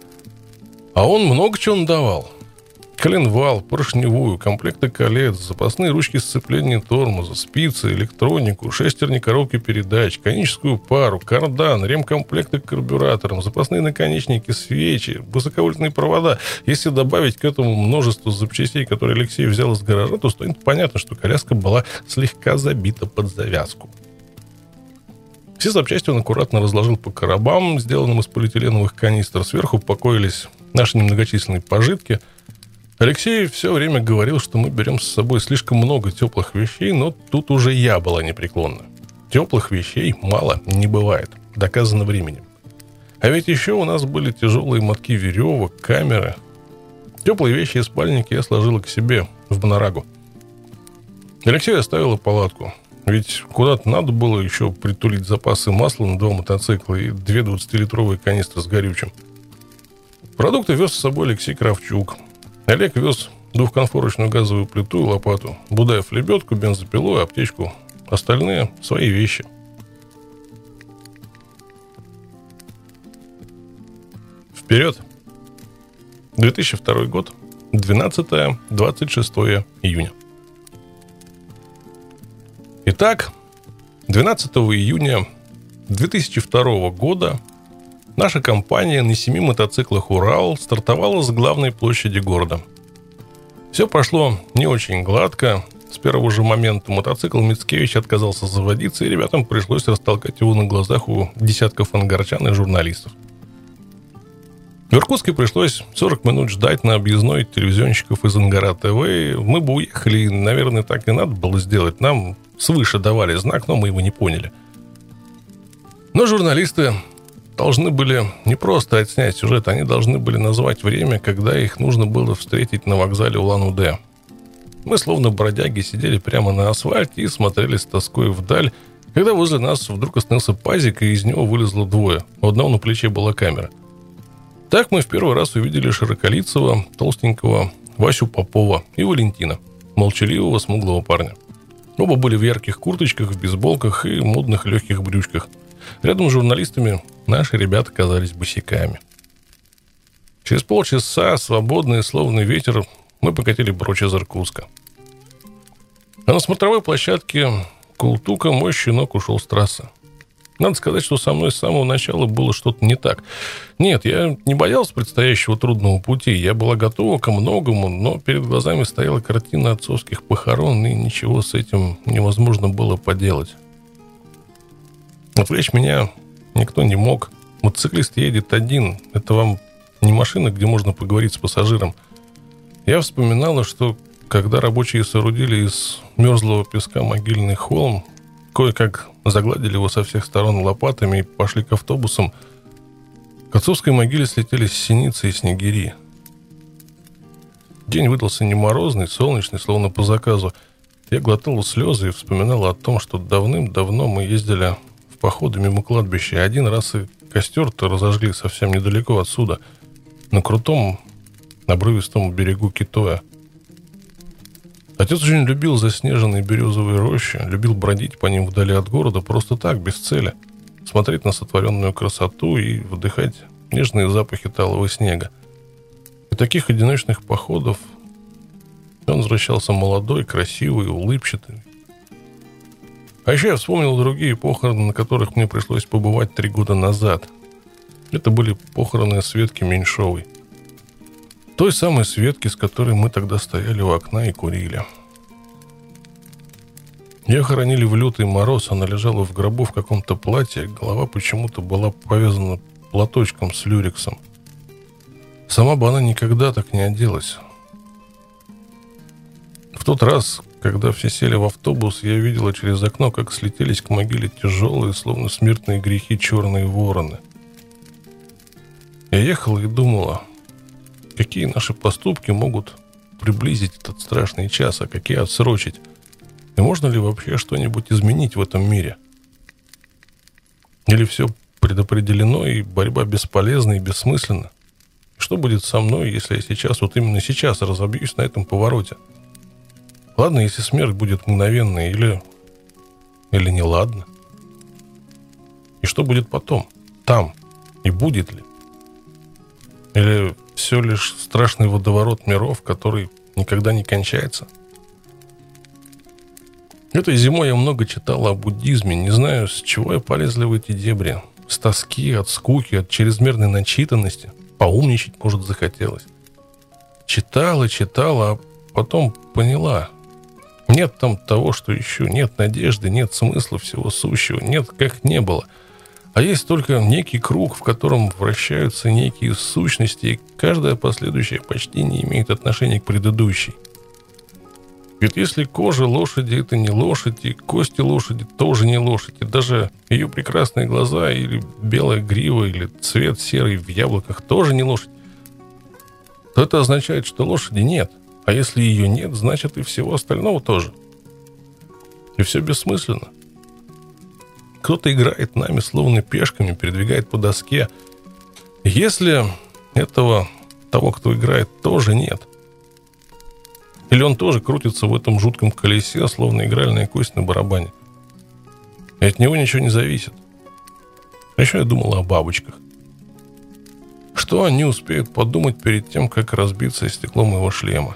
А он много чего надавал. Коленвал, поршневую, комплекты колец, запасные ручки сцепления тормоза, спицы, электронику, шестерни коробки передач, коническую пару, кардан, ремкомплекты к карбюраторам, запасные наконечники, свечи, высоковольтные провода. Если добавить к этому множество запчастей, которые Алексей взял из гаража, то станет понятно, что коляска была слегка забита под завязку. Все запчасти он аккуратно разложил по коробам, сделанным из полиэтиленовых канистр. Сверху покоились наши немногочисленные пожитки. Алексей все время говорил, что мы берем с собой слишком много теплых вещей, но тут уже я была непреклонна. Теплых вещей мало не бывает, доказано временем. А ведь еще у нас были тяжелые мотки веревок, камеры. Теплые вещи и спальники я сложила к себе в Бонарагу. Алексей оставила палатку, ведь куда-то надо было еще притулить запасы масла на два мотоцикла и две двадцатилитровые канистры с горючим. Продукты вез с собой Алексей Кравчук. Олег вез двухконфорочную газовую плиту и лопату, Будаев лебедку, бензопилу и аптечку. Остальные — свои вещи. Вперед! две тысячи второй год, двенадцатое-двадцать шестое июня. Итак, двенадцатого июня две тысячи второго года наша компания на семи мотоциклах «Урал» стартовала с главной площади города. Все прошло не очень гладко. С первого же момента мотоцикл Мицкевич отказался заводиться, и ребятам пришлось растолкать его на глазах у десятков ангарчан и журналистов. В Иркутске пришлось сорок минут ждать на объездной телевизионщиков из Ангара ТВ. Мы бы уехали, наверное, так и надо было сделать. Нам свыше давали знак, но мы его не поняли. Но журналисты должны были не просто отснять сюжет, они должны были назвать время, когда их нужно было встретить на вокзале Улан-Удэ. Мы, словно бродяги, сидели прямо на асфальте и смотрели с тоской вдаль, когда возле нас вдруг остановился пазик, и из него вылезло двое. У одного на плече была камера. Так мы в первый раз увидели широколицего, толстенького Васю Попова и Валентина, молчаливого, смуглого парня. Оба были в ярких курточках, в бейсболках и модных легких брючках. Рядом с журналистами наши ребята казались босиками. Через полчаса, свободный, словно ветер, мы покатили прочь из Иркутска. А на смотровой площадке Култука мой щенок ушел с трассы. Надо сказать, что со мной с самого начала было что-то не так. Нет, я не боялся предстоящего трудного пути. Я была готова ко многому, но перед глазами стояла картина отцовских похорон, и ничего с этим невозможно было поделать. Отвлечь меня никто не мог. Мотоциклист едет один. Это вам не машина, где можно поговорить с пассажиром. Я вспоминала, что когда рабочие соорудили из мерзлого песка могильный холм, кое-как загладили его со всех сторон лопатами и пошли к автобусам, к отцовской могиле слетели синицы и снегири. День выдался не морозный, солнечный, словно по заказу. Я глотала слезы и вспоминала о том, что давным-давно мы ездили в походы мимо кладбища. Один раз и костер-то разожгли совсем недалеко отсюда – на крутом обрывистом берегу Китоя. Отец очень любил заснеженные березовые рощи, любил бродить по ним вдали от города просто так, без цели, смотреть на сотворенную красоту и вдыхать нежные запахи талого снега. И таких одиночных походов он возвращался молодой, красивый, улыбчатый. А еще я вспомнил другие похороны, на которых мне пришлось побывать три года назад. Это были похороны Светки Меньшовой. Той самой Светки, с которой мы тогда стояли у окна и курили. Ее хоронили в лютый мороз, она лежала в гробу в каком-то платье, голова почему-то была повязана платочком с люрексом. Сама бы она никогда так не оделась. В тот раз, когда все сели в автобус, я видела через окно, как слетелись к могиле тяжелые, словно смертные грехи, черные вороны. Я ехала и думала, какие наши поступки могут приблизить этот страшный час, а какие отсрочить? И можно ли вообще что-нибудь изменить в этом мире? Или все предопределено, и борьба бесполезна и бессмысленна? Что будет со мной, если я сейчас, вот именно сейчас, разобьюсь на этом повороте? Ладно, если смерть будет мгновенной, или... или не ладно? И что будет потом? Там? И будет ли? Или все лишь страшный водоворот миров, который никогда не кончается? Этой зимой я много читал о буддизме. Не знаю, с чего я полезли в эти дебри. С тоски, от скуки, от чрезмерной начитанности. Поумничать, может, захотелось. Читала, читала, а потом поняла. Нет там того, что еще. Нет надежды, нет смысла всего сущего. Нет, как не было. А есть только некий круг, в котором вращаются некие сущности, и каждая последующая почти не имеет отношения к предыдущей. Ведь если кожа лошади — это не лошадь, и кости лошади тоже не лошадь, и даже ее прекрасные глаза, или белая грива, или цвет серый в яблоках тоже не лошадь, то это означает, что лошади нет. А если ее нет, значит и всего остального тоже. И все бессмысленно. Кто-то играет нами словно пешками, передвигает по доске. Если этого, того, кто играет, тоже нет, или он тоже крутится в этом жутком колесе, словно игральная кость на барабане, и от него ничего не зависит. А еще я думал о бабочках. Что они успеют подумать перед тем, как разбиться стекло моего шлема?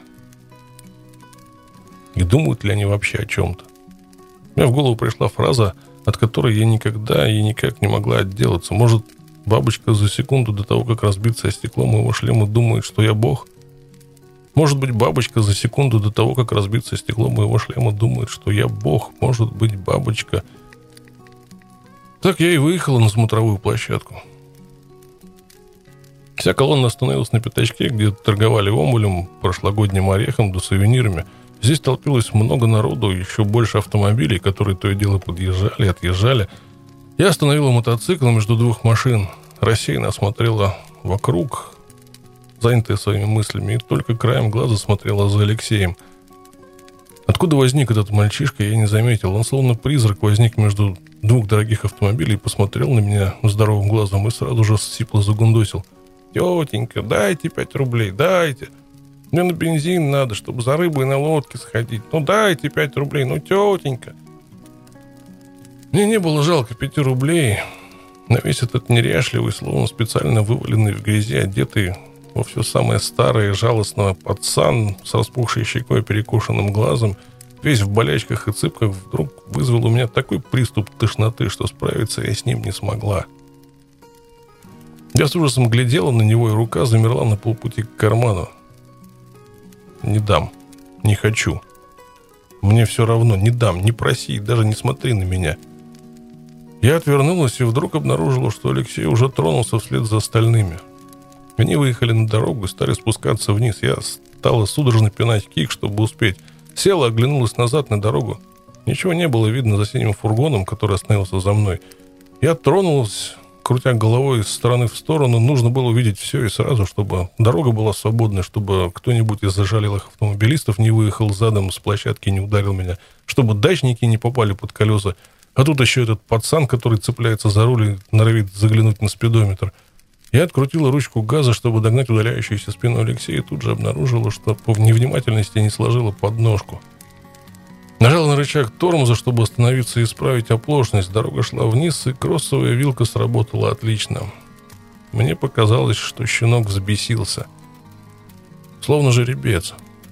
И думают ли они вообще о чем-то? Мне в голову пришла фраза, от которой я никогда и никак не могла отделаться. Может, бабочка за секунду до того, как разбиться о стекло моего шлема, думает, что я Бог? Может быть, бабочка за секунду до того, как разбиться о стекло моего шлема, думает, что я Бог? Может быть, бабочка... Так я и выехала на смотровую площадку. Вся колонна остановилась на пятачке, где торговали омулем, прошлогодним орехом да сувенирами. Здесь толпилось много народу, еще больше автомобилей, которые то и дело подъезжали, отъезжали. Я остановила мотоцикл между двух машин, рассеянно осмотрела вокруг, занятая своими мыслями, и только краем глаза смотрела за Алексеем. Откуда возник этот мальчишка, я не заметил. Он словно призрак возник между двух дорогих автомобилей, посмотрел на меня здоровым глазом и сразу же сипло загундосил. «Тетенька, дайте пять рублей, дайте. Мне на бензин надо, чтобы за рыбой на лодке сходить. Ну, дайте пять рублей, ну, тетенька». Мне не было жалко пяти рублей. На весь этот неряшливый, словно специально вываленный в грязи, одетый во все самое старое и жалостного пацан с распухшей щекой и перекошенным глазом, весь в болячках и цыпках, вдруг вызвал у меня такой приступ тошноты, что справиться я с ним не смогла. Я с ужасом глядела на него, и рука замерла на полпути к карману. Не дам, не хочу. Мне все равно, не дам, не проси, даже не смотри на меня. Я отвернулась и вдруг обнаружила, что Алексей уже тронулся вслед за остальными. Они выехали на дорогу и стали спускаться вниз. Я стала судорожно пинать кик, чтобы успеть. Села, оглянулась назад на дорогу. Ничего не было видно за синим фургоном, который остановился за мной. Я тронулась, крутя головой из стороны в сторону. Нужно было увидеть все и сразу, чтобы дорога была свободной, чтобы кто-нибудь из зажалелых автомобилистов не выехал задом с площадки и не ударил меня, чтобы дачники не попали под колеса. А тут еще этот пацан, который цепляется за руль и норовит заглянуть на спидометр. Я открутила ручку газа, чтобы догнать удаляющуюся спину Алексея, и тут же обнаружила, что по невнимательности не сложила подножку. Нажала на рычаг тормоза, чтобы остановиться и исправить оплошность. Дорога шла вниз, и кроссовая вилка сработала отлично. Мне показалось, что щенок взбесился. Словно жеребец.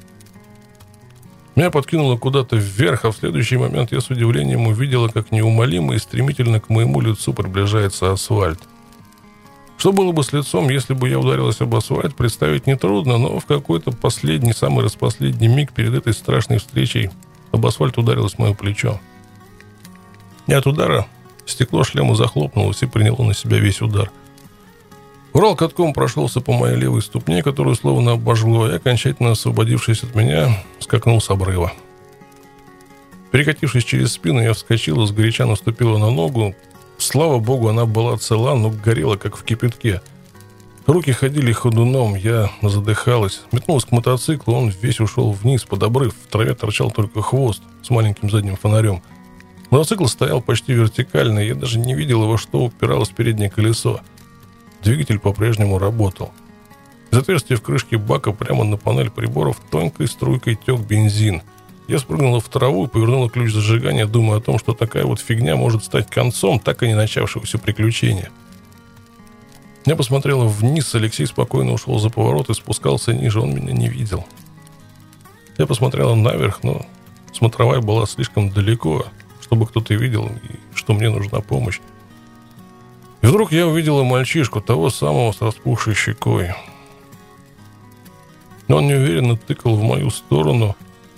Меня подкинуло куда-то вверх, а в следующий момент я с удивлением увидела, как неумолимо и стремительно к моему лицу приближается асфальт. Что было бы с лицом, если бы я ударилась об асфальт, представить нетрудно, но в какой-то последний, самый распоследний миг перед этой страшной встречей об асфальт ударилось мое плечо. И от удара стекло шлема захлопнулось и приняло на себя весь удар. Урал катком прошелся по моей левой ступне, которую словно обожгло, и, окончательно освободившись от меня, скакнул с обрыва. Перекатившись через спину, я вскочила, сгоряча наступила на ногу. Слава богу, она была цела, но горела, как в кипятке. Руки ходили ходуном, я задыхалась. Метнулась к мотоциклу, он весь ушел вниз, под обрыв. В траве торчал только хвост с маленьким задним фонарем. Мотоцикл стоял почти вертикально, я даже не видела, во что упиралось переднее колесо. Двигатель по-прежнему работал. Из отверстия в крышке бака прямо на панель приборов тонкой струйкой тек бензин. Я спрыгнула в траву и повернула ключ зажигания, думая о том, что такая вот фигня может стать концом так и не начавшегося приключения. Я посмотрела вниз, Алексей спокойно ушел за поворот и спускался ниже, он меня не видел. Я посмотрела наверх, но смотровая была слишком далеко, чтобы кто-то видел, и что мне нужна помощь. И вдруг я увидела мальчишку, того самого с распухшей щекой. Он неуверенно тыкал в мою сторону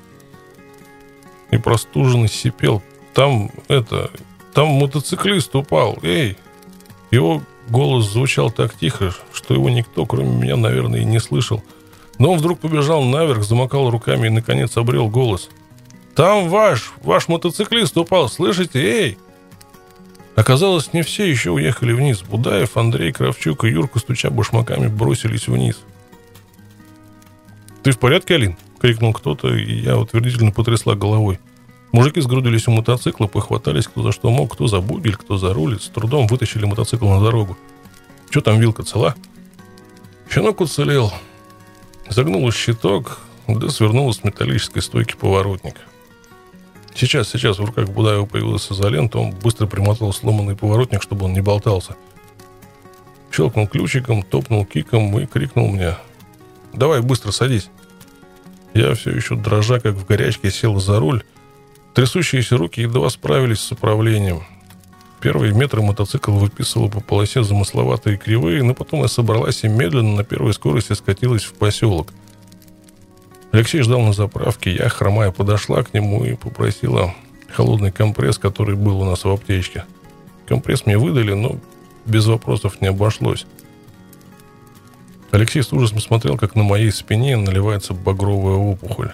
и простуженно сипел. Там, это, там мотоциклист упал, эй! Его голос звучал так тихо, что его никто, кроме меня, наверное, и не слышал. Но он вдруг побежал наверх, замахал руками и, наконец, обрел голос. «Там ваш, ваш мотоциклист упал, слышите, эй!» Оказалось, не все еще уехали вниз. Будаев, Андрей, Кравчук и Юрка, стуча башмаками, бросились вниз. «Ты в порядке, Алин?» — крикнул кто-то, и я утвердительно потрясла головой. Мужики сгрудились у мотоцикла, похватались кто за что мог, кто за бугель, кто за руль, с трудом вытащили мотоцикл на дорогу. «Че там, вилка цела?» Щенок уцелел. Загнула щиток, да свернула с металлической стойки поворотник. Сейчас, сейчас в руках Будаева появилась изолента, он быстро примотал сломанный поворотник, чтобы он не болтался. Щелкнул ключиком, топнул киком и крикнул мне: «Давай, быстро садись». Я все еще дрожа, как в горячке, сел за руль. Трясущиеся руки едва справились с управлением. Первые метры мотоцикл выписывал по полосе замысловатые кривые, но потом я собралась и медленно на первой скорости скатилась в поселок. Алексей ждал на заправке, я, хромая, подошла к нему и попросила холодный компресс, который был у нас в аптечке. Компресс мне выдали, но без вопросов не обошлось. Алексей с ужасом смотрел, как на моей спине наливается багровая опухоль.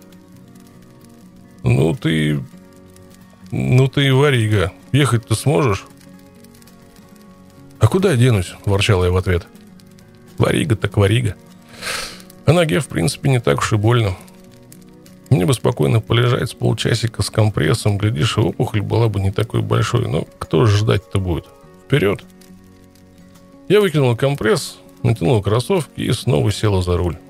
«Ну ты... ну ты и варига. Ехать-то сможешь?» «А куда я денусь?» – ворчал я в ответ. «Варига так варига. А ноге, в принципе, не так уж и больно. Мне бы спокойно полежать с полчасика с компрессом, глядишь, и опухоль была бы не такой большой. Но кто же ждать-то будет? Вперед!» Я выкинул компресс, натянул кроссовки и снова села за руль.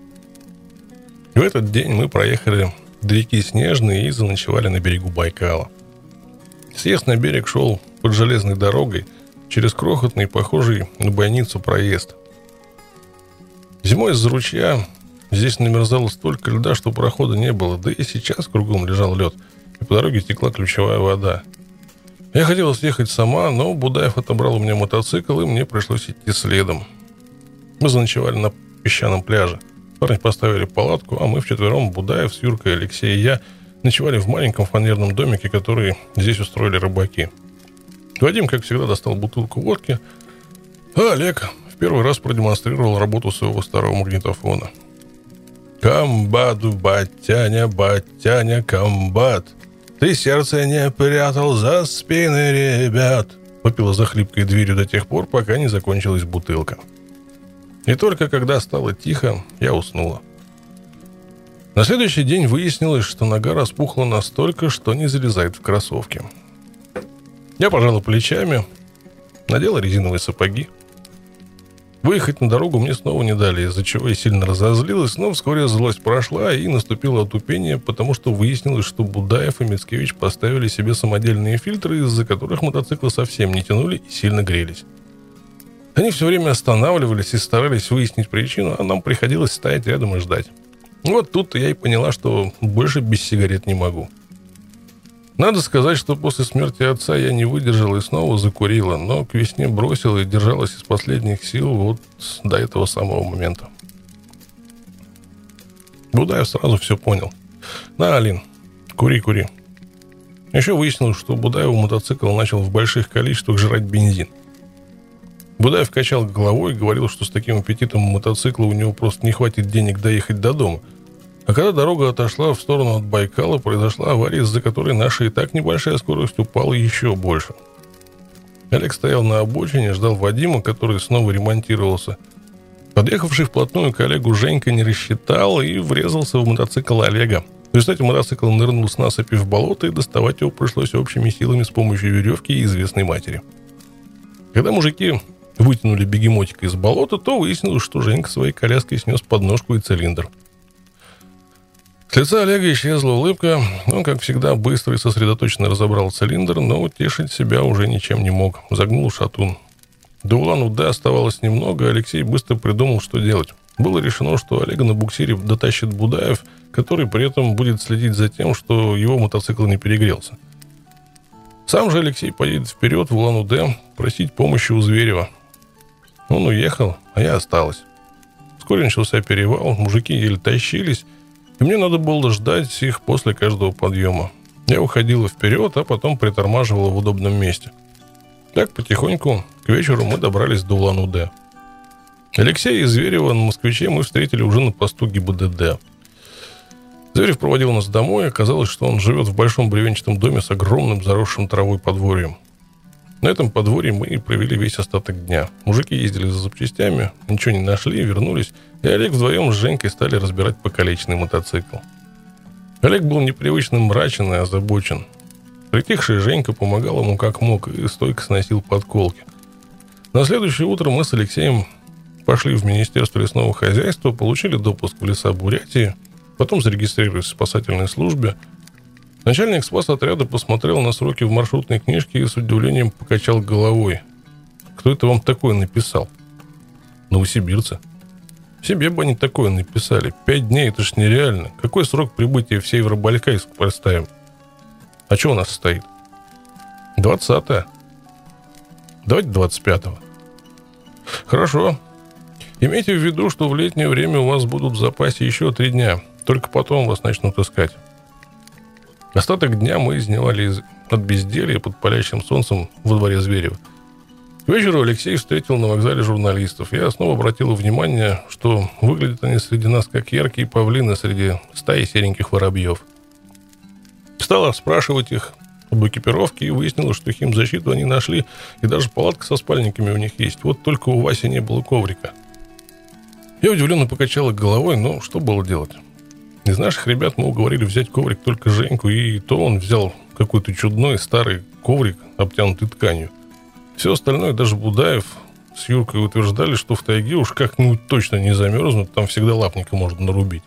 В этот день мы проехали до реки Снежной и заночевали на берегу Байкала. Съезд на берег шел под железной дорогой через крохотный, похожий на бойницу проезд. Зимой из-за ручья здесь намерзало столько льда, что прохода не было, да и сейчас кругом лежал лед, и по дороге текла ключевая вода. Я хотела съехать сама, но Будаев отобрал у меня мотоцикл, и мне пришлось идти следом. Мы заночевали на песчаном пляже. Парни поставили палатку, а мы вчетвером, Будаев с Юркой, Алексей и я, ночевали в маленьком фанерном домике, который здесь устроили рыбаки. Вадим, как всегда, достал бутылку водки, а Олег в первый раз продемонстрировал работу своего старого магнитофона. «Комбат, батяня, батяня, комбат, ты сердце не прятал за спины ребят», попила за хлипкой дверью до тех пор, пока не закончилась бутылка. И только когда стало тихо, я уснула. На следующий день выяснилось, что нога распухла настолько, что не залезает в кроссовки. Я пожала плечами, надела резиновые сапоги. Выехать на дорогу мне снова не дали, из-за чего я сильно разозлилась, но вскоре злость прошла и наступило отупение, потому что выяснилось, что Будаев и Мицкевич поставили себе самодельные фильтры, из-за которых мотоциклы совсем не тянули и сильно грелись. Они все время останавливались и старались выяснить причину, а нам приходилось стоять рядом и ждать. Вот тут я и поняла, что больше без сигарет не могу. Надо сказать, что после смерти отца я не выдержала и снова закурила, но к весне бросила и держалась из последних сил вот до этого самого момента. Будаев сразу все понял. На, Алин, кури, кури. Еще выяснилось, что Будаеву мотоцикл начал в больших количествах жрать бензин. Будаев качал головой и говорил, что с таким аппетитом мотоцикла у него просто не хватит денег доехать до дома. А когда дорога отошла в сторону от Байкала, произошла авария, из-за которой наша и так небольшая скорость упала еще больше. Олег стоял на обочине, ждал Вадима, который снова ремонтировался. Подъехавший вплотную к Олегу Женька не рассчитал и врезался в мотоцикл Олега. В результате мотоцикл нырнул с насыпи в болото, и доставать его пришлось общими силами с помощью веревки и известной матери. Когда мужики вытянули бегемотика из болота, то выяснилось, что Женька своей коляской снес подножку и цилиндр. С лица Олега исчезла улыбка. Он, как всегда, быстро и сосредоточенно разобрал цилиндр, но утешить себя уже ничем не мог. Загнул шатун. До Улан-Удэ оставалось немного, Алексей быстро придумал, что делать. Было решено, что Олега на буксире дотащит Будаев, который при этом будет следить за тем, что его мотоцикл не перегрелся. Сам же Алексей поедет вперед в Улан-Удэ просить помощи у Зверева. Он уехал, а я осталась. Вскоре начался перевал, мужики еле тащились, и мне надо было ждать их после каждого подъема. Я уходила вперед, а потом притормаживала в удобном месте. Так потихоньку к вечеру мы добрались до Улан-Удэ. Алексея и Зверева на «Москвиче» мы встретили уже на посту ГИБДД. Зверев проводил нас домой, оказалось, что он живет в большом бревенчатом доме с огромным заросшим травой подворьем. На этом подворье мы и провели весь остаток дня. Мужики ездили за запчастями, ничего не нашли, вернулись, и Олег вдвоем с Женькой стали разбирать покалеченный мотоцикл. Олег был непривычно мрачен и озабочен. Притихшая Женька помогала ему как мог и стойко сносил подколки. На следующее утро мы с Алексеем пошли в Министерство лесного хозяйства, получили допуск в леса Бурятии, потом зарегистрировались в спасательной службе. Начальник спасотряда посмотрел на сроки в маршрутной книжке и с удивлением покачал головой. Кто это вам такое написал? Новосибирцы. Себе бы они такое написали. Пять дней, это ж нереально. Какой срок прибытия в Северобайкальск представим? А что у нас стоит? Двадцатое. Давайте двадцать пятого. Хорошо. Имейте в виду, что в летнее время у вас будут в запасе еще три дня. Только потом вас начнут искать. Остаток дня мы изнывали из... от безделья под палящим солнцем во дворе Зверева. К вечеру Алексей встретил на вокзале журналистов. Я снова обратил внимание, что выглядят они среди нас как яркие павлины среди стаи сереньких воробьев. Стала спрашивать их об экипировке и выяснилось, что химзащиту они нашли, и даже палатка со спальниками у них есть. Вот только у Васи не было коврика. Я удивленно покачала головой, но что было делать? Из наших ребят мы уговорили взять коврик только Женьку, и то он взял какой-то чудной старый коврик, обтянутый тканью. Все остальное, даже Будаев с Юркой утверждали, что в тайге уж как-нибудь точно не замерзнут, там всегда лапника можно нарубить.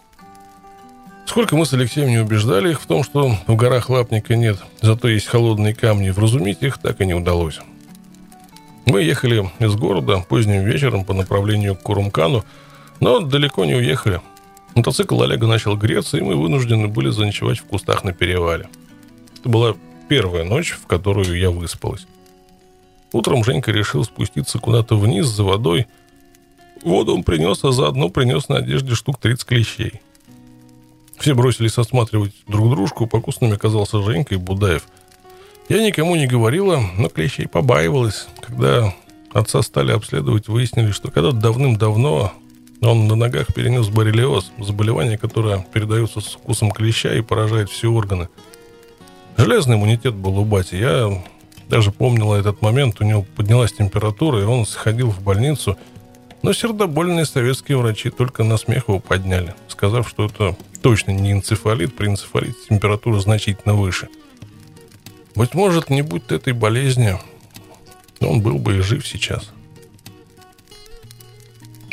Сколько мы с Алексеем не убеждали их в том, что в горах лапника нет, зато есть холодные камни, вразумить их так и не удалось. Мы ехали из города поздним вечером по направлению к Курумкану, но далеко не уехали. Мотоцикл Олега начал греться, и мы вынуждены были заночевать в кустах на перевале. Это была первая ночь, в которую я выспалась. Утром Женька решил спуститься куда-то вниз за водой. Воду он принес, а заодно принес на одежде штук тридцать клещей. Все бросились осматривать друг дружку, покусными оказался Женька и Будаев. Я никому не говорила, но клещей побаивалась. Когда отца стали обследовать, выяснили, что когда-то давным-давно он на ногах перенес боррелиоз, заболевание, которое передается с укусом клеща и поражает все органы. Железный иммунитет был у бати. Я даже помнила этот момент. У него поднялась температура, и он сходил в больницу. Но сердобольные советские врачи только на смех его подняли, сказав, что это точно не энцефалит. При энцефалите температура значительно выше. Быть может, не будь этой болезни, он был бы и жив сейчас.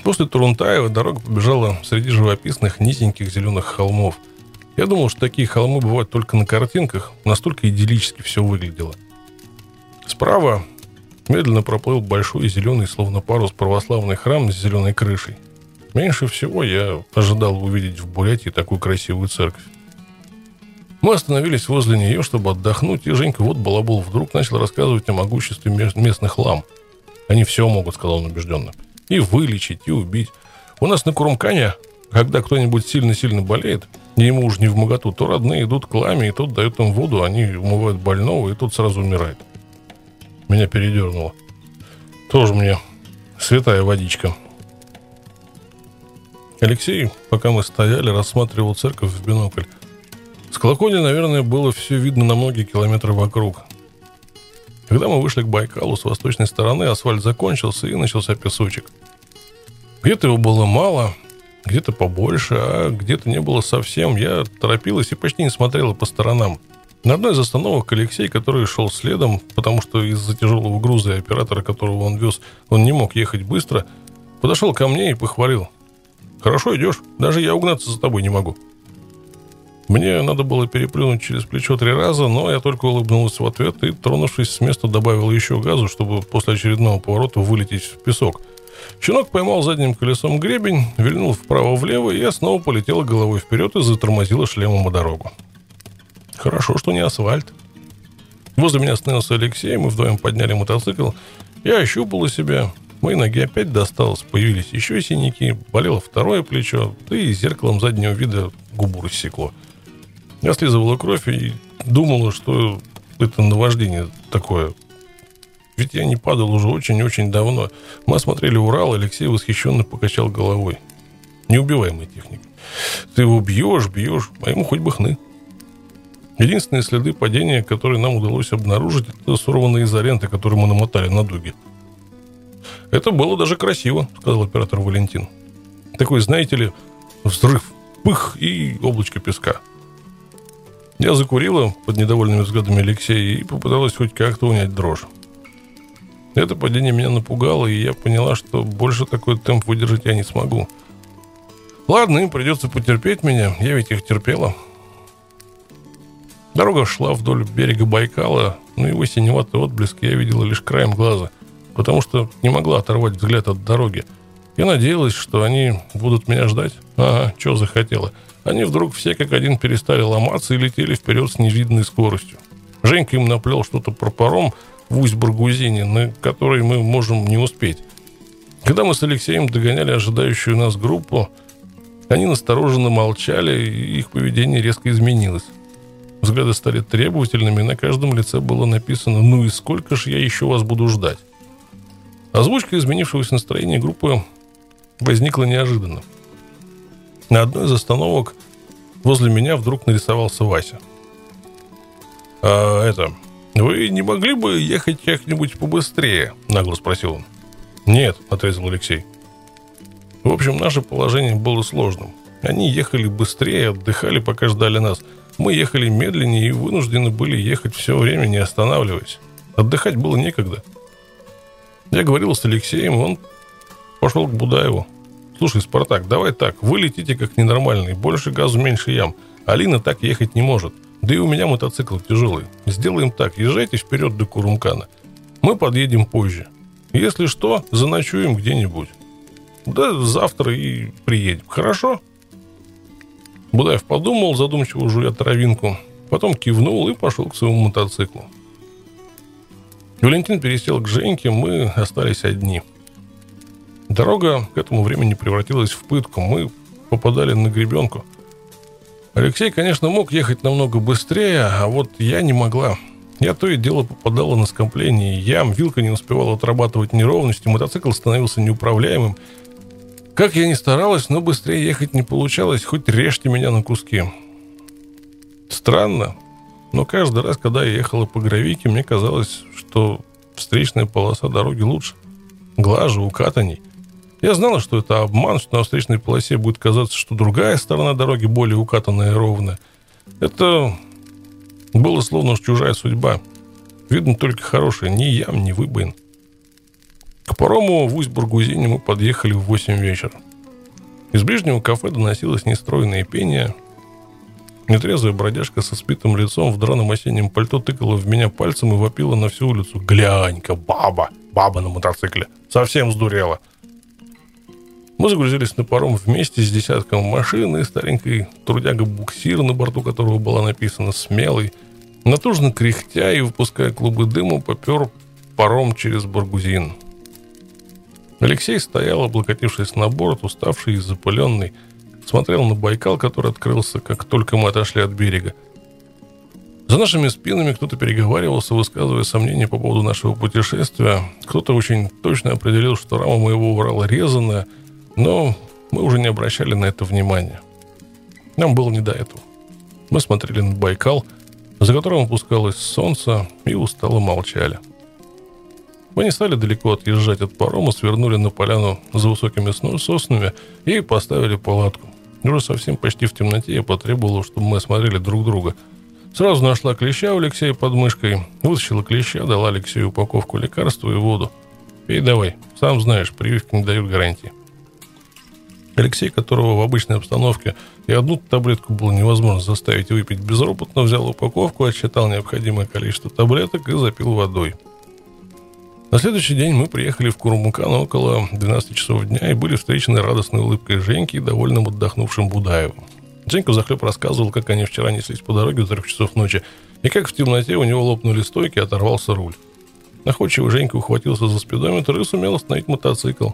После Турунтаева дорога побежала среди живописных низеньких зеленых холмов. Я думал, что такие холмы бывают только на картинках, настолько идиллически все выглядело. Справа медленно проплыл большой зеленый, словно парус, православный храм с зеленой крышей. Меньше всего я ожидал увидеть в Бурятии такую красивую церковь. Мы остановились возле нее, чтобы отдохнуть, и Женька, вот балабол, вдруг начал рассказывать о могуществе местных лам. «Они все могут», — сказал он убежденно. «И вылечить, и убить. У нас на Курумкане, когда кто-нибудь сильно-сильно болеет, и ему уж не вмоготу, то родные идут к ламе, и тот дает им воду, они умывают больного, и тот сразу умирает». Меня передернуло. Тоже мне святая водичка. Алексей, пока мы стояли, рассматривал церковь в бинокль. С колокольни, наверное, было все видно на многие километры вокруг. Когда мы вышли к Байкалу с восточной стороны, асфальт закончился, и начался песочек. Где-то его было мало, где-то побольше, а где-то не было совсем. Я торопилась и почти не смотрела по сторонам. На одной из остановок Алексей, который шел следом, потому что из-за тяжелого груза и оператора, которого он вез, он не мог ехать быстро, подошел ко мне и похвалил. «Хорошо идешь, даже я угнаться за тобой не могу». Мне надо было переплюнуть через плечо три раза, но я только улыбнулась в ответ и, тронувшись с места, добавил еще газу, чтобы после очередного поворота вылететь в песок. Щенок поймал задним колесом гребень, вильнул вправо-влево, и я снова полетела головой вперед и затормозила шлемом о дорогу. Хорошо, что не асфальт. Возле меня остановился Алексей, мы вдвоем подняли мотоцикл. Я ощупала себя. Моей ноге опять досталось, появились еще синяки, болело второе плечо, да и зеркалом заднего вида губу рассекло. Я слизывала кровь и думала, что это наваждение такое. Ведь я не падал уже очень-очень давно. Мы осмотрели Урал, Алексей восхищенно покачал головой. Неубиваемая техника. Ты его бьешь, бьешь, а ему хоть бы хны. Единственные следы падения, которые нам удалось обнаружить, это сорванные изоленты, которые мы намотали на дуги. «Это было даже красиво», — сказал оператор Валентин. «Такой, знаете ли, взрыв, пых и облачко песка». Я закурила под недовольными взглядами Алексея и попыталась хоть как-то унять дрожь. Это падение меня напугало, и я поняла, что больше такой темп выдержать я не смогу. Ладно, им придется потерпеть меня, я ведь их терпела. Дорога шла вдоль берега Байкала, но его синеватый отблеск я видела лишь краем глаза, потому что не могла оторвать взгляд от дороги. Я надеялась, что они будут меня ждать. Ага, что захотела. Они вдруг все как один перестали ломаться и летели вперед с невиданной скоростью. Женька им наплел что-то про паром в Усть-Баргузине, на который мы можем не успеть. Когда мы с Алексеем догоняли ожидающую нас группу, они настороженно молчали, и их поведение резко изменилось. Взгляды стали требовательными, на каждом лице было написано «Ну и сколько ж я еще вас буду ждать?». Озвучка изменившегося настроения группы возникла неожиданно. На одной из остановок возле меня вдруг нарисовался Вася. «А это, вы не могли бы ехать как-нибудь побыстрее?» — нагло спросил он. «Нет», — отрезал Алексей. В общем, наше положение было сложным. Они ехали быстрее, отдыхали, пока ждали нас. Мы ехали медленнее и вынуждены были ехать все время, не останавливаясь. Отдыхать было некогда. Я говорил с Алексеем, и он пошел к Будаеву. «Слушай, Спартак, давай так, вы летите как ненормальный, больше газу, меньше ям. Алина так ехать не может. Да и у меня мотоцикл тяжелый. Сделаем так, езжайте вперед до Курумкана. Мы подъедем позже. Если что, заночуем где-нибудь. Да завтра и приедем. Хорошо?» Будаев подумал, задумчиво жуя травинку, потом кивнул и пошел к своему мотоциклу. Валентин пересел к Женьке, мы остались одни. Дорога к этому времени превратилась в пытку, мы попадали на гребенку. Алексей, конечно, мог ехать намного быстрее, а вот я не могла. Я то и дело попадала на скопление ям, вилка не успевала отрабатывать неровности, мотоцикл становился неуправляемым. Как я ни старалась, но быстрее ехать не получалось, хоть режьте меня на куски. Странно, но каждый раз, когда я ехала по гравийке, мне казалось, что встречная полоса дороги лучше, глаже, укатанней. Я знала, что это обман, что на встречной полосе будет казаться, что другая сторона дороги более укатанная и ровная. Это было словно чужая судьба. Видно только хорошее, ни ям, ни выбоин. К парому в Усть-Баргузине мы подъехали в восемь вечера. Из ближнего кафе доносилось нестройное пение. Нетрезвая бродяжка со спитым лицом в драном осеннем пальто тыкала в меня пальцем и вопила на всю улицу: «Глянь-ка, баба! Баба на мотоцикле! Совсем сдурела!» Мы загрузились на паром вместе с десятком машин и старенькой трудяга-буксир, на борту которого была написана «Смелый». Натужно кряхтя и выпуская клубы дыма, попер паром через Баргузин. Алексей стоял, облокотившись на борт, уставший и запыленный, смотрел на Байкал, который открылся, как только мы отошли от берега. За нашими спинами кто-то переговаривался, высказывая сомнения по поводу нашего путешествия. Кто-то очень точно определил, что рама моего Урала резаная, но мы уже не обращали на это внимания. Нам было не до этого. Мы смотрели на Байкал, за которым опускалось солнце, и устало молчали. Мы не стали далеко отъезжать от парома, свернули на поляну за высокими соснами и поставили палатку. Уже совсем почти в темноте я потребовал, чтобы мы осмотрели друг друга. Сразу нашла клеща у Алексея под мышкой, вытащила клеща, дала Алексею упаковку лекарства и воду. «Пей давай, сам знаешь, прививки не дают гарантии». Алексей, которого в обычной обстановке и одну таблетку было невозможно заставить выпить безропотно, взял упаковку, отсчитал необходимое количество таблеток и запил водой. На следующий день мы приехали в Курумукан около двенадцати часов дня и были встречены радостной улыбкой Женьки и довольным отдохнувшим Будаевым. Женька взахлеб рассказывал, как они вчера неслись по дороге до трех часов ночи, и как в темноте у него лопнули стойки и оторвался руль. Находчивый Женька ухватился за спидометр и сумел остановить мотоцикл.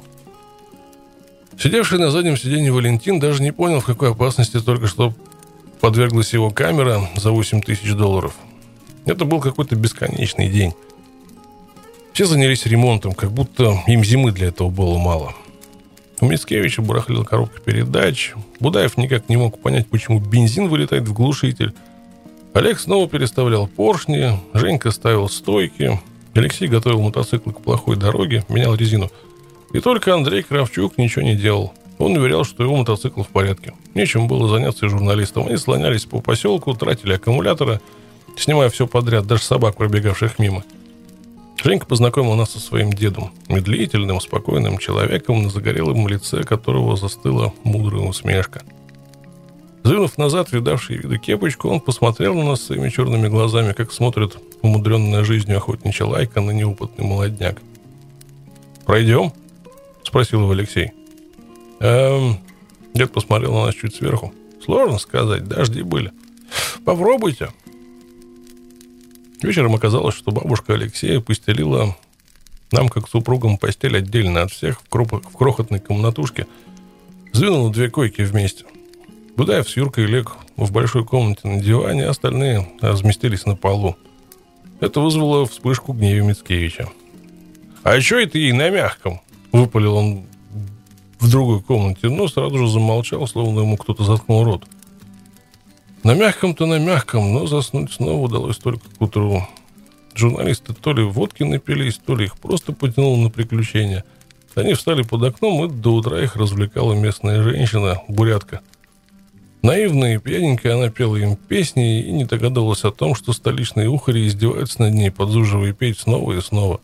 Сидевший на заднем сиденье Валентин даже не понял, в какой опасности только что подверглась его камера за восемь тысяч долларов. Это был какой-то бесконечный день. Все занялись ремонтом, как будто им зимы для этого было мало. У Мицкевича барахлила коробка передач. Будаев никак не мог понять, почему бензин вылетает в глушитель. Олег снова переставлял поршни, Женька ставил стойки, Алексей готовил мотоцикл к плохой дороге, менял резину. И только Андрей Кравчук ничего не делал. Он уверял, что его мотоцикл в порядке. Нечем было заняться и журналистам. Они слонялись по поселку, тратили аккумуляторы, снимая все подряд, даже собак, пробегавших мимо. Женька познакомил нас со своим дедом, медлительным, спокойным человеком, на загорелом лице которого застыла мудрая усмешка. Сдвинув назад видавший виды кепочку, он посмотрел на нас своими черными глазами, как смотрит умудренная жизнью охотничья лайка на неопытный молодняк. «Пройдем?» — спросил его Алексей. «Эм...» Дед посмотрел на нас чуть сверху. «Сложно сказать, дожди были. Попробуйте». Вечером оказалось, что бабушка Алексея постелила нам, как супругам, постель отдельно от всех в, кроп... в крохотной комнатушке. Сдвинула две койки вместе. Будаев с Юркой лег в большой комнате на диване, остальные разместились на полу. Это вызвало вспышку гнева Мицкевича. «А что это ей на мягком?» — выпалил он в другой комнате, но сразу же замолчал, словно ему кто-то заткнул рот. На мягком-то на мягком, но заснуть снова удалось только к утру. Журналисты то ли водки напились, то ли их просто потянуло на приключения. Они встали под окном, и до утра их развлекала местная женщина, бурятка. Наивная и пьяненькая она пела им песни и не догадывалась о том, что столичные ухари издеваются над ней, подзуживая петь снова и снова.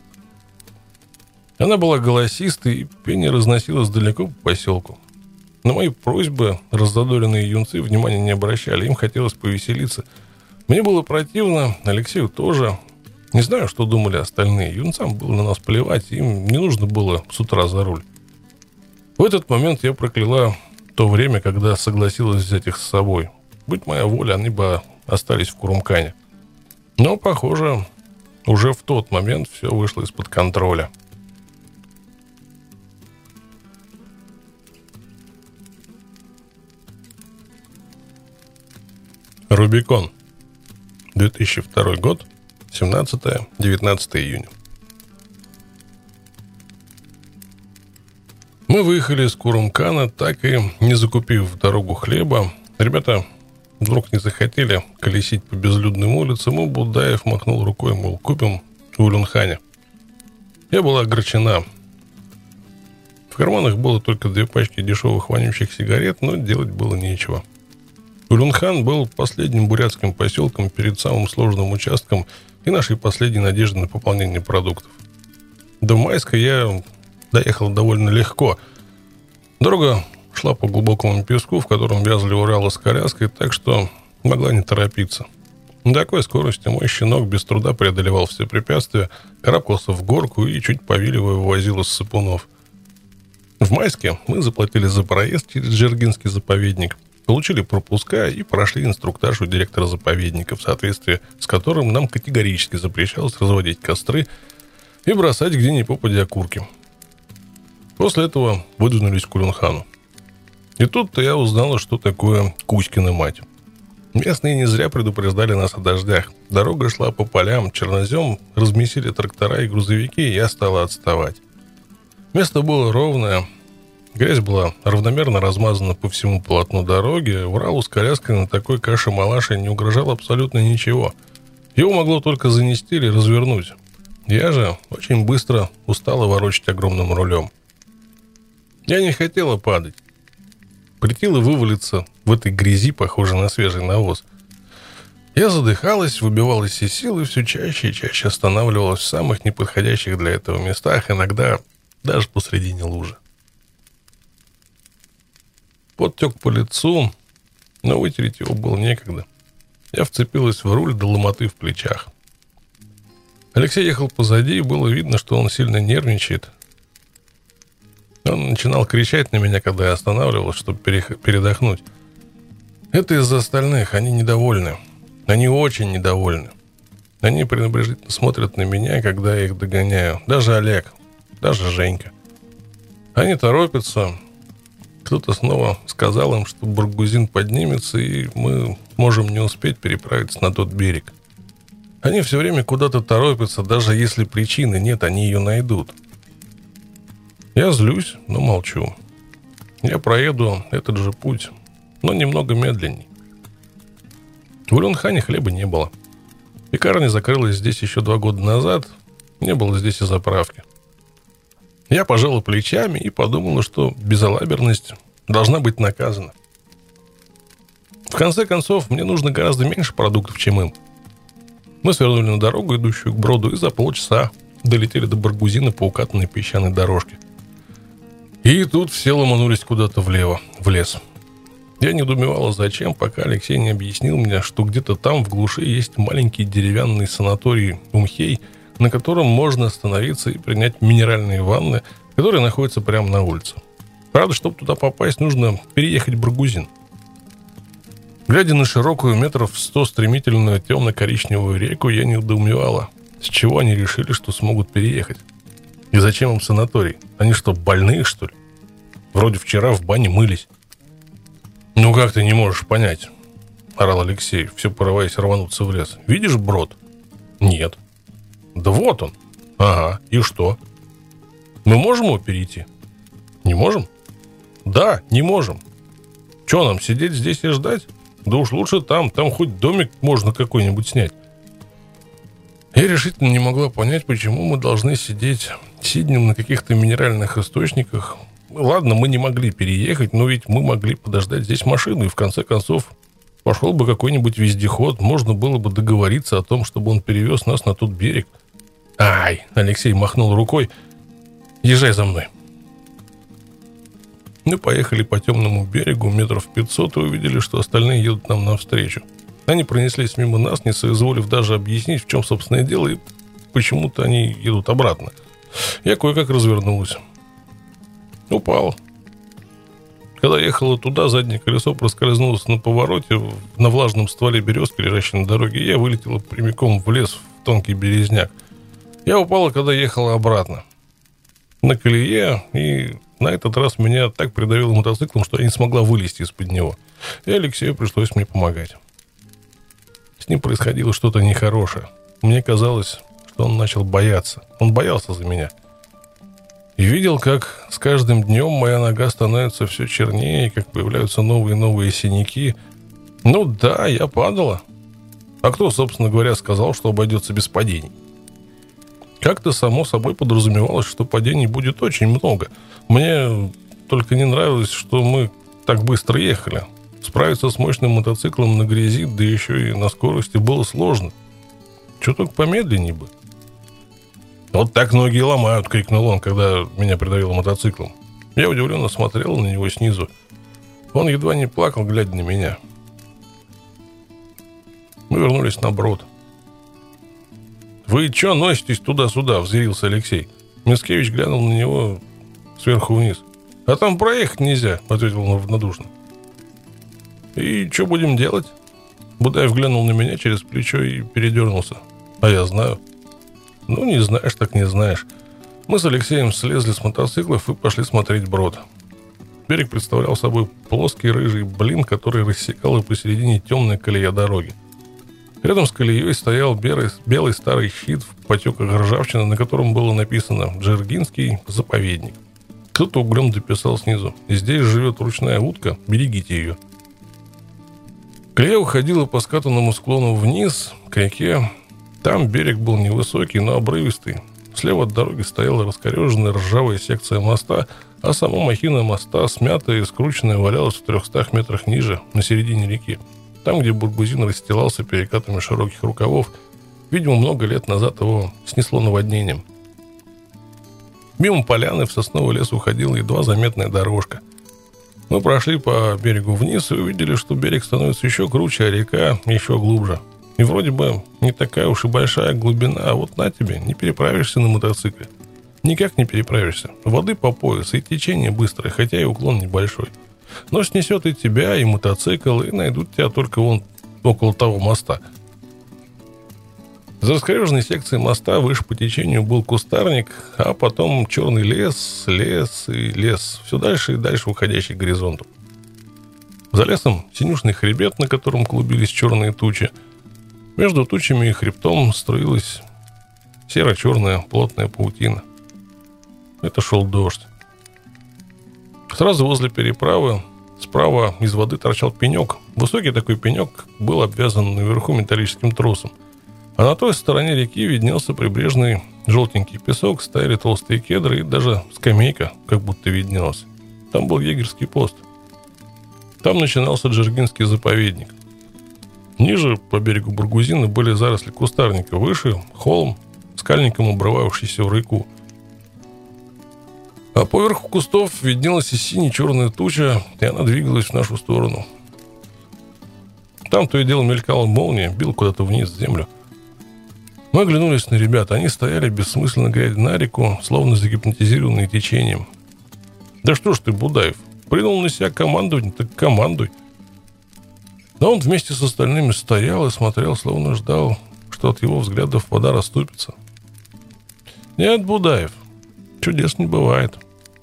Она была голосистой, и пение разносилось далеко по поселку. На мои просьбы раззадоренные юнцы внимания не обращали, им хотелось повеселиться. Мне было противно, Алексею тоже. Не знаю, что думали остальные. Юнцам было на нас плевать, им не нужно было с утра за руль. В этот момент я прокляла то время, когда согласилась взять их с собой. Будь моя воля, они бы остались в Курумкане. Но, похоже, уже в тот момент все вышло из-под контроля. Рубикон. две тысячи второй год. семнадцатое-девятнадцатое июня. Мы выехали из Курумкана, так и не закупив в дорогу хлеба. Ребята вдруг не захотели колесить по безлюдным улицам, и Будаев махнул рукой, мол, купим в Улюнхане. Я была огорчена. В карманах было только две пачки дешевых вонючих сигарет, но делать было нечего. Улюнхан был последним бурятским поселком перед самым сложным участком и нашей последней надеждой на пополнение продуктов. До Майска я доехал довольно легко. Дорога шла по глубокому песку, в котором вязли Уралы с коляской, так что могла не торопиться. На такой скорости мой щенок без труда преодолевал все препятствия, карабкался в горку и, чуть повиливая, вывозил из сыпунов. В Майске мы заплатили за проезд через Джергинский заповедник, получили пропуска и прошли инструктаж у директора заповедника, в соответствии с которым нам категорически запрещалось разводить костры и бросать где ни попадя окурки. После этого выдвинулись к Улюн-хану. И тут-то я узнала, что такое Кузькина мать. Местные не зря предупреждали нас о дождях. Дорога шла по полям, чернозем размесили трактора и грузовики, и я стала отставать. Место было ровное, грязь была равномерно размазана по всему полотну дороги. Уралу с коляской на такой каше-малаше не угрожало абсолютно ничего. Его могло только занести или развернуть. Я же очень быстро устала ворочать огромным рулем. Я не хотела падать. Претила вывалиться в этой грязи, похожей на свежий навоз. Я задыхалась, выбивалась из сил и все чаще и чаще останавливалась в самых неподходящих для этого местах, иногда даже посредине лужи. Пот тек по лицу, но вытереть его было некогда. Я вцепилась в руль до ломоты в плечах. Алексей ехал позади, и было видно, что он сильно нервничает. Он начинал кричать на меня, когда я останавливался, чтобы передохнуть. Это из-за остальных, они недовольны. Они очень недовольны. Они пренебрежительно смотрят на меня, когда я их догоняю. Даже Олег, даже Женька. Они торопятся. Кто-то снова сказал им, что Баргузин поднимется, и мы можем не успеть переправиться на тот берег. Они все время куда-то торопятся, даже если причины нет, они ее найдут. Я злюсь, но молчу. Я проеду этот же путь, но немного медленней. В Улюн-хане хлеба не было. Пекарня закрылась здесь еще два года назад, не было здесь и заправки. Я пожала плечами и подумала, что безалаберность должна быть наказана. В конце концов, мне нужно гораздо меньше продуктов, чем им. Мы свернули на дорогу, идущую к Броду, и за полчаса долетели до Баргузина по укатанной песчаной дорожке. И тут все ломанулись куда-то влево, в лес. Я недоумевала, зачем, пока Алексей не объяснил мне, что где-то там в глуши есть маленький деревянный санаторий Умхей, на котором можно остановиться и принять минеральные ванны, которые находятся прямо на улице. Правда, чтобы туда попасть, нужно переехать в Баргузин. Глядя на широкую метров сто стремительную темно-коричневую реку, я недоумевала, с чего они решили, что смогут переехать. И зачем им санаторий? Они что, больные, что ли? Вроде вчера в бане мылись. «Ну как ты не можешь понять?» — орал Алексей, все порываясь рвануться в лес. «Видишь брод?» «Нет». «Да вот он». «Ага, и что?» «Мы можем его перейти?» «Не можем?» «Да, не можем». «Че, нам сидеть здесь и ждать?» «Да уж лучше там, там хоть домик можно какой-нибудь снять». Я решительно не могла понять, почему мы должны сидеть сиднем на каких-то минеральных источниках. Ладно, мы не могли переехать, но ведь мы могли подождать здесь машину, и в конце концов пошел бы какой-нибудь вездеход, можно было бы договориться о том, чтобы он перевез нас на тот берег. «Ай!» — Алексей махнул рукой. «Езжай за мной». Мы поехали по темному берегу метров пятьсот и увидели, что остальные едут нам навстречу. Они пронеслись мимо нас, не соизволив даже объяснить, в чем собственное дело, и почему-то они едут обратно. Я кое-как развернулась. Упал. Когда ехала туда, заднее колесо проскользнулось на повороте на влажном стволе березки, лежащей на дороге, и я вылетела прямиком в лес, в тонкий березняк. Я упала, когда ехала обратно. На колее, и на этот раз меня так придавило мотоциклом, что я не смогла вылезти из-под него. И Алексею пришлось мне помогать. С ним происходило что-то нехорошее. Мне казалось, что он начал бояться. Он боялся за меня. И видел, как с каждым днем моя нога становится все чернее, как появляются новые и новые синяки. Ну да, я падала. А кто, собственно говоря, сказал, что обойдется без падений? Как-то само собой подразумевалось, что падений будет очень много. Мне только не нравилось, что мы так быстро ехали. Справиться с мощным мотоциклом на грязи, да еще и на скорости, было сложно. Чуток помедленнее бы. «Вот так ноги ломают!» — крикнул он, когда меня придавило мотоциклом. Я удивленно смотрел на него снизу. Он едва не плакал, глядя на меня. Мы вернулись на брод. «Вы чё носитесь туда-сюда?» — взъярился Алексей. Мицкевич глянул на него сверху вниз. «А там проехать нельзя», — ответил он равнодушно. «И что будем делать?» Будаев глянул на меня через плечо и передернулся. «А я знаю». «Ну, не знаешь, так не знаешь». Мы с Алексеем слезли с мотоциклов и пошли смотреть брод. Берег представлял собой плоский рыжий блин, который рассекал и посередине темная колея дороги. Рядом с колеей стоял белый, белый старый щит в потеках ржавчины, на котором было написано «Джергинский заповедник». Кто-то углем дописал снизу: «Здесь живет ручная утка, берегите ее». Колея уходила по скатанному склону вниз, к реке. Там берег был невысокий, но обрывистый. Слева от дороги стояла раскореженная ржавая секция моста, а сама махина моста, смятая и скрученная, валялась в трехстах метрах ниже, на середине реки. Там, где бургузин расстилался перекатами широких рукавов, видимо, много лет назад его снесло наводнением. Мимо поляны в сосновый лес уходила едва заметная дорожка. Мы прошли по берегу вниз и увидели, что берег становится еще круче, а река еще глубже. И вроде бы не такая уж и большая глубина, а вот на тебе, не переправишься на мотоцикле. Никак не переправишься. Воды по пояс, и течение быстрое, хотя и уклон небольшой. Но снесет и тебя, и мотоцикл, и найдут тебя только вон около того моста. За раскореженной секцией моста выше по течению был кустарник, а потом черный лес, лес и лес, все дальше и дальше уходящий к горизонту. За лесом синюшный хребет, на котором клубились черные тучи. Между тучами и хребтом струилась серо-черная плотная паутина. Это шел дождь. Сразу возле переправы справа из воды торчал пенек. Высокий такой пенек был обвязан наверху металлическим тросом. А на той стороне реки виднелся прибрежный желтенький песок, стояли толстые кедры и даже скамейка как будто виднелась. Там был егерский пост. Там начинался Джергинский заповедник. Ниже по берегу Бургузина были заросли кустарника, выше холм, скальником обрывавшийся в реку. А поверху кустов виднелась и сине-черная туча, и она двигалась в нашу сторону. Там то и дело мелькала молния, бил куда-то вниз в землю. Мы оглянулись на ребят. Они стояли, бессмысленно глядя на реку, словно загипнотизированные течением. «Да что ж ты, Будаев, принял на себя командовать, так командуй». Но он вместе с остальными стоял и смотрел, словно ждал, что от его взглядов вода расступится. «Нет, Будаев, чудес не бывает».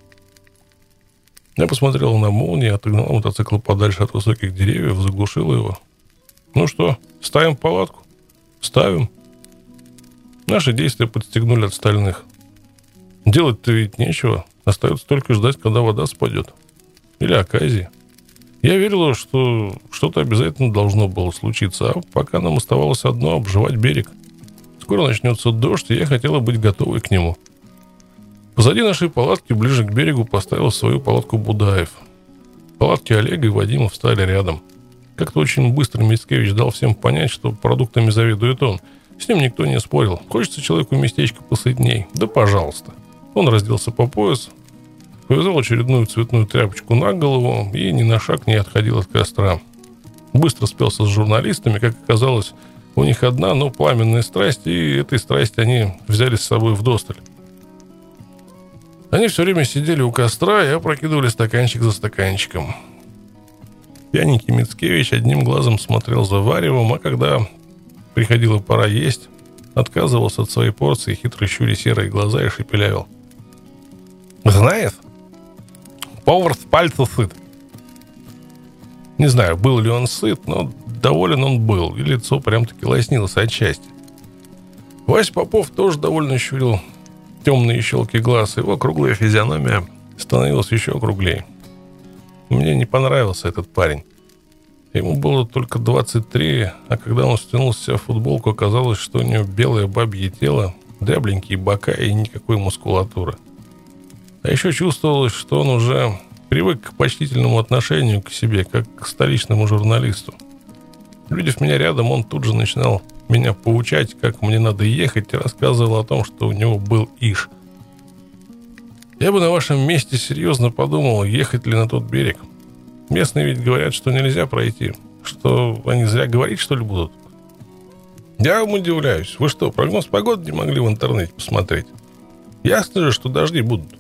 Я посмотрел на молнию, отогнал мотоцикл подальше от высоких деревьев, заглушил его. «Ну что, ставим палатку?» «Ставим». Наши действия подстегнули остальных. Делать-то ведь нечего. Остается только ждать, когда вода спадет. Или оказия. Я верил, что что-то обязательно должно было случиться, а пока нам оставалось одно — обживать берег. Скоро начнется дождь, и я хотела быть готовой к нему. Позади нашей палатки, ближе к берегу, поставил свою палатку Будаев. Палатки Олега и Вадима встали рядом. Как-то очень быстро Мицкевич дал всем понять, что продуктами завидует он. С ним никто не спорил. Хочется человеку местечко посытней. Да пожалуйста. Он разделся по пояс, повязал очередную цветную тряпочку на голову и ни на шаг не отходил от костра. Быстро спелся с журналистами. Как оказалось, у них одна, но пламенная страсть, и этой страсти они взяли с собой вдосталь. Они все время сидели у костра и опрокидывали стаканчик за стаканчиком. Пьяненький Мицкевич одним глазом смотрел за варевом, а когда приходила пора есть, отказывался от своей порции, хитро щуря серые глаза, и шепелявил: «Знаешь, повар с пальца сыт». Не знаю, был ли он сыт, но доволен он был, и лицо прям-таки лоснилось от счастья. Вася Попов тоже довольно щурил темные щелки глаз, его круглая физиономия становилась еще круглее. Мне не понравился этот парень. Ему было только двадцать три, а когда он стянул с себя футболку, оказалось, что у него белое бабье тело, дрябленькие бока и никакой мускулатуры. А еще чувствовалось, что он уже привык к почтительному отношению к себе, как к столичному журналисту. Увидев меня рядом, он тут же начинал меня поучать, как мне надо ехать, и рассказывал о том, что у него был иш. Я бы на вашем месте серьезно подумал, ехать ли на тот берег. Местные ведь говорят, что нельзя пройти. Что, они зря говорить, что ли, будут? Я вам удивляюсь. Вы что, прогноз погоды не могли в интернете посмотреть? Ясно же, что дожди будут.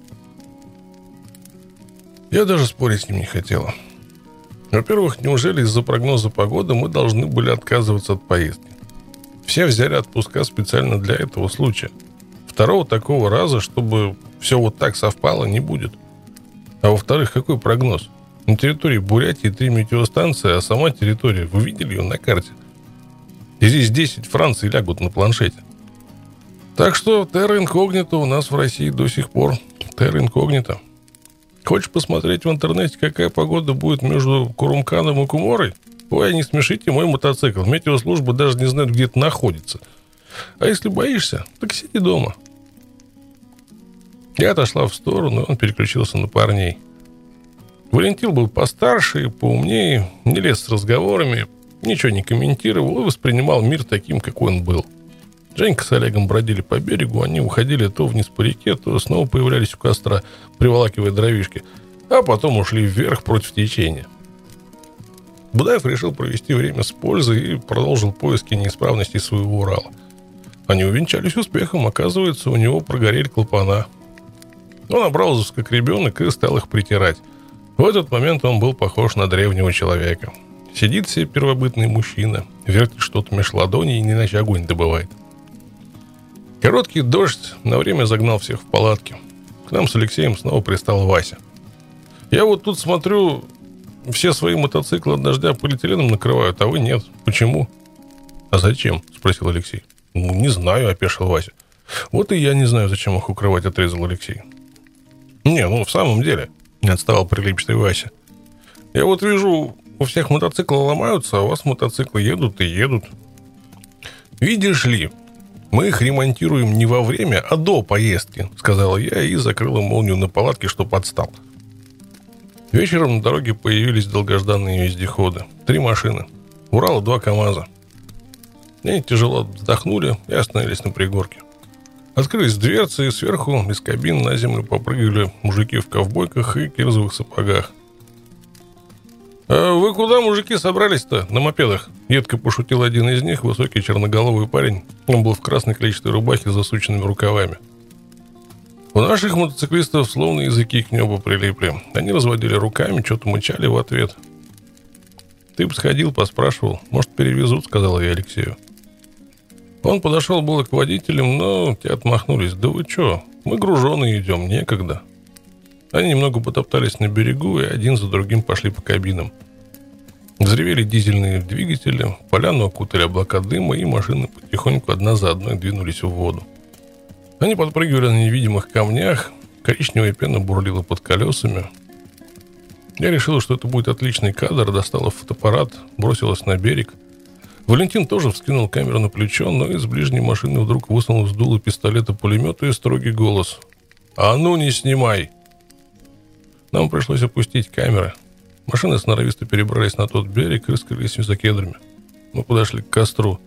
Я даже спорить с ним не хотела. Во-первых, неужели из-за прогноза погоды мы должны были отказываться от поездки? Все взяли отпуска специально для этого случая. Второго такого раза, чтобы все вот так совпало, не будет. А во-вторых, какой прогноз? На территории Бурятии три метеостанции, а сама территория, вы видели ее на карте? И здесь десять Франций лягут на планшете. Так что терра инкогнито у нас в России до сих пор терра инкогнито. Хочешь посмотреть в интернете, какая погода будет между Курумканом и Куморой? Ой, не смешите, мой мотоцикл. Метеослужба даже не знает, где это находится. А если боишься, так сиди дома. Я отошла в сторону, и он переключился на парней. Валентин был постарше и поумнее, не лез с разговорами, ничего не комментировал и воспринимал мир таким, какой он был. Женька с Олегом бродили по берегу, они уходили то вниз по реке, то снова появлялись у костра, приволакивая дровишки, а потом ушли вверх против течения. Будаев решил провести время с пользой и продолжил поиски неисправностей своего Урала. Они увенчались успехом, оказывается, у него прогорели клапана. Он обрался как ребенок и стал их притирать. В этот момент он был похож на древнего человека. Сидит себе первобытный мужчина, вертит что-то меж ладоней и не иначе огонь добывает. Короткий дождь на время загнал всех в палатки. К нам с Алексеем снова пристал Вася. Я вот тут смотрю, все свои мотоциклы от дождя полиэтиленом накрывают, а вы нет. Почему? А зачем? Спросил Алексей. Ну, не знаю, опешил Вася. Вот и я не знаю, зачем их укрывать, отрезал Алексей. Не, ну в самом деле, не отставал прилипчатый Вася. Я вот вижу, у всех мотоциклы ломаются, а у вас мотоциклы едут и едут. Видишь ли, мы их ремонтируем не во время, а до поездки, сказала я и закрыла молнию на палатке, чтобы отстал. Вечером на дороге появились долгожданные вездеходы. Три машины. Урал и два КамАЗа. Они тяжело вздохнули и остановились на пригорке. Открылись дверцы, и сверху из кабин на землю попрыгали мужики в ковбойках и кирзовых сапогах. «А вы куда, мужики, собрались-то на мопедах?» Едко пошутил один из них, высокий черноголовый парень. Он был в красной клетчатой рубахе с засученными рукавами. У наших мотоциклистов словно языки к небу прилипли. Они разводили руками, что-то мычали в ответ. «Ты бы сходил, поспрашивал. Может, перевезут», — сказала я Алексею. Он подошел было к водителям, но те отмахнулись. «Да вы что, мы груженые идем, некогда». Они немного потоптались на берегу и один за другим пошли по кабинам. Взревели дизельные двигатели, поляну окутали облака дыма, и машины потихоньку одна за одной двинулись в воду. Они подпрыгивали на невидимых камнях, коричневая пена бурлила под колесами. Я решила, что это будет отличный кадр, достала фотоаппарат, бросилась на берег. Валентин тоже вскинул камеру на плечо, но из ближней машины вдруг высунул с дула пистолета пулемета и строгий голос. «А ну не снимай!» Нам пришлось опустить камеры. Машины сноровисто перебрались на тот берег и скрылись за кедрами. Мы подошли к костру.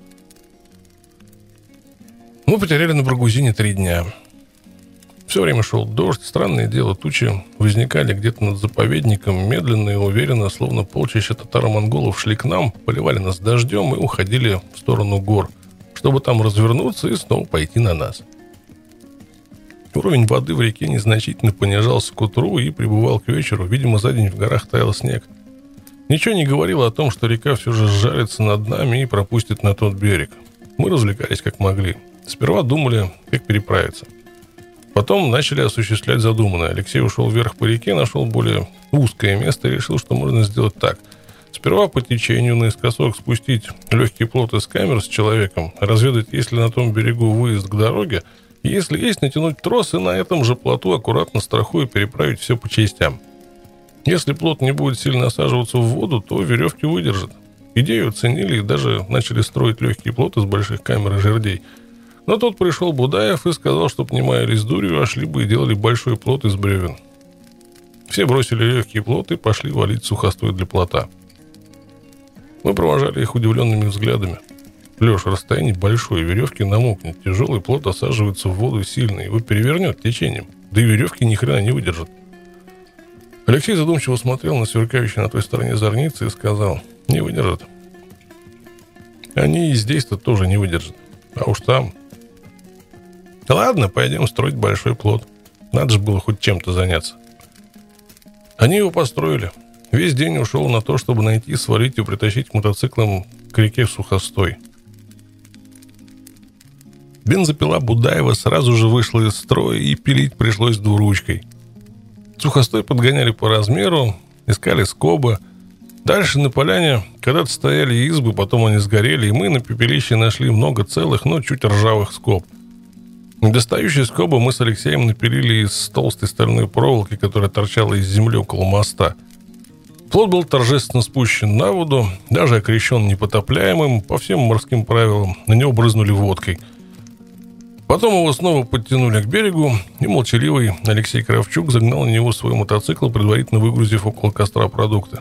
Мы потеряли на Баргузине три дня. Все время шел дождь. Странное дело, тучи возникали где-то над заповедником. Медленно и уверенно, словно полчища татаро-монголов, шли к нам, поливали нас дождем и уходили в сторону гор, чтобы там развернуться и снова пойти на нас. Уровень воды в реке незначительно понижался к утру и прибывал к вечеру. Видимо, за день в горах таял снег. Ничего не говорило о том, что река все же сжалится над нами и пропустит на тот берег. Мы развлекались как могли. Сперва думали, как переправиться. Потом начали осуществлять задуманное. Алексей ушел вверх по реке, нашел более узкое место и решил, что можно сделать так. Сперва по течению наискосок спустить легкий плот из камер с человеком, разведать, есть ли на том берегу выезд к дороге, если есть, натянуть трос и на этом же плоту аккуратно страхуя переправить все по частям. Если плот не будет сильно насаживаться в воду, то веревки выдержат. Идею оценили и даже начали строить легкий плот из больших камер и жердей. Но тут пришел Будаев и сказал, чтоб не маялись дурью, а шли бы и делали большой плот из бревен. Все бросили легкий плот и пошли валить сухостой для плота. Мы провожали их удивленными взглядами. Леша, расстояние большое, веревки намокнет, тяжелый плот осаживается в воду сильно, его перевернет течением, да и веревки ни хрена не выдержат. Алексей задумчиво смотрел на сверкающие на той стороне зорницы и сказал: не выдержат. Они и здесь-то тоже не выдержат, а уж там. Ладно, пойдем строить большой плот. Надо же было хоть чем-то заняться. Они его построили. Весь день ушел на то, чтобы найти, сварить и притащить мотоциклом к реке Сухостой. Бензопила Будаева сразу же вышла из строя, и пилить пришлось двуручкой. Сухостой подгоняли по размеру, искали скобы. Дальше на поляне когда-то стояли избы, потом они сгорели, и мы на пепелище нашли много целых, но чуть ржавых скоб. Недостающие скобы мы с Алексеем напилили из толстой стальной проволоки, которая торчала из земли около моста. Плот был торжественно спущен на воду, даже окрещен непотопляемым, по всем морским правилам. На него брызнули водкой. Потом его снова подтянули к берегу, и молчаливый Алексей Кравчук загнал на него свой мотоцикл, предварительно выгрузив около костра продукты.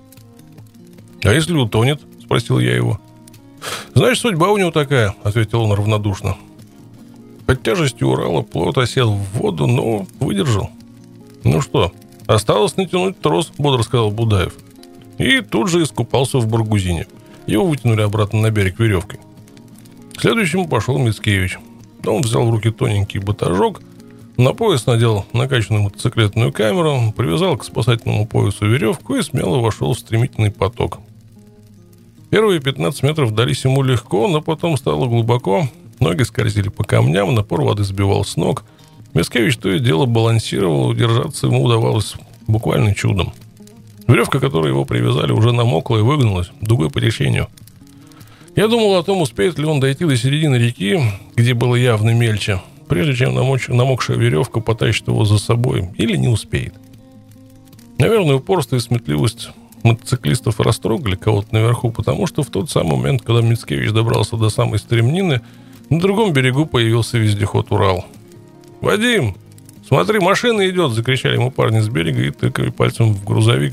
«А если утонет?» – спросил я его. «Значит, судьба у него такая», – ответил он равнодушно. Под тяжестью Урала плот осел в воду, но выдержал. «Ну что, осталось натянуть трос», – бодро сказал Будаев. И тут же искупался в Баргузине. Его вытянули обратно на берег веревкой. Следующему пошел Мицкевич. Он взял в руки тоненький батажок, на пояс надел накачанную мотоциклетную камеру, привязал к спасательному поясу веревку и смело вошел в стремительный поток. Первые пятнадцать метров дались ему легко, но потом стало глубоко. Ноги скользили по камням, напор воды сбивал с ног. Мицкевич то и дело балансировал, удержаться ему удавалось буквально чудом. Веревка, к которой его привязали, уже намокла и выгнулась дугой по течению. Я думал о том, успеет ли он дойти до середины реки, где было явно мельче, прежде чем намоч... намокшая веревка потащит его за собой, или не успеет. Наверное, упорство и сметливость мотоциклистов растрогали кого-то наверху, потому что в тот самый момент, когда Мицкевич добрался до самой стремнины, на другом берегу появился вездеход «Урал». «Вадим, смотри, машина идет!» — закричали ему парни с берега и тыкали пальцем в грузовик.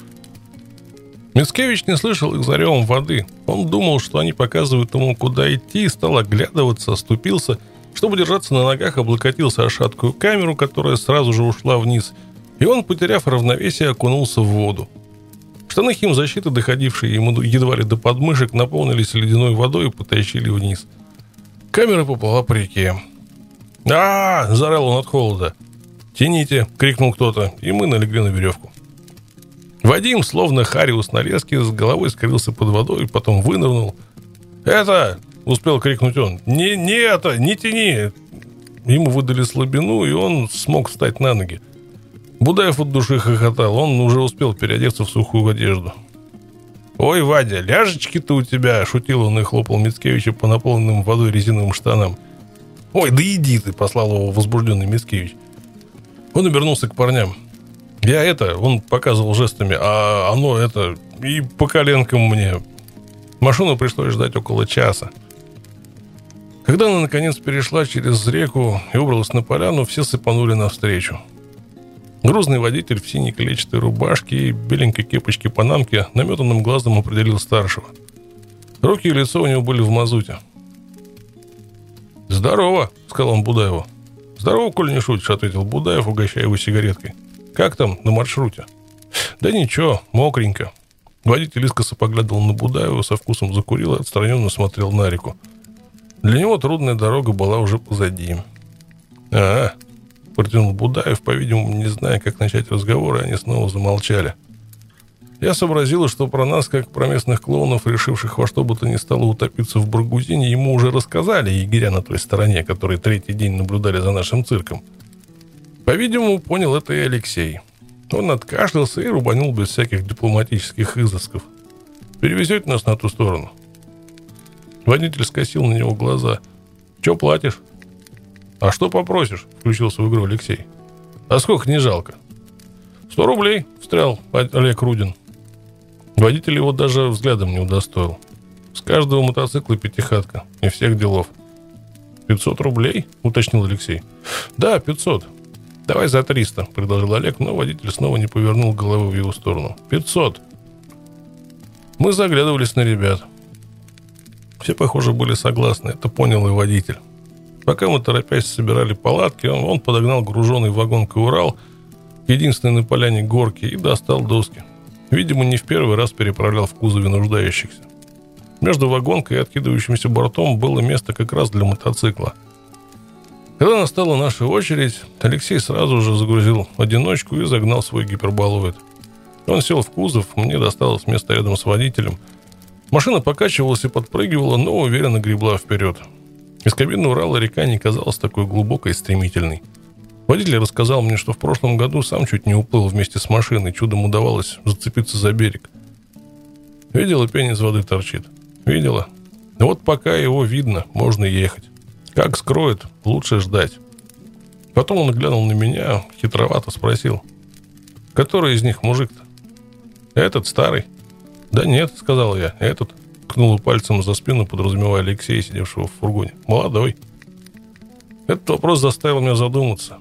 Мицкевич не слышал их за ревом воды. Он думал, что они показывают ему, куда идти, и стал оглядываться, оступился. Чтобы держаться на ногах, облокотился о шаткую камеру, которая сразу же ушла вниз, и он, потеряв равновесие, окунулся в воду. Штаны химзащиты, доходившие ему едва ли до подмышек, наполнились ледяной водой и потащили вниз. Камера поплыла по реке. «А-а-а!» — заорал он от холода. «Тяните!» — крикнул кто-то, и мы налегли на веревку. Вадим, словно Хариус на леске, с головой скрылся под водой и потом вынырнул. «Это!» — успел крикнуть он. «Не, не это! Не тяни!» Ему выдали слабину, и он смог встать на ноги. Будаев от души хохотал. Он уже успел переодеться в сухую одежду. «Ой, Вадя, ляжечки-то у тебя!» — шутил он и хлопал Мицкевича по наполненным водой резиновым штанам. «Ой, да иди ты!» — послал его возбужденный Мицкевич. Он обернулся к парням. «Я это...» — он показывал жестами. «А оно это... и по коленкам мне...» Машину пришлось ждать около часа. Когда она, наконец, перешла через реку и выбралась на поляну, все сыпанули навстречу. Грузный водитель в синей клетчатой рубашке и беленькой кепочке-панамке наметанным глазом определил старшего. Руки и лицо у него были в мазуте. «Здорово!» — сказал он Будаеву. «Здорово, коль не шутишь», — ответил Будаев, угощая его сигареткой. «Как там на маршруте?» «Да ничего, мокренько». Водитель искоса поглядывал на Будаева, со вкусом закурил и отстраненно смотрел на реку. Для него трудная дорога была уже позади. «А-а», — протянул Будаев, по-видимому, не зная, как начать разговор, и они снова замолчали. Я сообразил, что про нас, как про местных клоунов, решивших во что бы то ни стало утопиться в Баргузине, ему уже рассказали егеря на той стороне, которые третий день наблюдали за нашим цирком. По-видимому, понял это и Алексей. Он откашлялся и рубанул без всяких дипломатических изысков. «Перевезете нас на ту сторону?» Водитель скосил на него глаза. «Че платишь?» «А что попросишь?» — включился в игру Алексей. «А сколько не жалко?» «Сто рублей», — встрял Олег Рудин. Водитель его даже взглядом не удостоил. С каждого мотоцикла пятихатка и всех делов. «Пятьсот рублей?» — уточнил Алексей. «Да, пятьсот. «Давай за триста», — предложил Олег, но водитель снова не повернул головы в его сторону. «Пятьсот». Мы заглядывались на ребят. Все, похоже, были согласны, это понял и водитель. Пока мы, торопясь, собирали палатки, он, он подогнал груженный вагонкой Урал к единственной на поляне горки и достал доски. Видимо, не в первый раз переправлял в кузове нуждающихся. Между вагонкой и откидывающимся бортом было место как раз для мотоцикла. Когда настала наша очередь, Алексей сразу же загрузил одиночку и загнал свой гиперболоид. Он сел в кузов, мне досталось место рядом с водителем. Машина покачивалась и подпрыгивала, но уверенно гребла вперед. Из кабины Урала река не казалась такой глубокой и стремительной. Водитель рассказал мне, что в прошлом году сам чуть не уплыл вместе с машиной, чудом удавалось зацепиться за берег. Видела, пень из воды торчит? Видела. Вот пока его видно, можно ехать. Как скроет, лучше ждать. Потом он глянул на меня, хитровато спросил: который из них мужик-то? Этот старый? Да нет, сказал я, этот. Ткнул пальцем за спину, подразумевая Алексея, сидевшего в фургоне. Молодой. Этот вопрос заставил меня задуматься.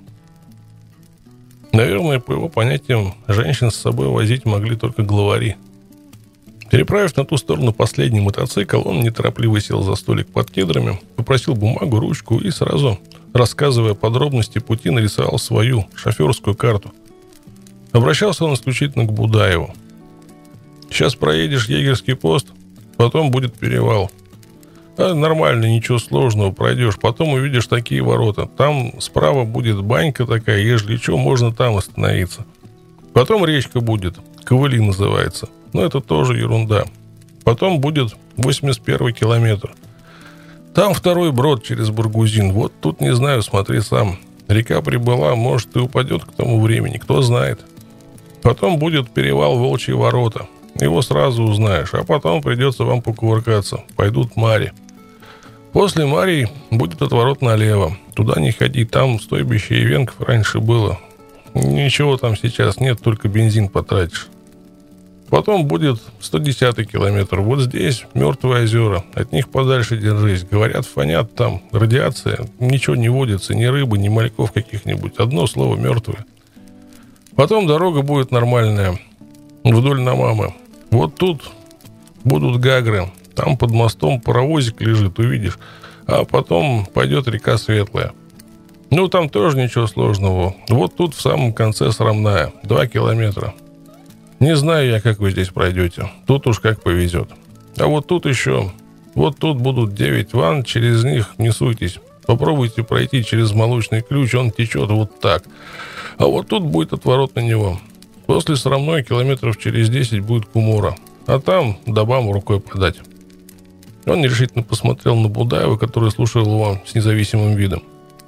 Наверное, по его понятиям, женщин с собой возить могли только главари. Переправив на ту сторону последний мотоцикл, он неторопливо сел за столик под кедрами, попросил бумагу, ручку и сразу, рассказывая подробности пути, нарисовал свою шоферскую карту. Обращался он исключительно к Будаеву. Сейчас проедешь егерский пост, потом будет перевал. А нормально, ничего сложного, пройдешь. Потом увидишь такие ворота. Там справа будет банька такая, ежели что, можно там остановиться. Потом речка будет, Ковыли называется. Но это тоже ерунда. Потом будет восемьдесят первый километр. Там второй брод через Баргузин. Вот тут не знаю, смотри сам. Река прибыла, может и упадет к тому времени, кто знает. Потом будет перевал Волчьи ворота. Его сразу узнаешь, а потом придется вам покувыркаться. Пойдут Мари. После Марии будет отворот налево. Туда не ходи, там стойбище Ивенков раньше было. Ничего там сейчас нет, только бензин потратишь. Потом будет сто десятый километр. Вот здесь Мертвые озера. От них подальше держись. Говорят, фонят там. Радиация. Ничего не водится. Ни рыбы, ни мальков каких-нибудь. Одно слово — мертвые. Потом дорога будет нормальная. Вдоль Намамы. Вот тут будут Гагры. Там под мостом паровозик лежит, увидишь. А потом пойдет река Светлая. Ну, там тоже ничего сложного. Вот тут в самом конце Срамная. Два километра. Не знаю я, как вы здесь пройдете. Тут уж как повезет. А вот тут еще... Вот тут будут девять ванн, через них не суйтесь. Попробуйте пройти через Молочный ключ, он течет вот так. А вот тут будет отворот на него. После Срамной километров через десять будет Кумора. А там до Баму рукой подать. Он нерешительно посмотрел на Будаева, который слушал его с независимым видом.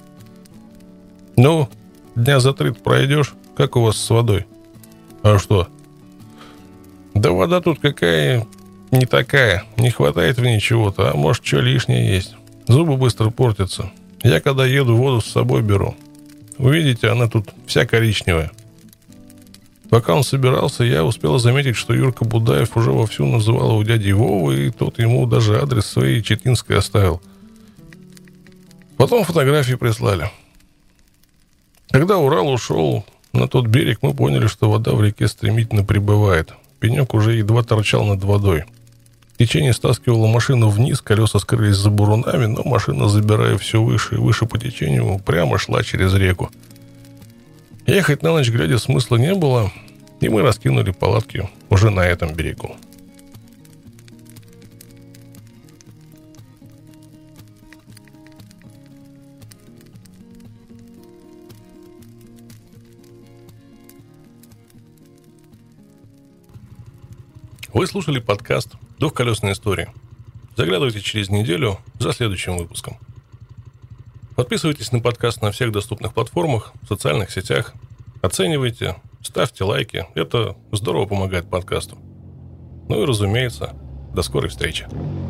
Ну, дня за три пройдешь? Как у вас с водой? А что? Да вода тут какая не такая. Не хватает в ней чего-то, а может, что лишнее есть. Зубы быстро портятся. Я, когда еду, воду с собой беру. Увидите, она тут вся коричневая. Пока он собирался, я успел заметить, что Юрка Будаев уже вовсю называл его дядей Вовы, и тот ему даже адрес своей Читинской оставил. Потом фотографии прислали. Когда Урал ушел на тот берег, мы поняли, что вода в реке стремительно прибывает. Пенек уже едва торчал над водой. Течение стаскивало машину вниз, колеса скрылись за бурунами, но машина, забирая все выше и выше по течению, прямо шла через реку. Ехать на ночь глядя смысла не было, и мы раскинули палатки уже на этом берегу. Вы слушали подкаст «Двухколесные истории». Заглядывайте через неделю за следующим выпуском. Подписывайтесь на подкаст на всех доступных платформах, в социальных сетях. Оценивайте, ставьте лайки. Это здорово помогает подкасту. Ну и, разумеется, до скорой встречи.